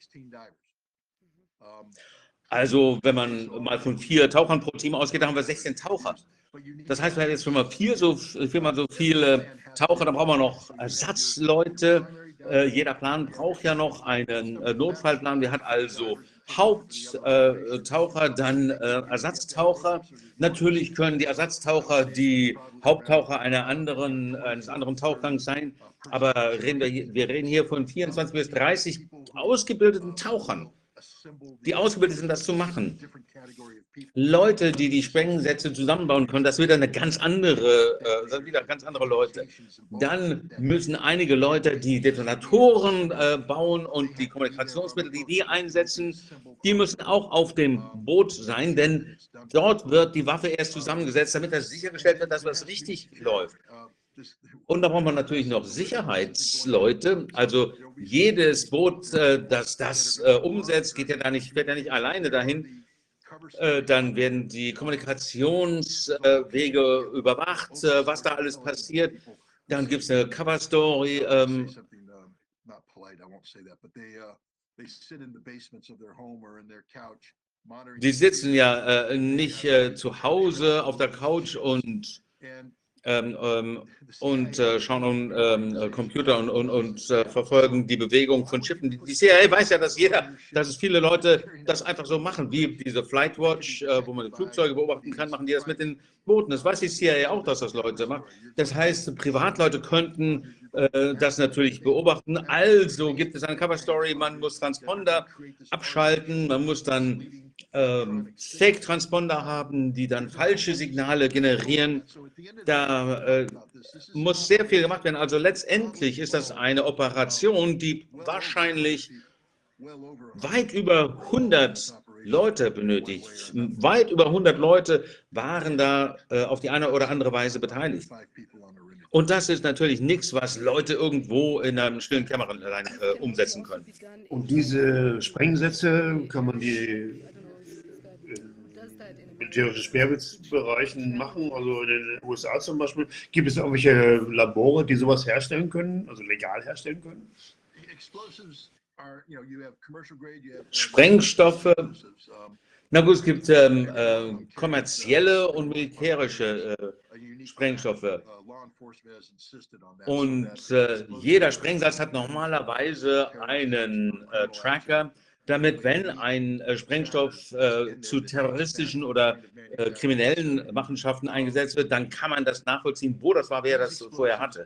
C: Also wenn man mal von vier Tauchern pro Team ausgeht, dann haben wir sechzehn Taucher. Das heißt, wir haben jetzt viermal vier so, viermal so viele Taucher, dann brauchen wir noch Ersatzleute. Äh, jeder Plan braucht ja noch einen äh, Notfallplan. Der hat also Haupttaucher, äh, dann äh, Ersatztaucher. Natürlich können die Ersatztaucher die Haupttaucher einer anderen, eines anderen Tauchgangs sein, aber reden wir, hier, wir reden hier von vierundzwanzig bis dreißig ausgebildeten Tauchern, die ausgebildet sind, das zu machen. Leute, die die Sprengsätze zusammenbauen können, das wird eine ganz andere, äh, das wieder ganz andere Leute. Dann müssen einige Leute die Detonatoren äh, bauen und die Kommunikationsmittel, die die einsetzen, die müssen auch auf dem Boot sein, denn dort wird die Waffe erst zusammengesetzt, damit das sichergestellt wird, dass was richtig läuft. Und da braucht man natürlich noch Sicherheitsleute. Also jedes Boot, äh, das das äh, umsetzt, geht ja da nicht, fährt ja nicht alleine dahin. Äh, dann werden die Kommunikationswege äh, überwacht, äh, was da alles passiert. Dann gibt es eine Cover-Story. Ähm, die sitzen ja äh, nicht äh, zu Hause auf der Couch und, ähm, ähm, und äh, schauen um ähm, Computer und, und, und äh, verfolgen die Bewegung von Schiffen. Die C I A weiß ja, dass jeder, dass es viele Leute das einfach so machen, wie diese Flightwatch, äh, wo man die Flugzeuge beobachten kann, machen die das mit den Booten. Das weiß die C I A auch, dass das Leute machen. Das heißt, Privatleute könnten äh, das natürlich beobachten. Also gibt es eine Cover-Story, man muss Transponder abschalten, man muss dann ähm, Fake-Transponder haben, die dann falsche Signale generieren. Da äh, muss sehr viel gemacht werden. Also letztendlich ist das eine Operation, die wahrscheinlich weit über hundert Leute benötigt. Weit über hundert Leute waren da äh, auf die eine oder andere Weise beteiligt. Und das ist natürlich nichts, was Leute irgendwo in einem stillen Kämmerlein äh, umsetzen können.
B: Und diese Sprengsätze, kann man die in militärischen Sperrbereichen machen, also in den U S A zum Beispiel? Gibt es irgendwelche Labore, die sowas herstellen können, also legal herstellen können?
C: Sprengstoffe. Na gut, es gibt ähm, äh, kommerzielle und militärische äh, Sprengstoffe. Und äh, jeder Sprengsatz hat normalerweise einen äh, Tracker, damit, wenn ein äh, Sprengstoff äh, zu terroristischen oder äh, kriminellen Machenschaften eingesetzt wird, dann kann man das nachvollziehen, wo das war, wer das vorher hatte.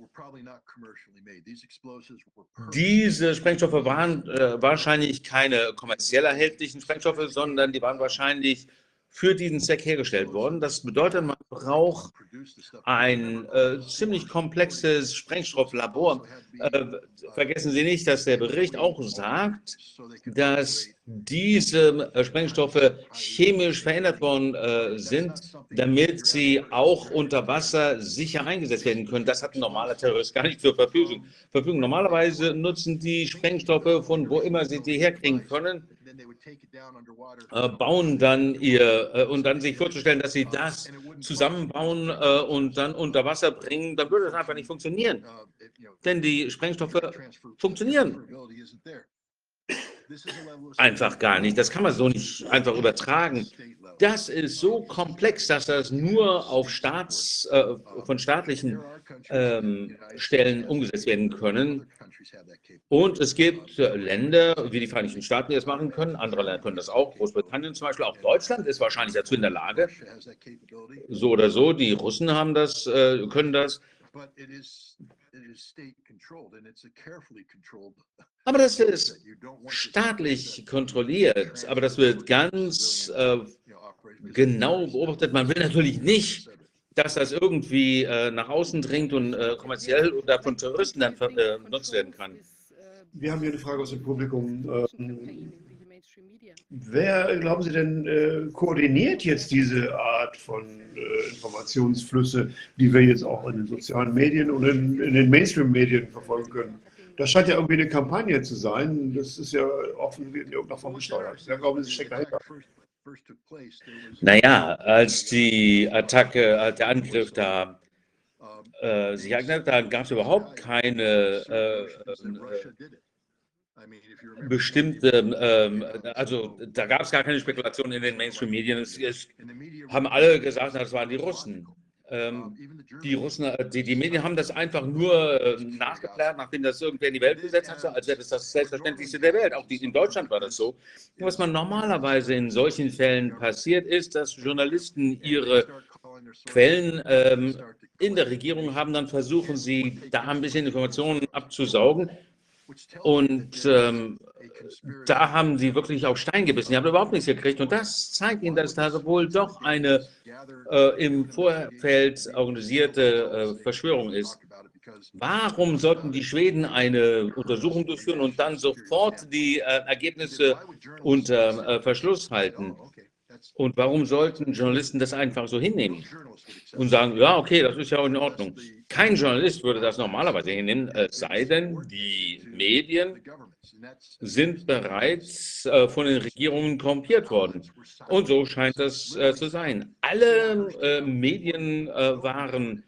C: Diese Sprengstoffe waren äh, wahrscheinlich keine kommerziell erhältlichen Sprengstoffe, sondern die waren wahrscheinlich für diesen Zweck hergestellt worden. Das bedeutet, man braucht ein äh, ziemlich komplexes Sprengstofflabor. Äh, vergessen Sie nicht, dass der Bericht auch sagt, dass diese äh, Sprengstoffe chemisch verändert worden äh, sind, damit sie auch unter Wasser sicher eingesetzt werden können. Das hat ein normaler Terrorist gar nicht zur Verfügung. Verfügung. Normalerweise nutzen die Sprengstoffe von wo immer sie die herkriegen können, äh, bauen dann ihr, äh, und dann sich vorzustellen, dass sie das zusammenbauen äh, und dann unter Wasser bringen, dann würde das einfach nicht funktionieren. Denn die Sprengstoffe funktionieren einfach gar nicht. Das kann man so nicht einfach übertragen. Das ist so komplex, dass das nur auf Staats, äh, von staatlichen ähm, Stellen umgesetzt werden können. Und es gibt Länder wie die Vereinigten Staaten, die das machen können. Andere Länder können das auch. Großbritannien zum Beispiel. Auch Deutschland ist wahrscheinlich dazu in der Lage. So oder so. Die Russen haben das, äh, können das. Aber das ist staatlich kontrolliert. Aber das wird ganz äh, genau beobachtet. Man will natürlich nicht, dass das irgendwie äh, nach außen dringt und äh, kommerziell oder von Touristen dann äh, benutzt werden kann.
B: Wir haben hier eine Frage aus dem Publikum. Ähm, wer, glauben Sie denn, äh, koordiniert jetzt diese Art von äh, Informationsflüsse, die wir jetzt auch in den sozialen Medien und in, in den Mainstream-Medien verfolgen können? Das scheint ja irgendwie eine Kampagne zu sein. Das ist ja offen in irgendeiner Form gesteuert. Wer glauben Sie, steckt dahinter?
C: Naja, als die Attacke, als der Angriff da äh, sich ereignet hat, da gab es überhaupt keine äh, äh, bestimmte, ähm, also da gab es gar keine Spekulation in den Mainstream-Medien. Es, es haben alle gesagt, das waren die Russen. Ähm, die Russen, die, die Medien haben das einfach nur äh, nachgeplant, nachdem das irgendwer in die Welt gesetzt hat, als wäre das das Selbstverständlichste der Welt. Auch die, in Deutschland war das so. Was man normalerweise in solchen Fällen passiert, ist, dass Journalisten ihre Quellen ähm, in der Regierung haben, dann versuchen sie, da ein bisschen Informationen abzusaugen. Und ähm, da haben sie wirklich auf Stein gebissen. Die haben überhaupt nichts gekriegt. Und das zeigt ihnen, dass da wohl doch eine äh, im Vorfeld organisierte äh, Verschwörung ist. Warum sollten die Schweden eine Untersuchung durchführen und dann sofort die äh, Ergebnisse unter äh, Verschluss halten? Und warum sollten Journalisten das einfach so hinnehmen und sagen, ja, okay, das ist ja in Ordnung. Kein Journalist würde das normalerweise hinnehmen, es sei denn, die Medien sind bereits äh, von den Regierungen korrumpiert worden. Und so scheint das äh, zu sein. Alle äh, Medien äh, waren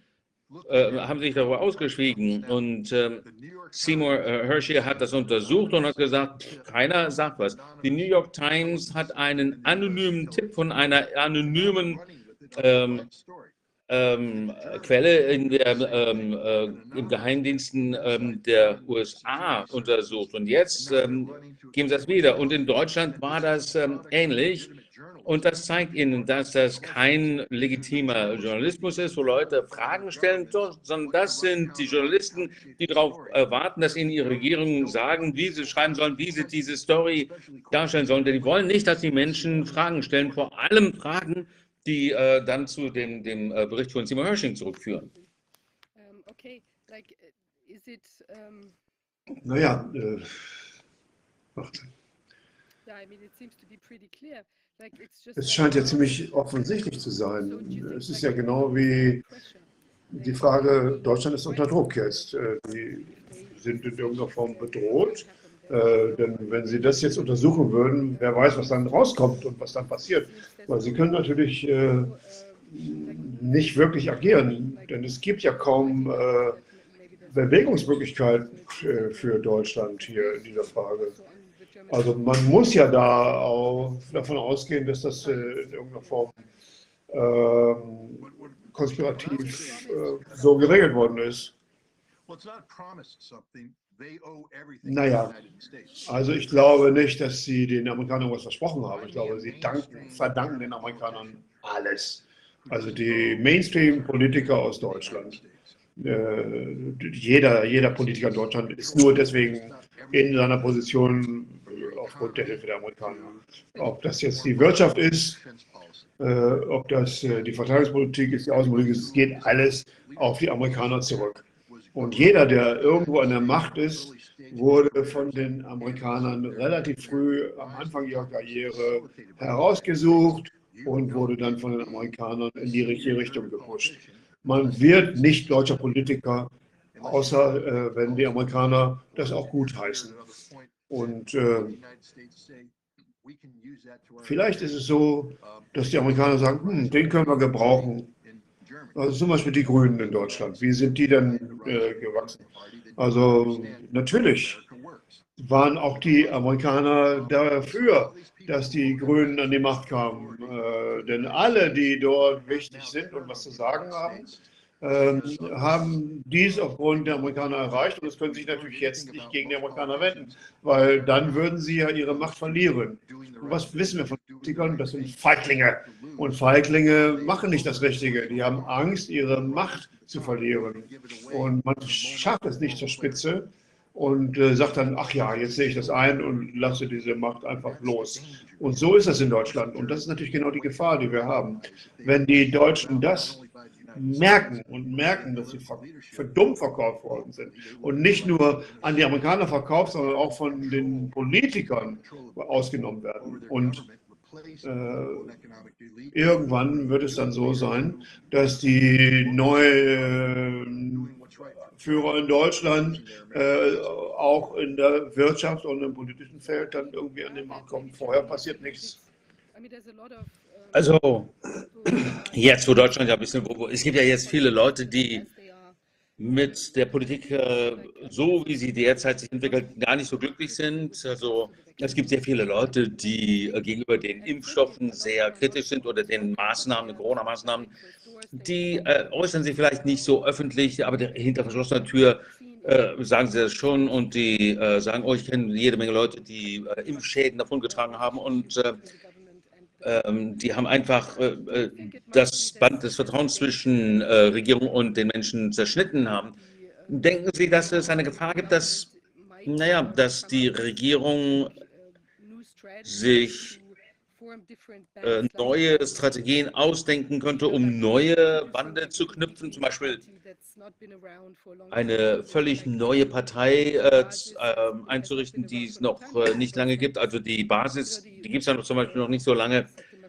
C: äh, haben sich darüber ausgeschwiegen. Und ähm, Seymour äh, Hershey hat das untersucht und hat gesagt, pff, keiner sagt was. Die New York Times hat einen anonymen Tipp von einer anonymen ähm, ähm, Quelle in der, ähm, äh, im Geheimdiensten ähm, der U S A untersucht. Und jetzt ähm, geben sie das wieder. Und in Deutschland war das ähm, ähnlich. Und das zeigt Ihnen, dass das kein legitimer Journalismus ist, wo Leute Fragen stellen, sondern das sind die Journalisten, die darauf äh, warten, dass ihnen ihre Regierungen sagen, wie sie schreiben sollen, wie sie diese Story darstellen sollen. Denn die wollen nicht, dass die Menschen Fragen stellen, vor allem Fragen, die äh, dann zu dem, dem äh, Bericht von Seymour Hershey zurückführen.
A: Um, okay, like, is it, um,
B: Naja, äh, warte.
A: yeah, I mean, it seems to be pretty clear. Like, it's just
B: Es
A: like
B: scheint ja
A: a lot
B: ziemlich
A: of-
B: offensichtlich zu
A: So do
B: sein.
A: you think,
B: Es ist
A: like,
B: ja genau wie
A: pressure,
B: die Frage, Deutschland ist unter Druck jetzt. Äh, Die sind in irgendeiner Form bedroht. Äh, denn wenn Sie das jetzt untersuchen würden, wer weiß, was dann rauskommt und was dann passiert. Weil Sie können natürlich äh, nicht wirklich agieren, denn es gibt ja kaum äh, Bewegungsmöglichkeiten äh, für Deutschland hier in dieser Frage. Also man muss ja da auch davon ausgehen, dass das äh, in irgendeiner Form ähm, konspirativ äh, so geregelt worden ist. Naja, also ich glaube nicht, dass sie den Amerikanern was versprochen haben. Ich glaube, sie danken, verdanken den Amerikanern alles. Also die Mainstream-Politiker aus Deutschland. Äh, jeder, jeder Politiker in Deutschland ist nur deswegen in seiner Position äh, aufgrund der Hilfe der Amerikaner. Ob das jetzt die Wirtschaft ist, äh, ob das äh, die Verteidigungspolitik ist, die Außenpolitik ist, es geht alles auf die Amerikaner zurück. Und jeder, der irgendwo an der Macht ist, wurde von den Amerikanern relativ früh am Anfang ihrer Karriere herausgesucht und wurde dann von den Amerikanern in die richtige Richtung gepusht. Man wird nicht deutscher Politiker, außer äh, wenn die Amerikaner das auch gutheißen. Und äh, vielleicht ist es so, dass die Amerikaner sagen, hm, den können wir gebrauchen. Also zum Beispiel die Grünen in Deutschland. Wie sind die denn äh, gewachsen? Also natürlich waren auch die Amerikaner dafür, dass die Grünen an die Macht kamen. Äh, denn alle, die dort wichtig sind und was zu sagen haben, ähm, haben dies aufgrund der Amerikaner erreicht. Und es können sich natürlich jetzt nicht gegen die Amerikaner wenden, weil dann würden sie ja ihre Macht verlieren. Und was wissen wir von Politikern? Das sind Feiglinge. Und Feiglinge machen nicht das Richtige. Die haben Angst, ihre Macht zu verlieren. Und man schafft es nicht zur Spitze und äh, sagt dann, ach ja, jetzt sehe ich das ein und lasse diese Macht einfach los. Und so ist das in Deutschland. Und das ist natürlich genau die Gefahr, die wir haben. Wenn die Deutschen das merken und merken, dass sie für dumm verkauft worden sind und nicht nur an die Amerikaner verkauft, sondern auch von den Politikern ausgenommen werden. Und äh, irgendwann wird es dann so sein, dass die neuen Führer in Deutschland äh, auch in der Wirtschaft und im politischen Feld dann irgendwie an den Markt kommen. Vorher passiert nichts.
C: Also jetzt, wo Deutschland ja ein bisschen, wo, es gibt ja jetzt viele Leute, die mit der Politik, äh, so wie sie derzeit sich entwickelt, gar nicht so glücklich sind. Also es gibt sehr viele Leute, die äh, gegenüber den Impfstoffen sehr kritisch sind oder den Maßnahmen, den Corona-Maßnahmen. Die äh, äußern sich vielleicht nicht so öffentlich, aber der, hinter verschlossener Tür äh, sagen sie das schon und die äh, sagen, oh, ich kenne jede Menge Leute, die äh, Impfschäden davongetragen haben und äh, ähm, die haben einfach äh, das Band des Vertrauens zwischen äh, Regierung und den Menschen zerschnitten haben. Denken Sie, dass es eine Gefahr gibt, dass, naja, dass die Regierung sich äh, neue Strategien ausdenken könnte, um neue Bande zu knüpfen, zum Beispiel eine völlig neue Partei äh, äh, einzurichten, die es noch äh, nicht lange gibt. Also die Basis, die gibt es ja noch zum Beispiel noch nicht so lange,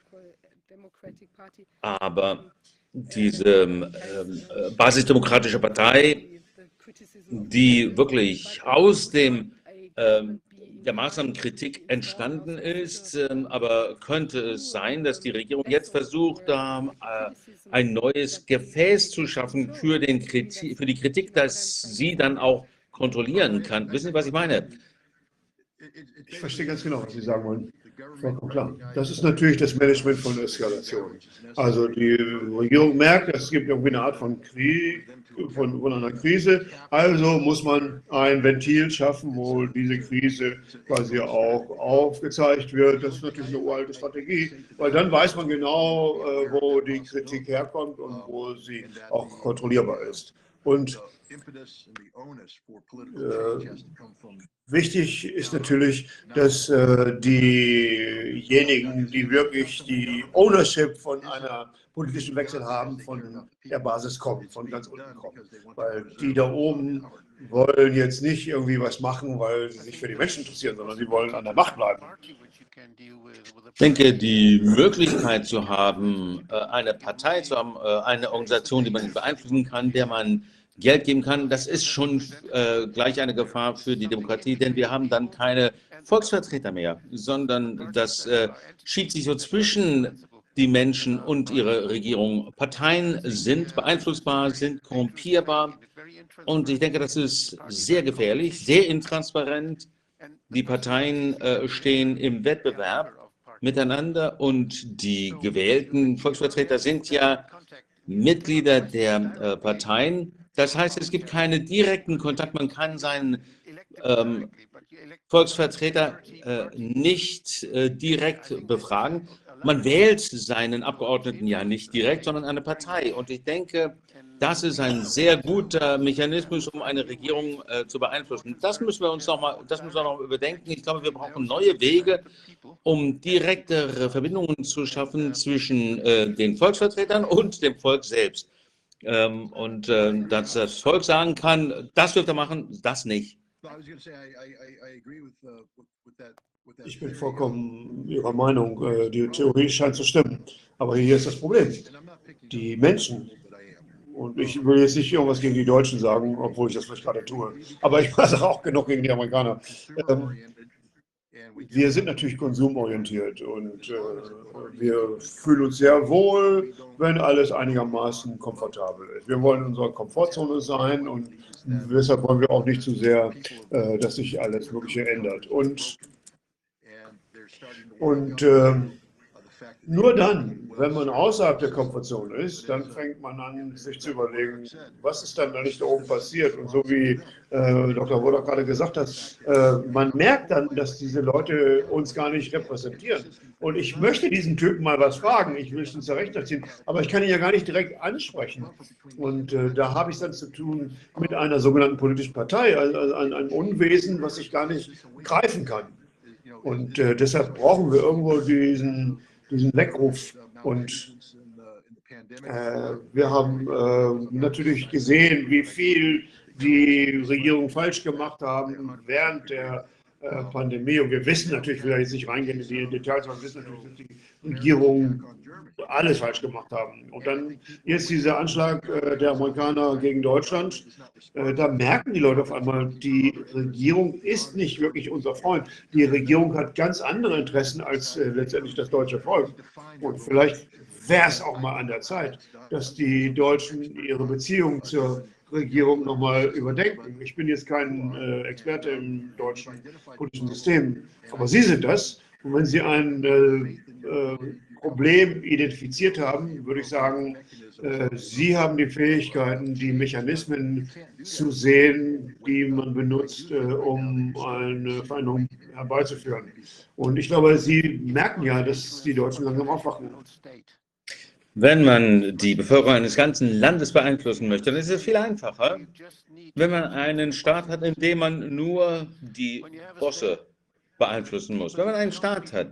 C: aber diese ähm, äh, basisdemokratische Partei, die wirklich aus dem ähm, der Maßnahmenkritik entstanden ist. Ähm, aber könnte es sein, dass die Regierung jetzt versucht, da äh, ein neues Gefäß zu schaffen für, den Kritik, für die Kritik, dass sie dann auch kontrollieren kann? Wissen Sie, was ich meine?
B: Ich verstehe ganz genau, was Sie sagen wollen. Vollkommen klar. Das ist natürlich das Management von Eskalation. Also die Regierung merkt, es gibt irgendwie eine Art von Krieg, von, von einer Krise. Also muss man ein Ventil schaffen, wo diese Krise quasi auch aufgezeigt wird. Das ist natürlich eine uralte Strategie, weil dann weiß man genau, äh, wo die Kritik herkommt und wo sie auch kontrollierbar ist. Und äh, wichtig ist natürlich, dass äh, diejenigen, die wirklich die Ownership von einer politischen Wechsel haben, von der Basis kommen, von ganz unten kommen. Weil die da oben wollen jetzt nicht irgendwie was machen, weil sie sich für die Menschen interessieren, sondern sie wollen an der Macht bleiben.
C: Ich denke, die Möglichkeit zu haben, eine Partei zu haben, eine Organisation, die man beeinflussen kann, der man Geld geben kann, das ist schon äh, gleich eine Gefahr für die Demokratie, denn wir haben dann keine Volksvertreter mehr, sondern das äh, schiebt sich so zwischen die Menschen und ihre Regierung. Parteien sind beeinflussbar, sind korrumpierbar und ich denke, das ist sehr gefährlich, sehr intransparent. Die Parteien äh, stehen im Wettbewerb miteinander und die gewählten Volksvertreter sind ja Mitglieder der äh, Parteien. Das heißt, es gibt keinen direkten Kontakt. Man kann seinen ähm, Volksvertreter äh, nicht äh, direkt befragen. Man wählt seinen Abgeordneten ja nicht direkt, sondern eine Partei. Und ich denke, das ist ein sehr guter Mechanismus, um eine Regierung äh, zu beeinflussen. Das müssen wir uns noch mal, das müssen wir noch mal überdenken. Ich glaube, wir brauchen neue Wege, um direktere Verbindungen zu schaffen zwischen äh, den Volksvertretern und dem Volk selbst. Ähm, und äh, dass das Volk sagen kann, das dürft ihr machen, das nicht.
B: Ich bin vollkommen Ihrer Meinung. Äh, die Theorie scheint zu stimmen. Aber hier ist das Problem. Die Menschen, und ich will jetzt nicht irgendwas gegen die Deutschen sagen, obwohl ich das vielleicht gerade tue, aber ich sage auch genug gegen die Amerikaner. Ähm, Wir sind natürlich konsumorientiert und äh, wir fühlen uns sehr wohl, wenn alles einigermaßen komfortabel ist. Wir wollen in unserer Komfortzone sein und deshalb wollen wir auch nicht zu sehr, äh, dass sich alles Mögliche ändert. Und, und äh, nur dann, wenn man außerhalb der Komfortzone ist, dann fängt man an, sich zu überlegen, was ist dann da nicht da oben passiert. Und so wie äh, Doktor Wodak gerade gesagt hat, äh, man merkt dann, dass diese Leute uns gar nicht repräsentieren. Und ich möchte diesen Typen mal was fragen, ich will es uns ja recht ziehen, aber ich kann ihn ja gar nicht direkt ansprechen. Und äh, da habe ich es dann zu tun mit einer sogenannten politischen Partei, also ein, ein Unwesen, was ich gar nicht greifen kann. Und äh, deshalb brauchen wir irgendwo diesen diesen Weckruf. Und äh, wir haben äh, natürlich gesehen, wie viel die Regierung falsch gemacht haben während der äh, Pandemie. Und wir wissen natürlich, wir jetzt nicht reingehen in die Details, aber wir wissen natürlich, dass die Regierung alles falsch gemacht haben. Und dann jetzt dieser Anschlag äh, der Amerikaner gegen Deutschland, äh, da merken die Leute auf einmal, die Regierung ist nicht wirklich unser Freund. Die Regierung hat ganz andere Interessen als äh, letztendlich das deutsche Volk. Und vielleicht wäre es auch mal an der Zeit, dass die Deutschen ihre Beziehung zur Regierung nochmal überdenken. Ich bin jetzt kein äh, Experte im deutschen politischen System, aber Sie sind das. Und wenn Sie ein äh, äh, Problem identifiziert haben, würde ich sagen, äh, Sie haben die Fähigkeiten, die Mechanismen zu sehen, die man benutzt, äh, um eine Veränderung herbeizuführen. Und ich glaube, Sie merken ja, dass die Deutschen langsam aufwachen.
C: Wenn man die Bevölkerung eines ganzen Landes beeinflussen möchte, dann ist es viel einfacher, wenn man einen Staat hat, in dem man nur die Bosse beeinflussen muss. Wenn man einen Staat hat,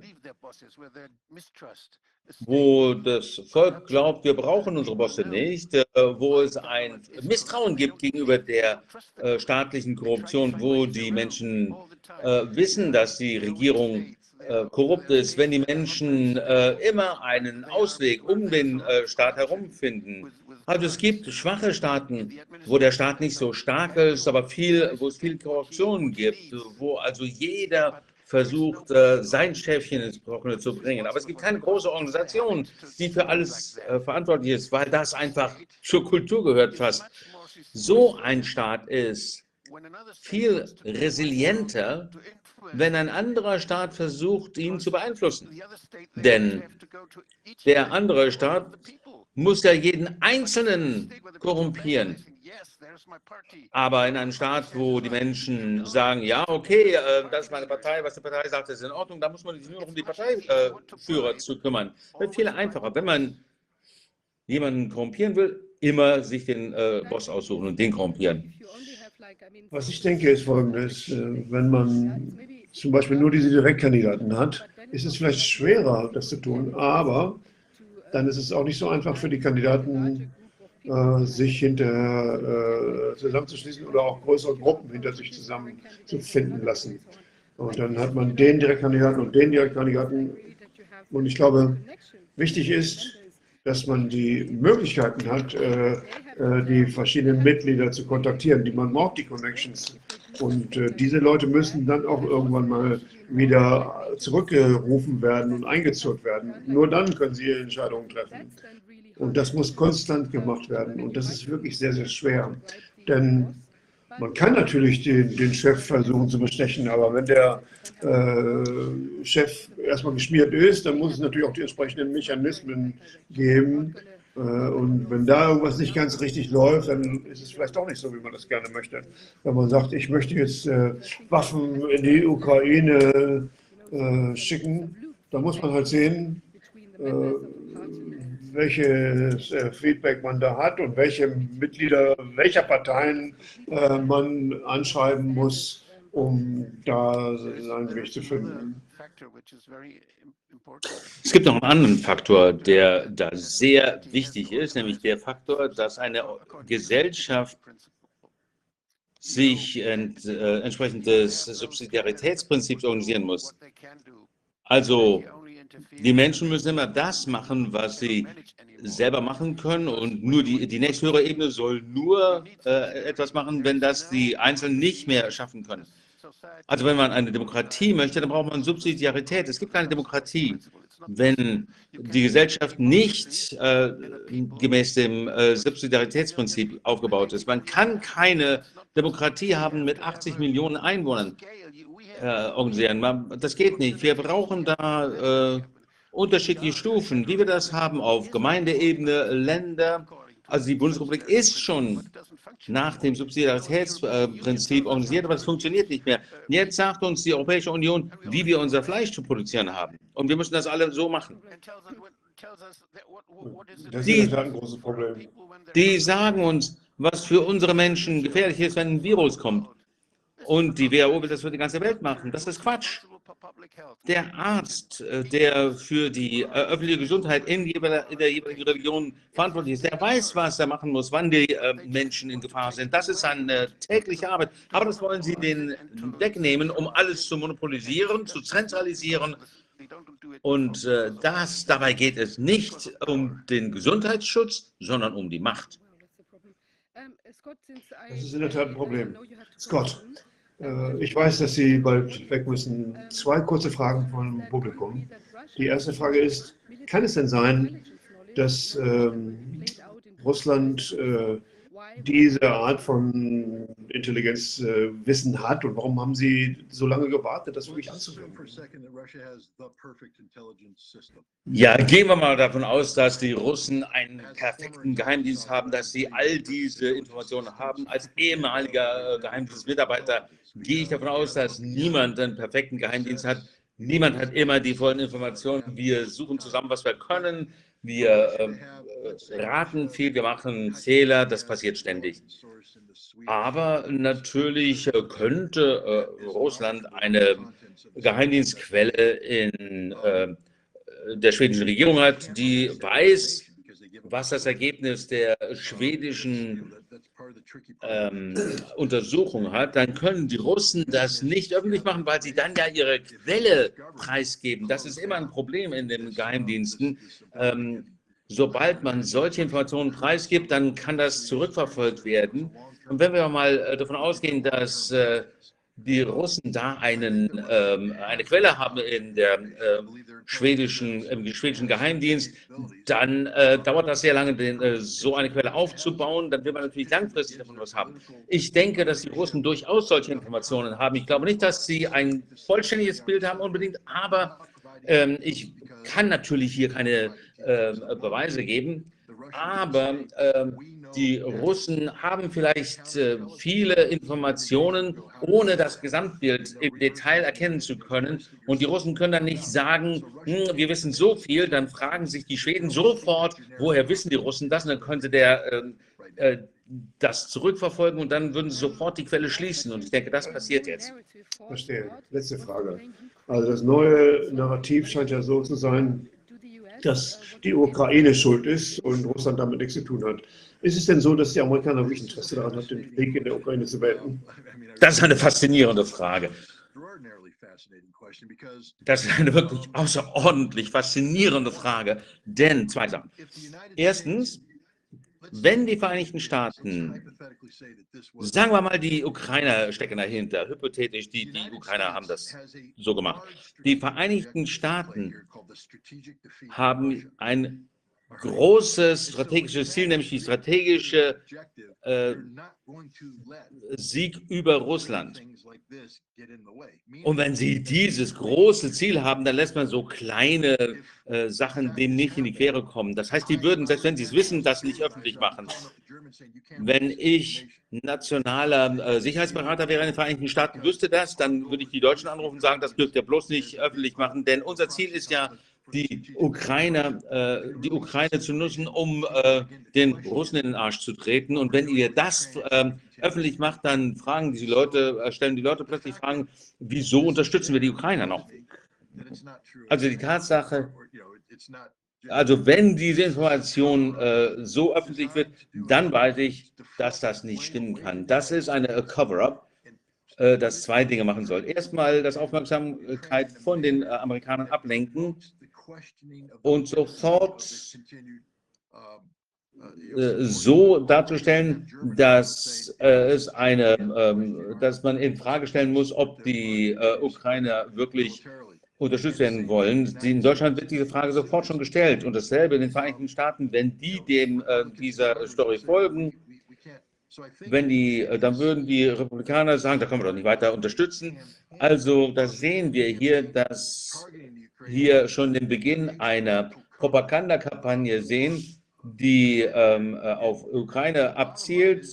C: wo das Volk glaubt, wir brauchen unsere Bosse nicht, äh, wo es ein Misstrauen gibt gegenüber der äh, staatlichen Korruption, wo die Menschen äh, wissen, dass die Regierung äh, korrupt ist, wenn die Menschen äh, immer einen Ausweg um den äh, Staat herum finden, Also es gibt schwache Staaten, wo der Staat nicht so stark ist, aber viel, wo es viel Korruption gibt, wo also jeder versucht, sein Schäfchen ins Trockene zu bringen. Aber es gibt keine große Organisation, die für alles äh, verantwortlich ist, weil das einfach zur Kultur gehört fast. So ein Staat ist viel resilienter, wenn ein anderer Staat versucht, ihn zu beeinflussen. Denn der andere Staat muss ja jeden Einzelnen korrumpieren. Aber in einem Staat, wo die Menschen sagen, ja, okay, äh, das ist meine Partei, was die Partei sagt, ist in Ordnung, da muss man sich nur noch um die Parteiführer äh, zu kümmern. Das wird viel einfacher. Wenn man jemanden korrumpieren will, immer sich den äh, Boss aussuchen und den korrumpieren.
B: Was ich denke, ist Folgendes. Wenn man zum Beispiel nur diese Direktkandidaten hat, ist es vielleicht schwerer, das zu tun, aber dann ist es auch nicht so einfach für die Kandidaten, äh, sich hinterher äh, zusammenzuschließen oder auch größere Gruppen hinter sich zusammenzufinden lassen. Und dann hat man den Direktkandidaten und den Direktkandidaten. Und ich glaube, wichtig ist, dass man die Möglichkeiten hat, äh, äh, die verschiedenen Mitglieder zu kontaktieren, die man braucht, die Connections. Und äh, diese Leute müssen dann auch irgendwann mal wieder zurückgerufen werden und eingezurrt werden. Nur dann können sie ihre Entscheidungen treffen. Und das muss konstant gemacht werden. Und das ist wirklich sehr, sehr schwer. Denn man kann natürlich den, den Chef versuchen zu bestechen, aber wenn der äh, Chef erstmal geschmiert ist, dann muss es natürlich auch die entsprechenden Mechanismen geben. Äh, und wenn da irgendwas nicht ganz richtig läuft, dann ist es vielleicht auch nicht so, wie man das gerne möchte. Wenn man sagt, ich möchte jetzt äh, Waffen in die Ukraine äh, schicken, dann muss man halt sehen, äh, welches äh, Feedback man da hat und welche Mitglieder welcher Parteien äh, man anschreiben muss, um da seinen Weg zu finden.
C: Es gibt noch einen anderen Faktor, der da sehr wichtig ist, nämlich der Faktor, dass eine Gesellschaft sich ent, äh, entsprechend des Subsidiaritätsprinzips organisieren muss. Also die Menschen müssen immer das machen, was sie selber machen können, und nur die, die nächsthöhere Ebene soll nur äh, etwas machen, wenn das die Einzelnen nicht mehr schaffen können. Also wenn man eine Demokratie möchte, dann braucht man Subsidiarität. Es gibt keine Demokratie, wenn die Gesellschaft nicht äh, gemäß dem äh, Subsidiaritätsprinzip aufgebaut ist. Man kann keine Demokratie haben mit achtzig Millionen Einwohnern. Äh, organisieren. Das geht nicht. Wir brauchen da äh, unterschiedliche Stufen, wie wir das haben auf Gemeindeebene, Länder. Also die Bundesrepublik ist schon nach dem Subsidiaritätsprinzip organisiert, aber es funktioniert nicht mehr. Jetzt sagt uns die Europäische Union, wie wir unser Fleisch zu produzieren haben. Und wir müssen das alle so machen.
B: Das ist ein großes Problem.
C: Die sagen uns, was für unsere Menschen gefährlich ist, wenn ein Virus kommt. Und die W H O will das für die ganze Welt machen. Das ist Quatsch. Der Arzt, der für die öffentliche Gesundheit in der jeweiligen Religion verantwortlich ist, der weiß, was er machen muss, wann die Menschen in Gefahr sind. Das ist seine tägliche Arbeit. Aber das wollen sie denen wegnehmen, um alles zu monopolisieren, zu zentralisieren. Und das, dabei geht es nicht um den Gesundheitsschutz, sondern um die Macht.
B: Das ist in der Tat ein Problem. Scott, äh, ich weiß, dass Sie bald weg müssen. Zwei kurze Fragen vom Publikum. Die erste Frage ist, kann es denn sein, dass ähm, Russland äh, diese Art von Intelligenzwissen äh, hat, und warum haben Sie so lange gewartet, das wirklich anzuwenden?
C: Ja, gehen wir mal davon aus, dass die Russen einen perfekten Geheimdienst haben, dass sie all diese Informationen haben. Als ehemaliger Geheimdienstmitarbeiter gehe ich davon aus, dass niemand einen perfekten Geheimdienst hat. Niemand hat immer die vollen Informationen. Wir suchen zusammen, was wir können. Wir äh, raten viel, wir machen Fehler, das passiert ständig. Aber natürlich könnte äh, Russland eine Geheimdienstquelle in äh, der schwedischen Regierung hat, die weiß, was das Ergebnis der schwedischen ähm, Untersuchung hat, dann können die Russen das nicht öffentlich machen, weil sie dann ja ihre Quelle preisgeben. Das ist immer ein Problem in den Geheimdiensten. Ähm, sobald man solche Informationen preisgibt, dann kann das zurückverfolgt werden. Und wenn wir mal äh, davon ausgehen, dass äh, die Russen da einen, ähm, eine Quelle haben in der äh, schwedischen, im schwedischen Geheimdienst, dann äh, dauert das sehr lange, den, äh, so eine Quelle aufzubauen. Dann will man natürlich langfristig davon was haben. Ich denke, dass die Russen durchaus solche Informationen haben. Ich glaube nicht, dass sie ein vollständiges Bild haben unbedingt, aber ähm, ich kann natürlich hier keine äh, Beweise geben. Aber äh, die Russen haben vielleicht äh, viele Informationen, ohne das Gesamtbild im Detail erkennen zu können. Und die Russen können dann nicht sagen, hm, wir wissen so viel, dann fragen sich die Schweden sofort, woher wissen die Russen das? Und dann könnte der äh, äh, das zurückverfolgen und dann würden sie sofort die Quelle schließen. Und ich denke, das passiert jetzt.
B: Verstehe. Letzte Frage. Also das neue Narrativ scheint ja so zu sein, dass die Ukraine schuld ist und Russland damit nichts zu tun hat. Ist es denn so, dass die Amerikaner wirklich Interesse daran haben, den Krieg in der Ukraine zu beenden?
C: Das ist eine faszinierende Frage. Das ist eine wirklich außerordentlich faszinierende Frage, denn zwei Sachen. Erstens, wenn die Vereinigten Staaten, sagen wir mal, die Ukrainer stecken dahinter, hypothetisch, die, die Ukrainer haben das so gemacht. Die Vereinigten Staaten haben ein großes strategisches Ziel, nämlich die strategische äh, Sieg über Russland. Und wenn sie dieses große Ziel haben, dann lässt man so kleine äh, Sachen dem nicht in die Quere kommen. Das heißt, die würden, selbst wenn sie es wissen, das nicht öffentlich machen. Wenn ich nationaler äh, Sicherheitsberater wäre in den Vereinigten Staaten, wüsste das, dann würde ich die Deutschen anrufen und sagen, das dürft ihr bloß nicht öffentlich machen, denn unser Ziel ist ja, die Ukraine, äh, die Ukraine zu nutzen, um äh, den Russen in den Arsch zu treten. Und wenn ihr das äh, öffentlich macht, dann fragen die Leute, äh, stellen die Leute plötzlich Fragen, wieso unterstützen wir die Ukrainer noch? Also die Tatsache, also wenn diese Information äh, so öffentlich wird, dann weiß ich, dass das nicht stimmen kann. Das ist eine Cover-up, äh, das zwei Dinge machen soll. Erstmal das Aufmerksamkeit von den äh, Amerikanern ablenken und sofort äh, so darzustellen, dass äh, es eine, ähm, dass man in Frage stellen muss, ob die äh, Ukrainer wirklich unterstützt werden wollen. In Deutschland wird diese Frage sofort schon gestellt und dasselbe in den Vereinigten Staaten, wenn die dem äh, dieser Story folgen, wenn die, äh, dann würden die Republikaner sagen, da können wir doch nicht weiter unterstützen. Also das sehen wir hier, dass hier schon den Beginn einer Propagandakampagne sehen, die ähm, auf Ukraine abzielt,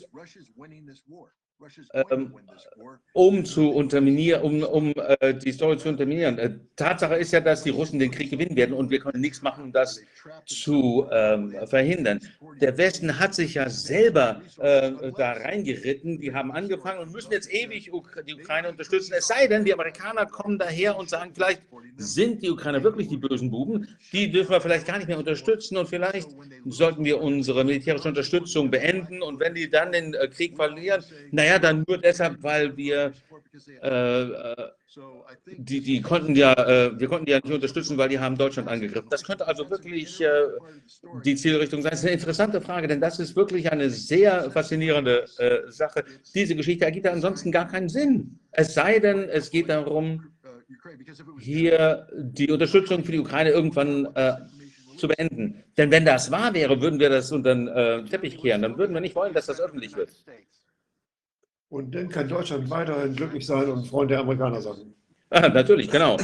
C: ähm, um zu unterminieren, um, um äh, die Story zu unterminieren. Äh, Tatsache ist ja, dass die Russen den Krieg gewinnen werden und wir können nichts machen, um das zu ähm, verhindern. Der Westen hat sich ja selber äh, da reingeritten, die haben angefangen und müssen jetzt ewig Uk die Ukraine unterstützen, es sei denn, die Amerikaner kommen daher und sagen, vielleicht sind die Ukrainer wirklich die bösen Buben, die dürfen wir vielleicht gar nicht mehr unterstützen und vielleicht sollten wir unsere militärische Unterstützung beenden und wenn die dann den äh, Krieg verlieren, naja, dann nur deshalb, weil wir äh, die, die konnten ja, äh, wir konnten die ja nicht unterstützen, weil die haben Deutschland angegriffen. Das könnte also wirklich äh, die Zielrichtung sein. Das ist eine interessante Frage, denn das ist wirklich eine sehr faszinierende äh, Sache. Diese Geschichte ergibt ja ansonsten gar keinen Sinn. Es sei denn, es geht darum, hier die Unterstützung für die Ukraine irgendwann äh, zu beenden. Denn wenn das wahr wäre, würden wir das unter den äh, Teppich kehren. Dann würden wir nicht wollen, dass das öffentlich wird.
B: Und dann kann Deutschland weiterhin glücklich sein und Freund der Amerikaner sein.
C: Ah, natürlich, genau.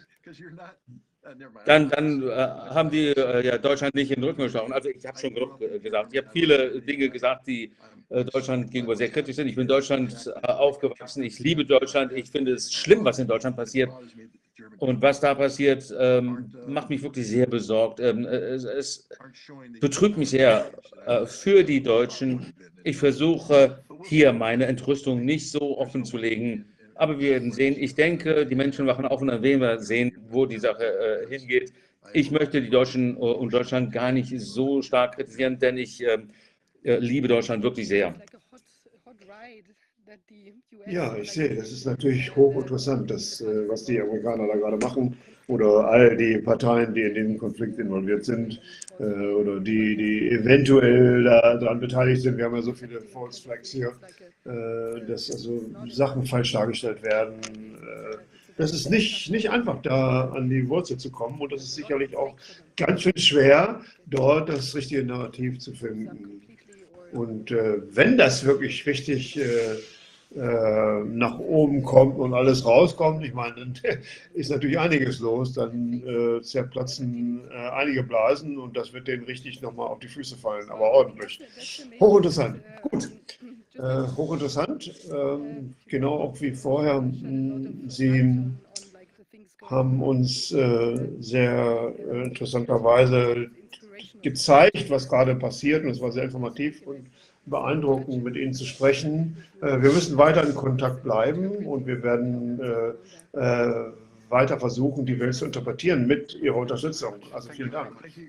C: Dann, dann äh, haben die äh, ja, Deutschland nicht in den Rücken geschlagen. Also ich habe schon genug äh, gesagt. Ich habe viele Dinge gesagt, die äh, Deutschland gegenüber sehr kritisch sind. Ich bin in Deutschland äh, aufgewachsen. Ich liebe Deutschland. Ich finde es schlimm, was in Deutschland passiert. Und was da passiert, ähm, macht mich wirklich sehr besorgt. Ähm, es, es betrübt mich sehr äh, für die Deutschen. Ich versuche hier meine Entrüstung nicht so offen zu legen. Aber wir werden sehen. Ich denke, die Menschen wachen auf und dann werden wir sehen, wo die Sache äh, hingeht. Ich möchte die Deutschen und Deutschland gar nicht so stark kritisieren, denn ich äh, liebe Deutschland wirklich sehr.
B: Ja, ich sehe, das ist natürlich hochinteressant, das, äh, was die Amerikaner da gerade machen oder all die Parteien, die in diesem Konflikt involviert sind äh, oder die, die eventuell daran beteiligt sind. Wir haben ja so viele False Flags hier, äh, dass also Sachen falsch dargestellt werden. Äh, das ist nicht, nicht einfach, da an die Wurzel zu kommen und das ist sicherlich auch ganz schön schwer, dort das richtige Narrativ zu finden. Und äh, wenn das wirklich richtig äh, äh, nach oben kommt und alles rauskommt, ich meine, dann ist natürlich einiges los, dann äh, zerplatzen äh, einige Blasen und das wird denen richtig nochmal auf die Füße fallen, aber ordentlich. Hochinteressant. Gut. Äh, hochinteressant. Ähm, genau auch wie vorher. Mh, Sie haben uns äh, sehr äh, interessanterweise gezeigt, was gerade passiert und es war sehr informativ und beeindruckend, mit Ihnen zu sprechen. Äh, wir müssen weiter in Kontakt bleiben und wir werden äh, äh, weiter versuchen, die Welt zu interpretieren mit Ihrer Unterstützung. Also vielen Dank.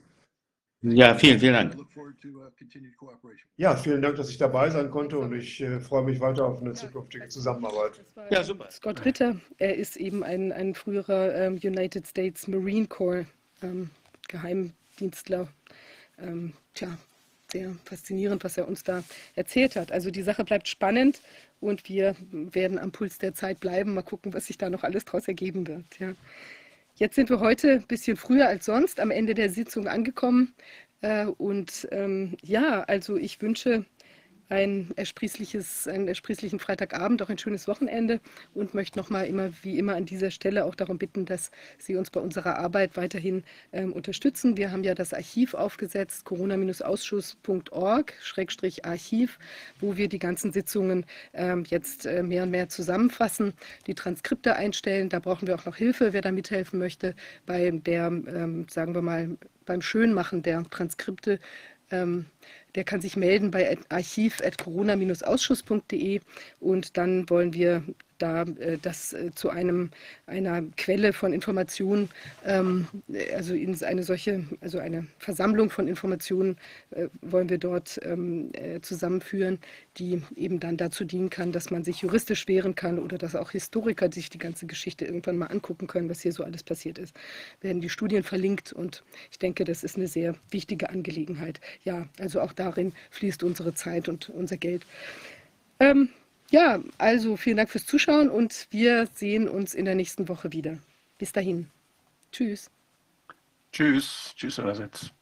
C: Ja, vielen, vielen Dank.
B: Ja, vielen Dank, dass ich dabei sein konnte und ich äh, freue mich weiter auf eine zukünftige Zusammenarbeit.
C: Ja, super.
A: Scott Ritter, er ist eben ein, ein früherer ähm, United States Marine Corps ähm, Geheimdienstler. Ähm, tja, sehr faszinierend, was er uns da erzählt hat. Also die Sache bleibt spannend und wir werden am Puls der Zeit bleiben. Mal gucken, was sich da noch alles draus ergeben wird. Ja. Jetzt sind wir heute ein bisschen früher als sonst am Ende der Sitzung angekommen. Äh, und ähm, ja, also ich wünsche ein ersprießliches, einen ersprießlichen Freitagabend, auch ein schönes Wochenende und möchte nochmal immer wie immer an dieser Stelle auch darum bitten, dass Sie uns bei unserer Arbeit weiterhin ähm, unterstützen. Wir haben ja das Archiv aufgesetzt, corona ausschuss punkt org Schrägstrich Archiv, wo wir die ganzen Sitzungen ähm, jetzt äh, mehr und mehr zusammenfassen, die Transkripte einstellen. Da brauchen wir auch noch Hilfe, wer da mithelfen möchte, bei der, ähm, sagen wir mal, beim Schönmachen der Transkripte. Ähm, der kann sich melden bei archiv at corona ausschuss punkt de und dann wollen wir da äh, das äh, zu einem, einer Quelle von Informationen, ähm, also in eine solche, also eine Versammlung von Informationen äh, wollen wir dort ähm, äh, zusammenführen, die eben dann dazu dienen kann, dass man sich juristisch wehren kann oder dass auch Historiker sich die ganze Geschichte irgendwann mal angucken können, was hier so alles passiert ist. Werden die Studien verlinkt und ich denke, das ist eine sehr wichtige Angelegenheit. Ja, also auch darin fließt unsere Zeit und unser Geld. Ähm, Ja, also vielen Dank fürs Zuschauen und wir sehen uns in der nächsten Woche wieder. Bis dahin. Tschüss.
E: Tschüss. Tschüss allerseits.